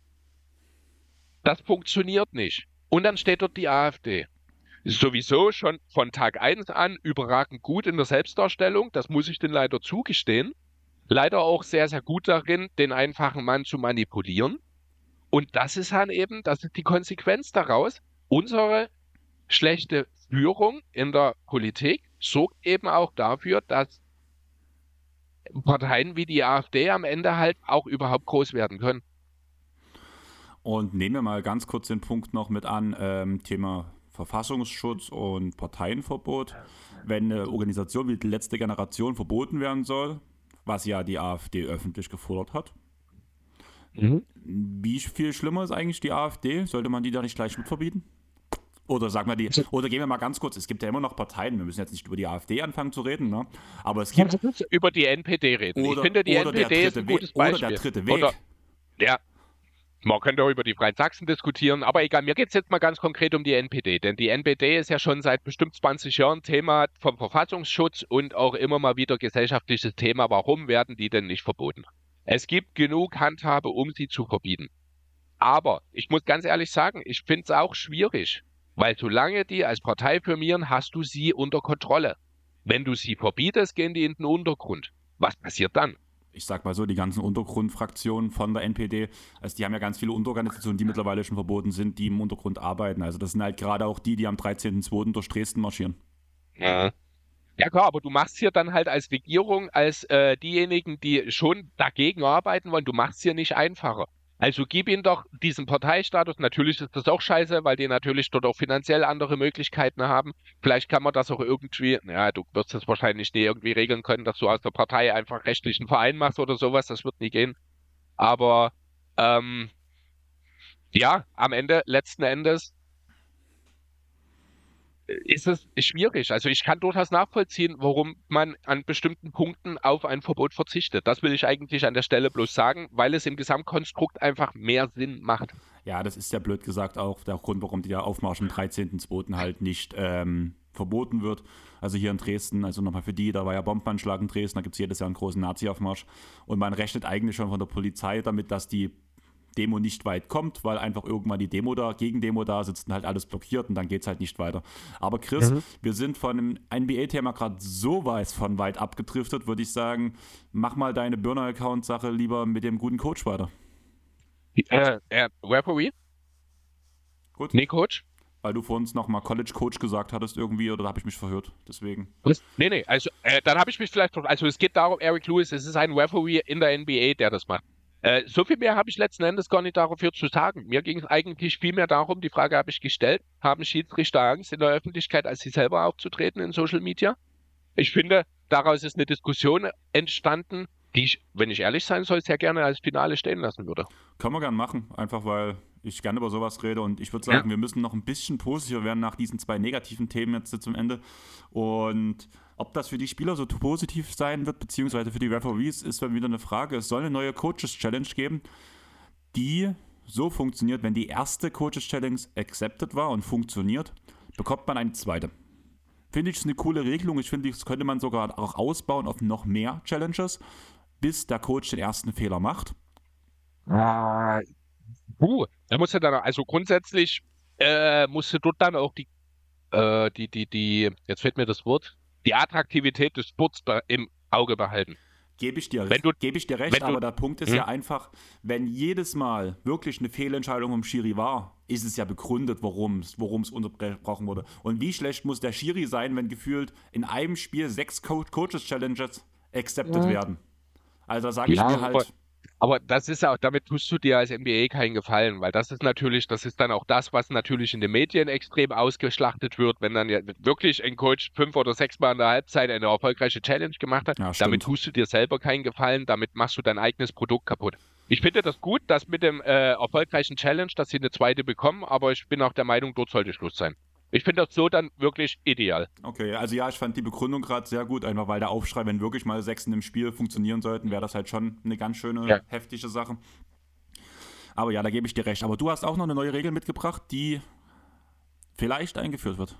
Das funktioniert nicht. Und dann steht dort die AfD. Sowieso schon von Tag eins an überragend gut in der Selbstdarstellung, das muss ich denen leider zugestehen. Leider auch sehr, sehr gut darin, den einfachen Mann zu manipulieren. Und das ist dann eben, das ist die Konsequenz daraus. Unsere schlechte Führung in der Politik sorgt eben auch dafür, dass Parteien wie die AfD am Ende halt auch überhaupt groß werden können. Und nehmen wir mal ganz kurz den Punkt noch mit an, ähm, Thema Verfassungsschutz und Parteienverbot. Wenn eine Organisation wie die letzte Generation verboten werden soll, was ja die AfD öffentlich gefordert hat, Mhm. wie viel schlimmer ist eigentlich die AfD? Sollte man die da nicht gleich mit verbieten? Oder sagen wir die, oder gehen wir mal ganz kurz, es gibt ja immer noch Parteien, wir müssen jetzt nicht über die AfD anfangen zu reden, ne? Aber es gibt Über die N P D reden. oder, ich finde, die oder, der N P D ist dritte ein Weg, gutes oder Beispiel. der dritte Weg. Oder, ja, man könnte auch über die Freien Sachsen diskutieren, aber egal, mir geht es jetzt mal ganz konkret um die N P D, denn die N P D ist ja schon seit bestimmt zwanzig Jahren Thema vom Verfassungsschutz und auch immer mal wieder gesellschaftliches Thema, warum werden die denn nicht verboten? Es gibt genug Handhabe, um sie zu verbieten. Aber ich muss ganz ehrlich sagen, ich finde es auch schwierig, weil solange die als Partei firmieren, hast du sie unter Kontrolle. Wenn du sie verbietest, gehen die in den Untergrund. Was passiert dann? Ich sag mal so, die ganzen Untergrundfraktionen von der N P D, also die haben ja ganz viele Unterorganisationen, die mittlerweile schon verboten sind, die im Untergrund arbeiten. Also das sind halt gerade auch die, die am dreizehnten zweiten durch Dresden marschieren. Ja. Ja klar, aber du machst hier dann halt als Regierung, als äh, diejenigen, die schon dagegen arbeiten wollen, du machst hier nicht einfacher. Also gib ihnen doch diesen Parteistatus. Natürlich ist das auch scheiße, weil die natürlich dort auch finanziell andere Möglichkeiten haben. Vielleicht kann man das auch irgendwie, ja, du wirst das wahrscheinlich nie irgendwie regeln können, dass du aus der Partei einfach rechtlichen Verein machst oder sowas, das wird nie gehen. Aber ähm, ja, am Ende, letzten Endes, ist es schwierig. Also ich kann durchaus nachvollziehen, warum man an bestimmten Punkten auf ein Verbot verzichtet. Das will ich eigentlich an der Stelle bloß sagen, weil es im Gesamtkonstrukt einfach mehr Sinn macht. Ja, das ist ja blöd gesagt auch der Grund, warum der Aufmarsch am dreizehnten zweiten halt nicht ähm, verboten wird. Also hier in Dresden, also nochmal für die, da war ja Bombenanschlag in Dresden, da gibt es jedes Jahr einen großen Nazi-Aufmarsch. Und man rechnet eigentlich schon von der Polizei damit, dass die Demo nicht weit kommt, weil einfach irgendwann die Demo da, Gegendemo da sitzt und halt alles blockiert und dann geht es halt nicht weiter. Aber Chris, mhm. wir sind von dem N B A-Thema gerade so weit von weit abgedriftet, würde ich sagen, mach mal deine Burner-Account-Sache lieber mit dem guten Coach weiter. Äh, äh, Referee? Gut. Nee, Coach? Weil du vorhin nochmal College Coach gesagt hattest irgendwie, oder da habe ich mich verhört. Deswegen. Was? Nee, nee, also äh, dann habe ich mich vielleicht, also es geht darum, Eric Lewis, es ist ein Referee in der N B A, der das macht. Äh, so viel mehr habe ich letzten Endes gar nicht dafür zu sagen. Mir ging es eigentlich viel mehr darum, die Frage habe ich gestellt, haben Schiedsrichter Angst, in der Öffentlichkeit als sie selber aufzutreten in Social Media? Ich finde, daraus ist eine Diskussion entstanden, die ich, wenn ich ehrlich sein soll, sehr gerne als Finale stehen lassen würde. Können wir gerne machen, einfach weil ich gerne über sowas rede und ich würde sagen, ja. wir müssen noch ein bisschen positiver werden nach diesen zwei negativen Themen jetzt zum Ende. Und ob das für die Spieler so positiv sein wird, beziehungsweise für die Referees, ist dann wieder eine Frage. Es soll eine neue Coaches-Challenge geben, die so funktioniert, wenn die erste Coaches-Challenge accepted war und funktioniert, bekommt man eine zweite. Finde ich, ist eine coole Regelung. Ich finde, das könnte man sogar auch ausbauen auf noch mehr Challenges, bis der Coach den ersten Fehler macht. Ah, uh, da musst du dann, also grundsätzlich äh, musst du dort dann auch die, äh, die, die, die, jetzt fehlt mir das Wort, die Attraktivität des Sports im Auge behalten. Gebe ich dir, wenn du, gebe ich dir recht, du, aber der Punkt ist hm? ja einfach, wenn jedes Mal wirklich eine Fehlentscheidung vom Schiri war, ist es ja begründet, warum es unterbrochen wurde. Und wie schlecht muss der Schiri sein, wenn gefühlt in einem Spiel sechs Co- Coaches-Challenges accepted ja. werden? Also da sage ich ja, mir halt... Aber, aber das ist ja auch, damit tust du dir als N B A keinen Gefallen, weil das ist natürlich, das ist dann auch das, was natürlich in den Medien extrem ausgeschlachtet wird, wenn dann ja wirklich ein Coach fünf oder sechs Mal in der Halbzeit eine erfolgreiche Challenge gemacht hat. Ja, damit tust du dir selber keinen Gefallen, damit machst du dein eigenes Produkt kaputt. Ich finde das gut, dass mit dem äh, erfolgreichen Challenge, dass sie eine zweite bekommen, aber ich bin auch der Meinung, dort sollte Schluss sein. Ich finde das so dann wirklich ideal. Okay, also ja, ich fand die Begründung gerade sehr gut, einfach weil der Aufschrei, wenn wirklich mal Sechsen im Spiel funktionieren sollten, wäre das halt schon eine ganz schöne, ja. heftige Sache. Aber ja, da gebe ich dir recht. Aber du hast auch noch eine neue Regel mitgebracht, die vielleicht eingeführt wird.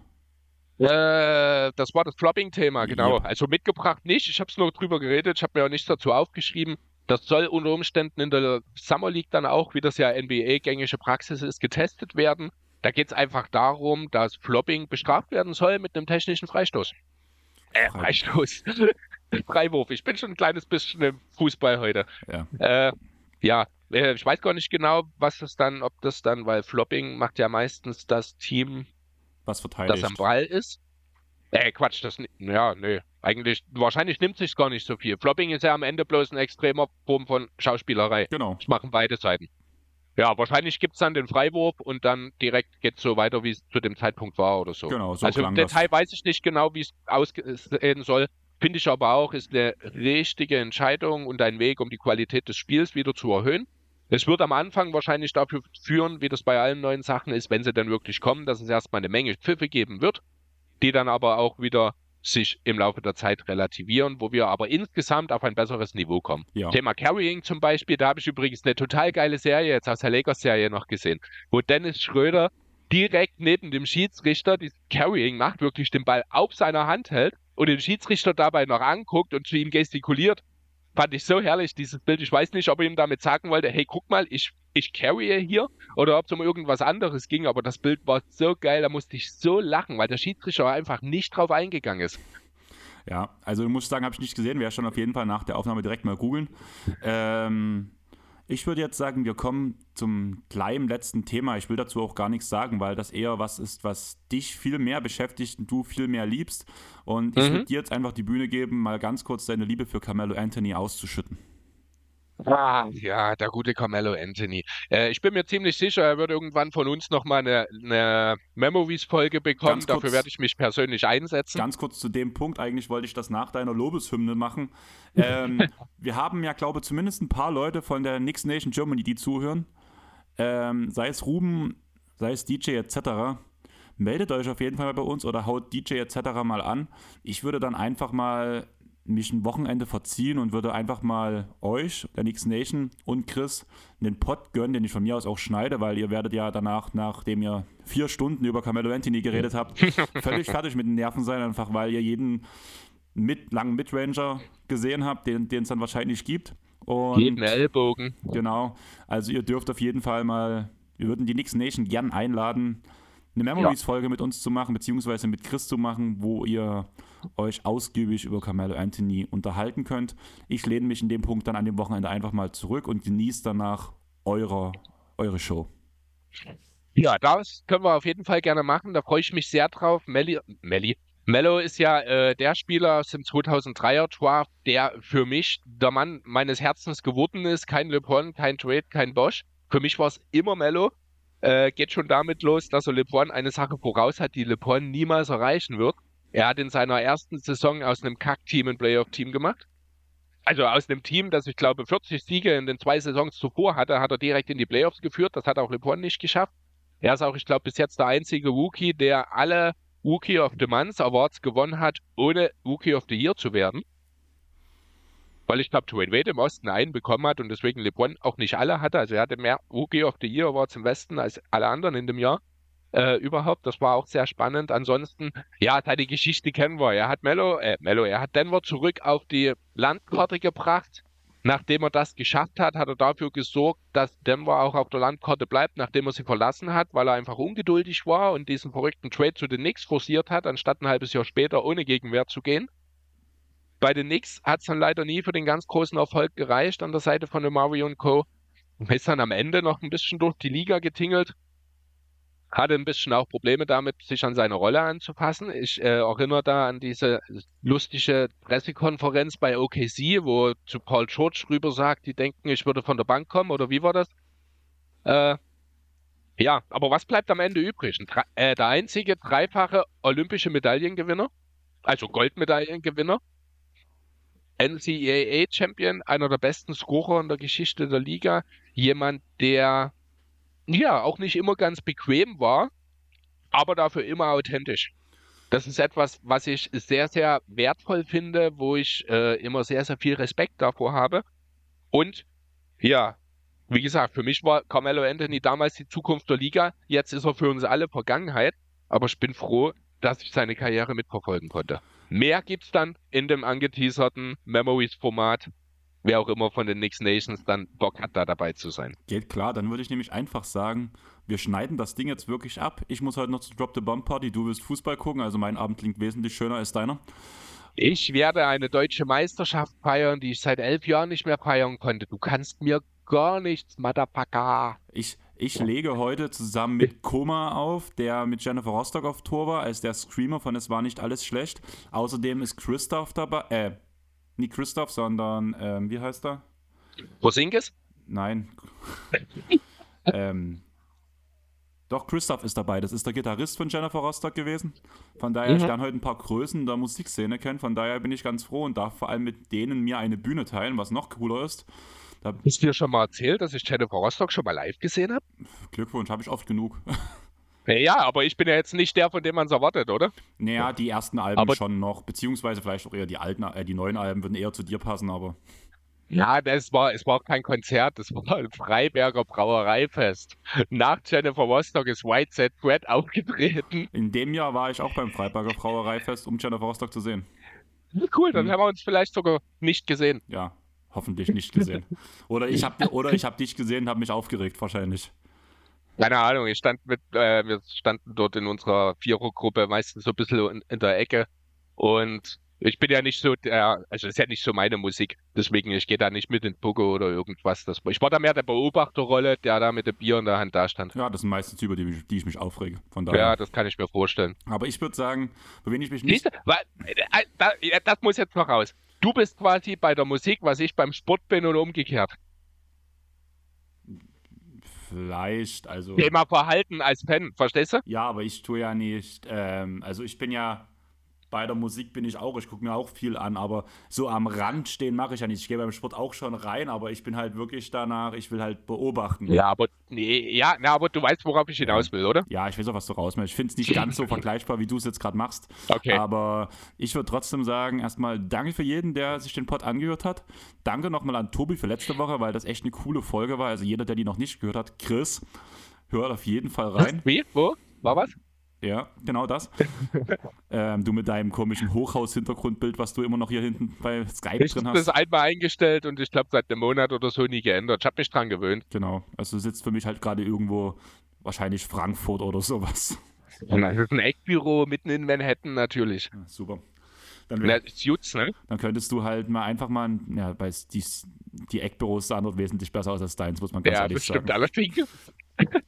Äh, das war das Flopping-Thema, genau. Yep. Also mitgebracht nicht, ich habe es nur drüber geredet, ich habe mir auch nichts dazu aufgeschrieben. Das soll unter Umständen in der Summer League dann auch, wie das ja N B A-gängige Praxis ist, getestet werden. Da geht es einfach darum, dass Flopping bestraft werden soll mit einem technischen Freistoß. Äh, Freistoß. Freiwurf. Ich bin schon ein kleines bisschen im Fußball heute. Ja, äh, ja äh, ich weiß gar nicht genau, was das dann, ob das dann, weil Flopping macht ja meistens das Team, was verteidigt, das am Ball ist. Äh, Quatsch, das, ja, nö. Eigentlich, wahrscheinlich nimmt sich gar nicht so viel. Flopping ist ja am Ende bloß ein extremer Form von Schauspielerei. Genau. Das machen beide Seiten. Ja, wahrscheinlich gibt es dann den Freiwurf und dann direkt geht es so weiter, wie es zu dem Zeitpunkt war oder so. Genau, so also im Detail das. weiß ich nicht genau, wie es aussehen soll. Finde ich aber auch, ist eine richtige Entscheidung und ein Weg, um die Qualität des Spiels wieder zu erhöhen. Es wird am Anfang wahrscheinlich dafür führen, wie das bei allen neuen Sachen ist, wenn sie dann wirklich kommen, dass es erstmal eine Menge Pfiffe geben wird, die dann aber auch wieder sich im Laufe der Zeit relativieren, wo wir aber insgesamt auf ein besseres Niveau kommen. Ja. Thema Carrying zum Beispiel, da habe ich übrigens eine total geile Serie jetzt aus der Lakers-Serie noch gesehen, wo Dennis Schröder direkt neben dem Schiedsrichter dieses Carrying macht, wirklich den Ball auf seiner Hand hält und den Schiedsrichter dabei noch anguckt und zu ihm gestikuliert. Fand ich so herrlich, dieses Bild. Ich weiß nicht, ob er ihm damit sagen wollte, hey, guck mal, ich, ich carrye hier, oder ob es um irgendwas anderes ging, aber das Bild war so geil, da musste ich so lachen, weil der Schiedsrichter einfach nicht drauf eingegangen ist. Ja, also ich muss sagen, habe ich nicht gesehen, werde schon auf jeden Fall nach der Aufnahme direkt mal googeln. Ähm, ich würde jetzt sagen, wir kommen zum kleinen letzten Thema. Ich will dazu auch gar nichts sagen, weil das eher was ist, was dich viel mehr beschäftigt und du viel mehr liebst. Und ich mhm. würde dir jetzt einfach die Bühne geben, mal ganz kurz deine Liebe für Carmelo Anthony auszuschütten. Ah, ja, der gute Carmelo Anthony. Äh, ich bin mir ziemlich sicher, er wird irgendwann von uns nochmal eine, eine Memories-Folge bekommen. Kurz, Dafür werde ich mich persönlich einsetzen. Ganz kurz zu dem Punkt, eigentlich wollte ich das nach deiner Lobeshymne machen. Ähm, wir haben ja, glaube ich, zumindest ein paar Leute von der Knicks Nation Germany, die zuhören. Ähm, sei es Ruben, sei es D J et cetera. Meldet euch auf jeden Fall bei uns oder haut D J et cetera mal an. Ich würde dann einfach mal mich ein Wochenende verziehen und würde einfach mal euch, der Knicks Nation und Chris, einen Pod gönnen, den ich von mir aus auch schneide, weil ihr werdet ja danach, nachdem ihr vier Stunden über Carmelo Anthony geredet habt, völlig fertig mit den Nerven sein, einfach weil ihr jeden mit, langen Midranger gesehen habt, den es dann wahrscheinlich gibt. Und jeden Ellbogen. Genau, also ihr dürft auf jeden Fall mal, wir würden die Knicks Nation gern einladen, eine Memories-Folge ja. mit uns zu machen, beziehungsweise mit Chris zu machen, wo ihr euch ausgiebig über Carmelo Anthony unterhalten könnt. Ich lehne mich in dem Punkt dann an dem Wochenende einfach mal zurück und genieße danach eure, eure Show. Ja, das können wir auf jeden Fall gerne machen. Da freue ich mich sehr drauf. Melli, Melli. Mello ist ja äh, der Spieler aus dem zweitausenddreier Draft, der für mich der Mann meines Herzens geworden ist. Kein LeBron, kein Trade, kein Bosch. Für mich war es immer Mello. Äh, geht schon damit los, dass er LeBron eine Sache voraus hat, die LeBron niemals erreichen wird. Er hat in seiner ersten Saison aus einem Kack-Team ein Playoff-Team gemacht. Also aus einem Team, das ich glaube vierzig Siege in den zwei Saisons zuvor hatte, hat er direkt in die Playoffs geführt. Das hat auch LeBron nicht geschafft. Er ist auch, ich glaube, bis jetzt der einzige Rookie, der alle Rookie of the Month Awards gewonnen hat, ohne Rookie of the Year zu werden. Weil ich glaube, Dwayne Wade im Osten einen bekommen hat und deswegen LeBron auch nicht alle hatte. Also er hatte mehr Rookie of the Year Awards im Westen als alle anderen in dem Jahr äh, überhaupt. Das war auch sehr spannend. Ansonsten, ja, seine Geschichte kennen wir. Er hat Melo, äh, Melo, er hat Denver zurück auf die Landkarte gebracht. Nachdem er das geschafft hat, hat er dafür gesorgt, dass Denver auch auf der Landkarte bleibt, nachdem er sie verlassen hat, weil er einfach ungeduldig war und diesen verrückten Trade zu den Knicks forciert hat, anstatt ein halbes Jahr später ohne Gegenwehr zu gehen. Bei den Knicks hat es dann leider nie für den ganz großen Erfolg gereicht an der Seite von Mario und Co. Und ist dann am Ende noch ein bisschen durch die Liga getingelt. Hatte ein bisschen auch Probleme damit, sich an seine Rolle anzupassen. Ich äh, erinnere da an diese lustige Pressekonferenz bei O K C, wo zu Paul George rüber sagt, die denken, ich würde von der Bank kommen, oder wie war das? Äh, ja, aber was bleibt am Ende übrig? Ein, äh, der einzige dreifache olympische Medaillengewinner, also Goldmedaillengewinner, N C A A-Champion, einer der besten Scorer in der Geschichte der Liga, jemand, der ja auch nicht immer ganz bequem war, aber dafür immer authentisch. Das ist etwas, was ich sehr, sehr wertvoll finde, wo ich äh, immer sehr, sehr viel Respekt davor habe. Und ja, wie gesagt, für mich war Carmelo Anthony damals die Zukunft der Liga. Jetzt ist er für uns alle Vergangenheit, aber ich bin froh, dass ich seine Karriere mitverfolgen konnte. Mehr gibt's dann in dem angeteaserten Memories-Format. Wer auch immer von den Knicks Nations dann Bock hat, da dabei zu sein. Geht klar, dann würde ich nämlich einfach sagen, wir schneiden das Ding jetzt wirklich ab. Ich muss heute noch zur Drop the Bomb Party, du willst Fußball gucken, also mein Abend klingt wesentlich schöner als deiner. Ich werde eine deutsche Meisterschaft feiern, die ich seit elf Jahren nicht mehr feiern konnte. Du kannst mir gar nichts, Motherfucker. Ich, ich lege heute zusammen mit Koma auf, der mit Jennifer Rostock auf Tour war, als der Screamer von Es war nicht alles schlecht. Außerdem ist Christoph dabei, äh, nicht Christoph, sondern, ähm, wie heißt er? Porzingis? Nein. ähm, doch, Christoph ist dabei. Das ist der Gitarrist von Jennifer Rostock gewesen. Von daher, mhm. ich lerne heute ein paar Größen der Musikszene kennen. Von daher bin ich ganz froh und darf vor allem mit denen mir eine Bühne teilen, was noch cooler ist. Da Hast du dir schon mal erzählt, dass ich Jennifer Rostock schon mal live gesehen habe? Glückwunsch, habe ich oft genug. Ja, aber ich bin ja jetzt nicht der, von dem man es erwartet, oder? Naja, die ersten Alben aber schon noch, beziehungsweise vielleicht auch eher die alten, äh, die neuen Alben würden eher zu dir passen, aber... Ja, das war, es war kein Konzert, das war ein Freiberger Brauereifest. Nach Jennifer Rostock ist White Set Red aufgetreten. In dem Jahr war ich auch beim Freiberger Brauereifest, um Jennifer Rostock zu sehen. Cool, dann hm. haben wir uns vielleicht sogar nicht gesehen. Ja, hoffentlich nicht gesehen. Oder ich habe oder ich hab dich gesehen und habe mich aufgeregt, wahrscheinlich. Keine Ahnung, ich stand mit, äh, wir standen dort in unserer Vierergruppe meistens so ein bisschen in, in der Ecke und ich bin ja nicht so der, also ist ja nicht so meine Musik, deswegen ich gehe da nicht mit in Pogo oder irgendwas. Das, ich war da mehr der Beobachterrolle, der da mit dem Bier in der Hand da stand. Ja, das sind meistens über die, die ich mich aufrege. Von daher. Ja, das kann ich mir vorstellen. Aber ich würde sagen, für wen ich mich nicht... Siehste, weil, äh, das muss jetzt noch raus. Du bist quasi bei der Musik, was ich beim Sport bin oder umgekehrt. Vielleicht, also... Thema Verhalten als Fan, verstehst du? Ja, aber ich tue ja nicht, ähm, also ich bin ja, bei der Musik bin ich auch, ich gucke mir auch viel an, aber so am Rand stehen mache ich ja nicht. Ich gehe beim Sport auch schon rein, aber ich bin halt wirklich danach, ich will halt beobachten. Ja, aber nee, ja, na, aber du weißt, worauf ich hinaus will, oder? Ja, ich weiß auch, was du raus willst. Ich finde es nicht ganz so vergleichbar, wie du es jetzt gerade machst. Okay. Aber ich würde trotzdem sagen, erstmal danke für jeden, der sich den Pod angehört hat. Danke nochmal an Tobi für letzte Woche, weil das echt eine coole Folge war. Also jeder, der die noch nicht gehört hat, Chris, hört auf jeden Fall rein. Wie? Wo? War was? Ja, genau das. ähm, du mit deinem komischen Hochhaus-Hintergrundbild, was du immer noch hier hinten bei Skype ich drin hast. Ich habe das einmal eingestellt und ich glaube seit einem Monat oder so nie geändert. Ich habe mich dran gewöhnt. Genau, also sitzt für mich halt gerade irgendwo, wahrscheinlich Frankfurt oder sowas. Und das ist ein Eckbüro mitten in Manhattan natürlich. Ja, super. Dann, Na, Suits, ne? Dann könntest du halt mal einfach mal, ja, weil die, die Eckbüros sahen dort wesentlich besser aus als deins, muss man ganz ja, ehrlich sagen. Ja, bestimmt allerdings.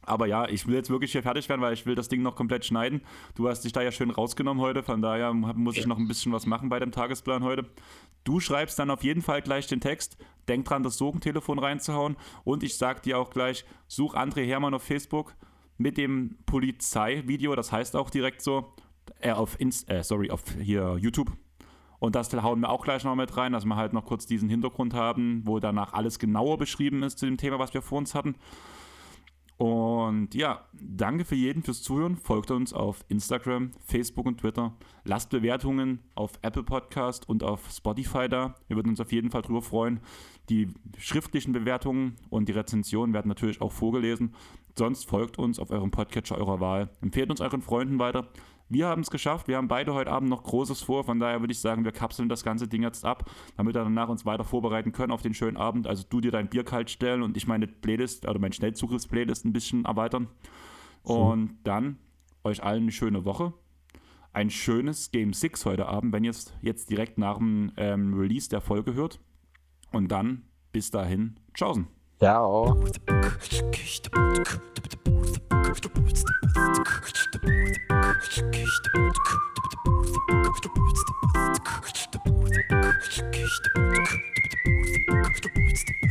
Aber ja, ich will jetzt wirklich hier fertig werden, weil ich will das Ding noch komplett schneiden. Du hast dich da ja schön rausgenommen heute, von daher muss ich noch ein bisschen was machen bei dem Tagesplan heute. Du schreibst dann auf jeden Fall gleich den Text. Denk dran, das Sorgentelefon reinzuhauen. Und ich sag dir auch gleich, such André Hermann auf Facebook mit dem Polizeivideo, das heißt auch direkt so, äh, auf Inst- äh, sorry, auf hier YouTube. Und das hauen wir auch gleich noch mit rein, dass wir halt noch kurz diesen Hintergrund haben, wo danach alles genauer beschrieben ist zu dem Thema, was wir vor uns hatten. Und ja, danke für jeden fürs Zuhören. Folgt uns auf Instagram, Facebook und Twitter. Lasst Bewertungen auf Apple Podcast und auf Spotify da. Wir würden uns auf jeden Fall drüber freuen. Die schriftlichen Bewertungen und die Rezensionen werden natürlich auch vorgelesen. Sonst folgt uns auf eurem Podcatcher eurer Wahl. Empfehlt uns euren Freunden weiter. Wir haben es geschafft. Wir haben beide heute Abend noch Großes vor. Von daher würde ich sagen, wir kapseln das ganze Ding jetzt ab, damit wir danach uns weiter vorbereiten können auf den schönen Abend. Also du dir dein Bier kalt stellen und ich meine Playlist, oder mein Schnellzugriffs-Playlist ein bisschen erweitern. So. Und dann euch allen eine schöne Woche. Ein schönes Game sechs heute Abend, wenn ihr es jetzt direkt nach dem ähm, Release der Folge hört. Und dann bis dahin. Tschaußen. Ciao. Ciao.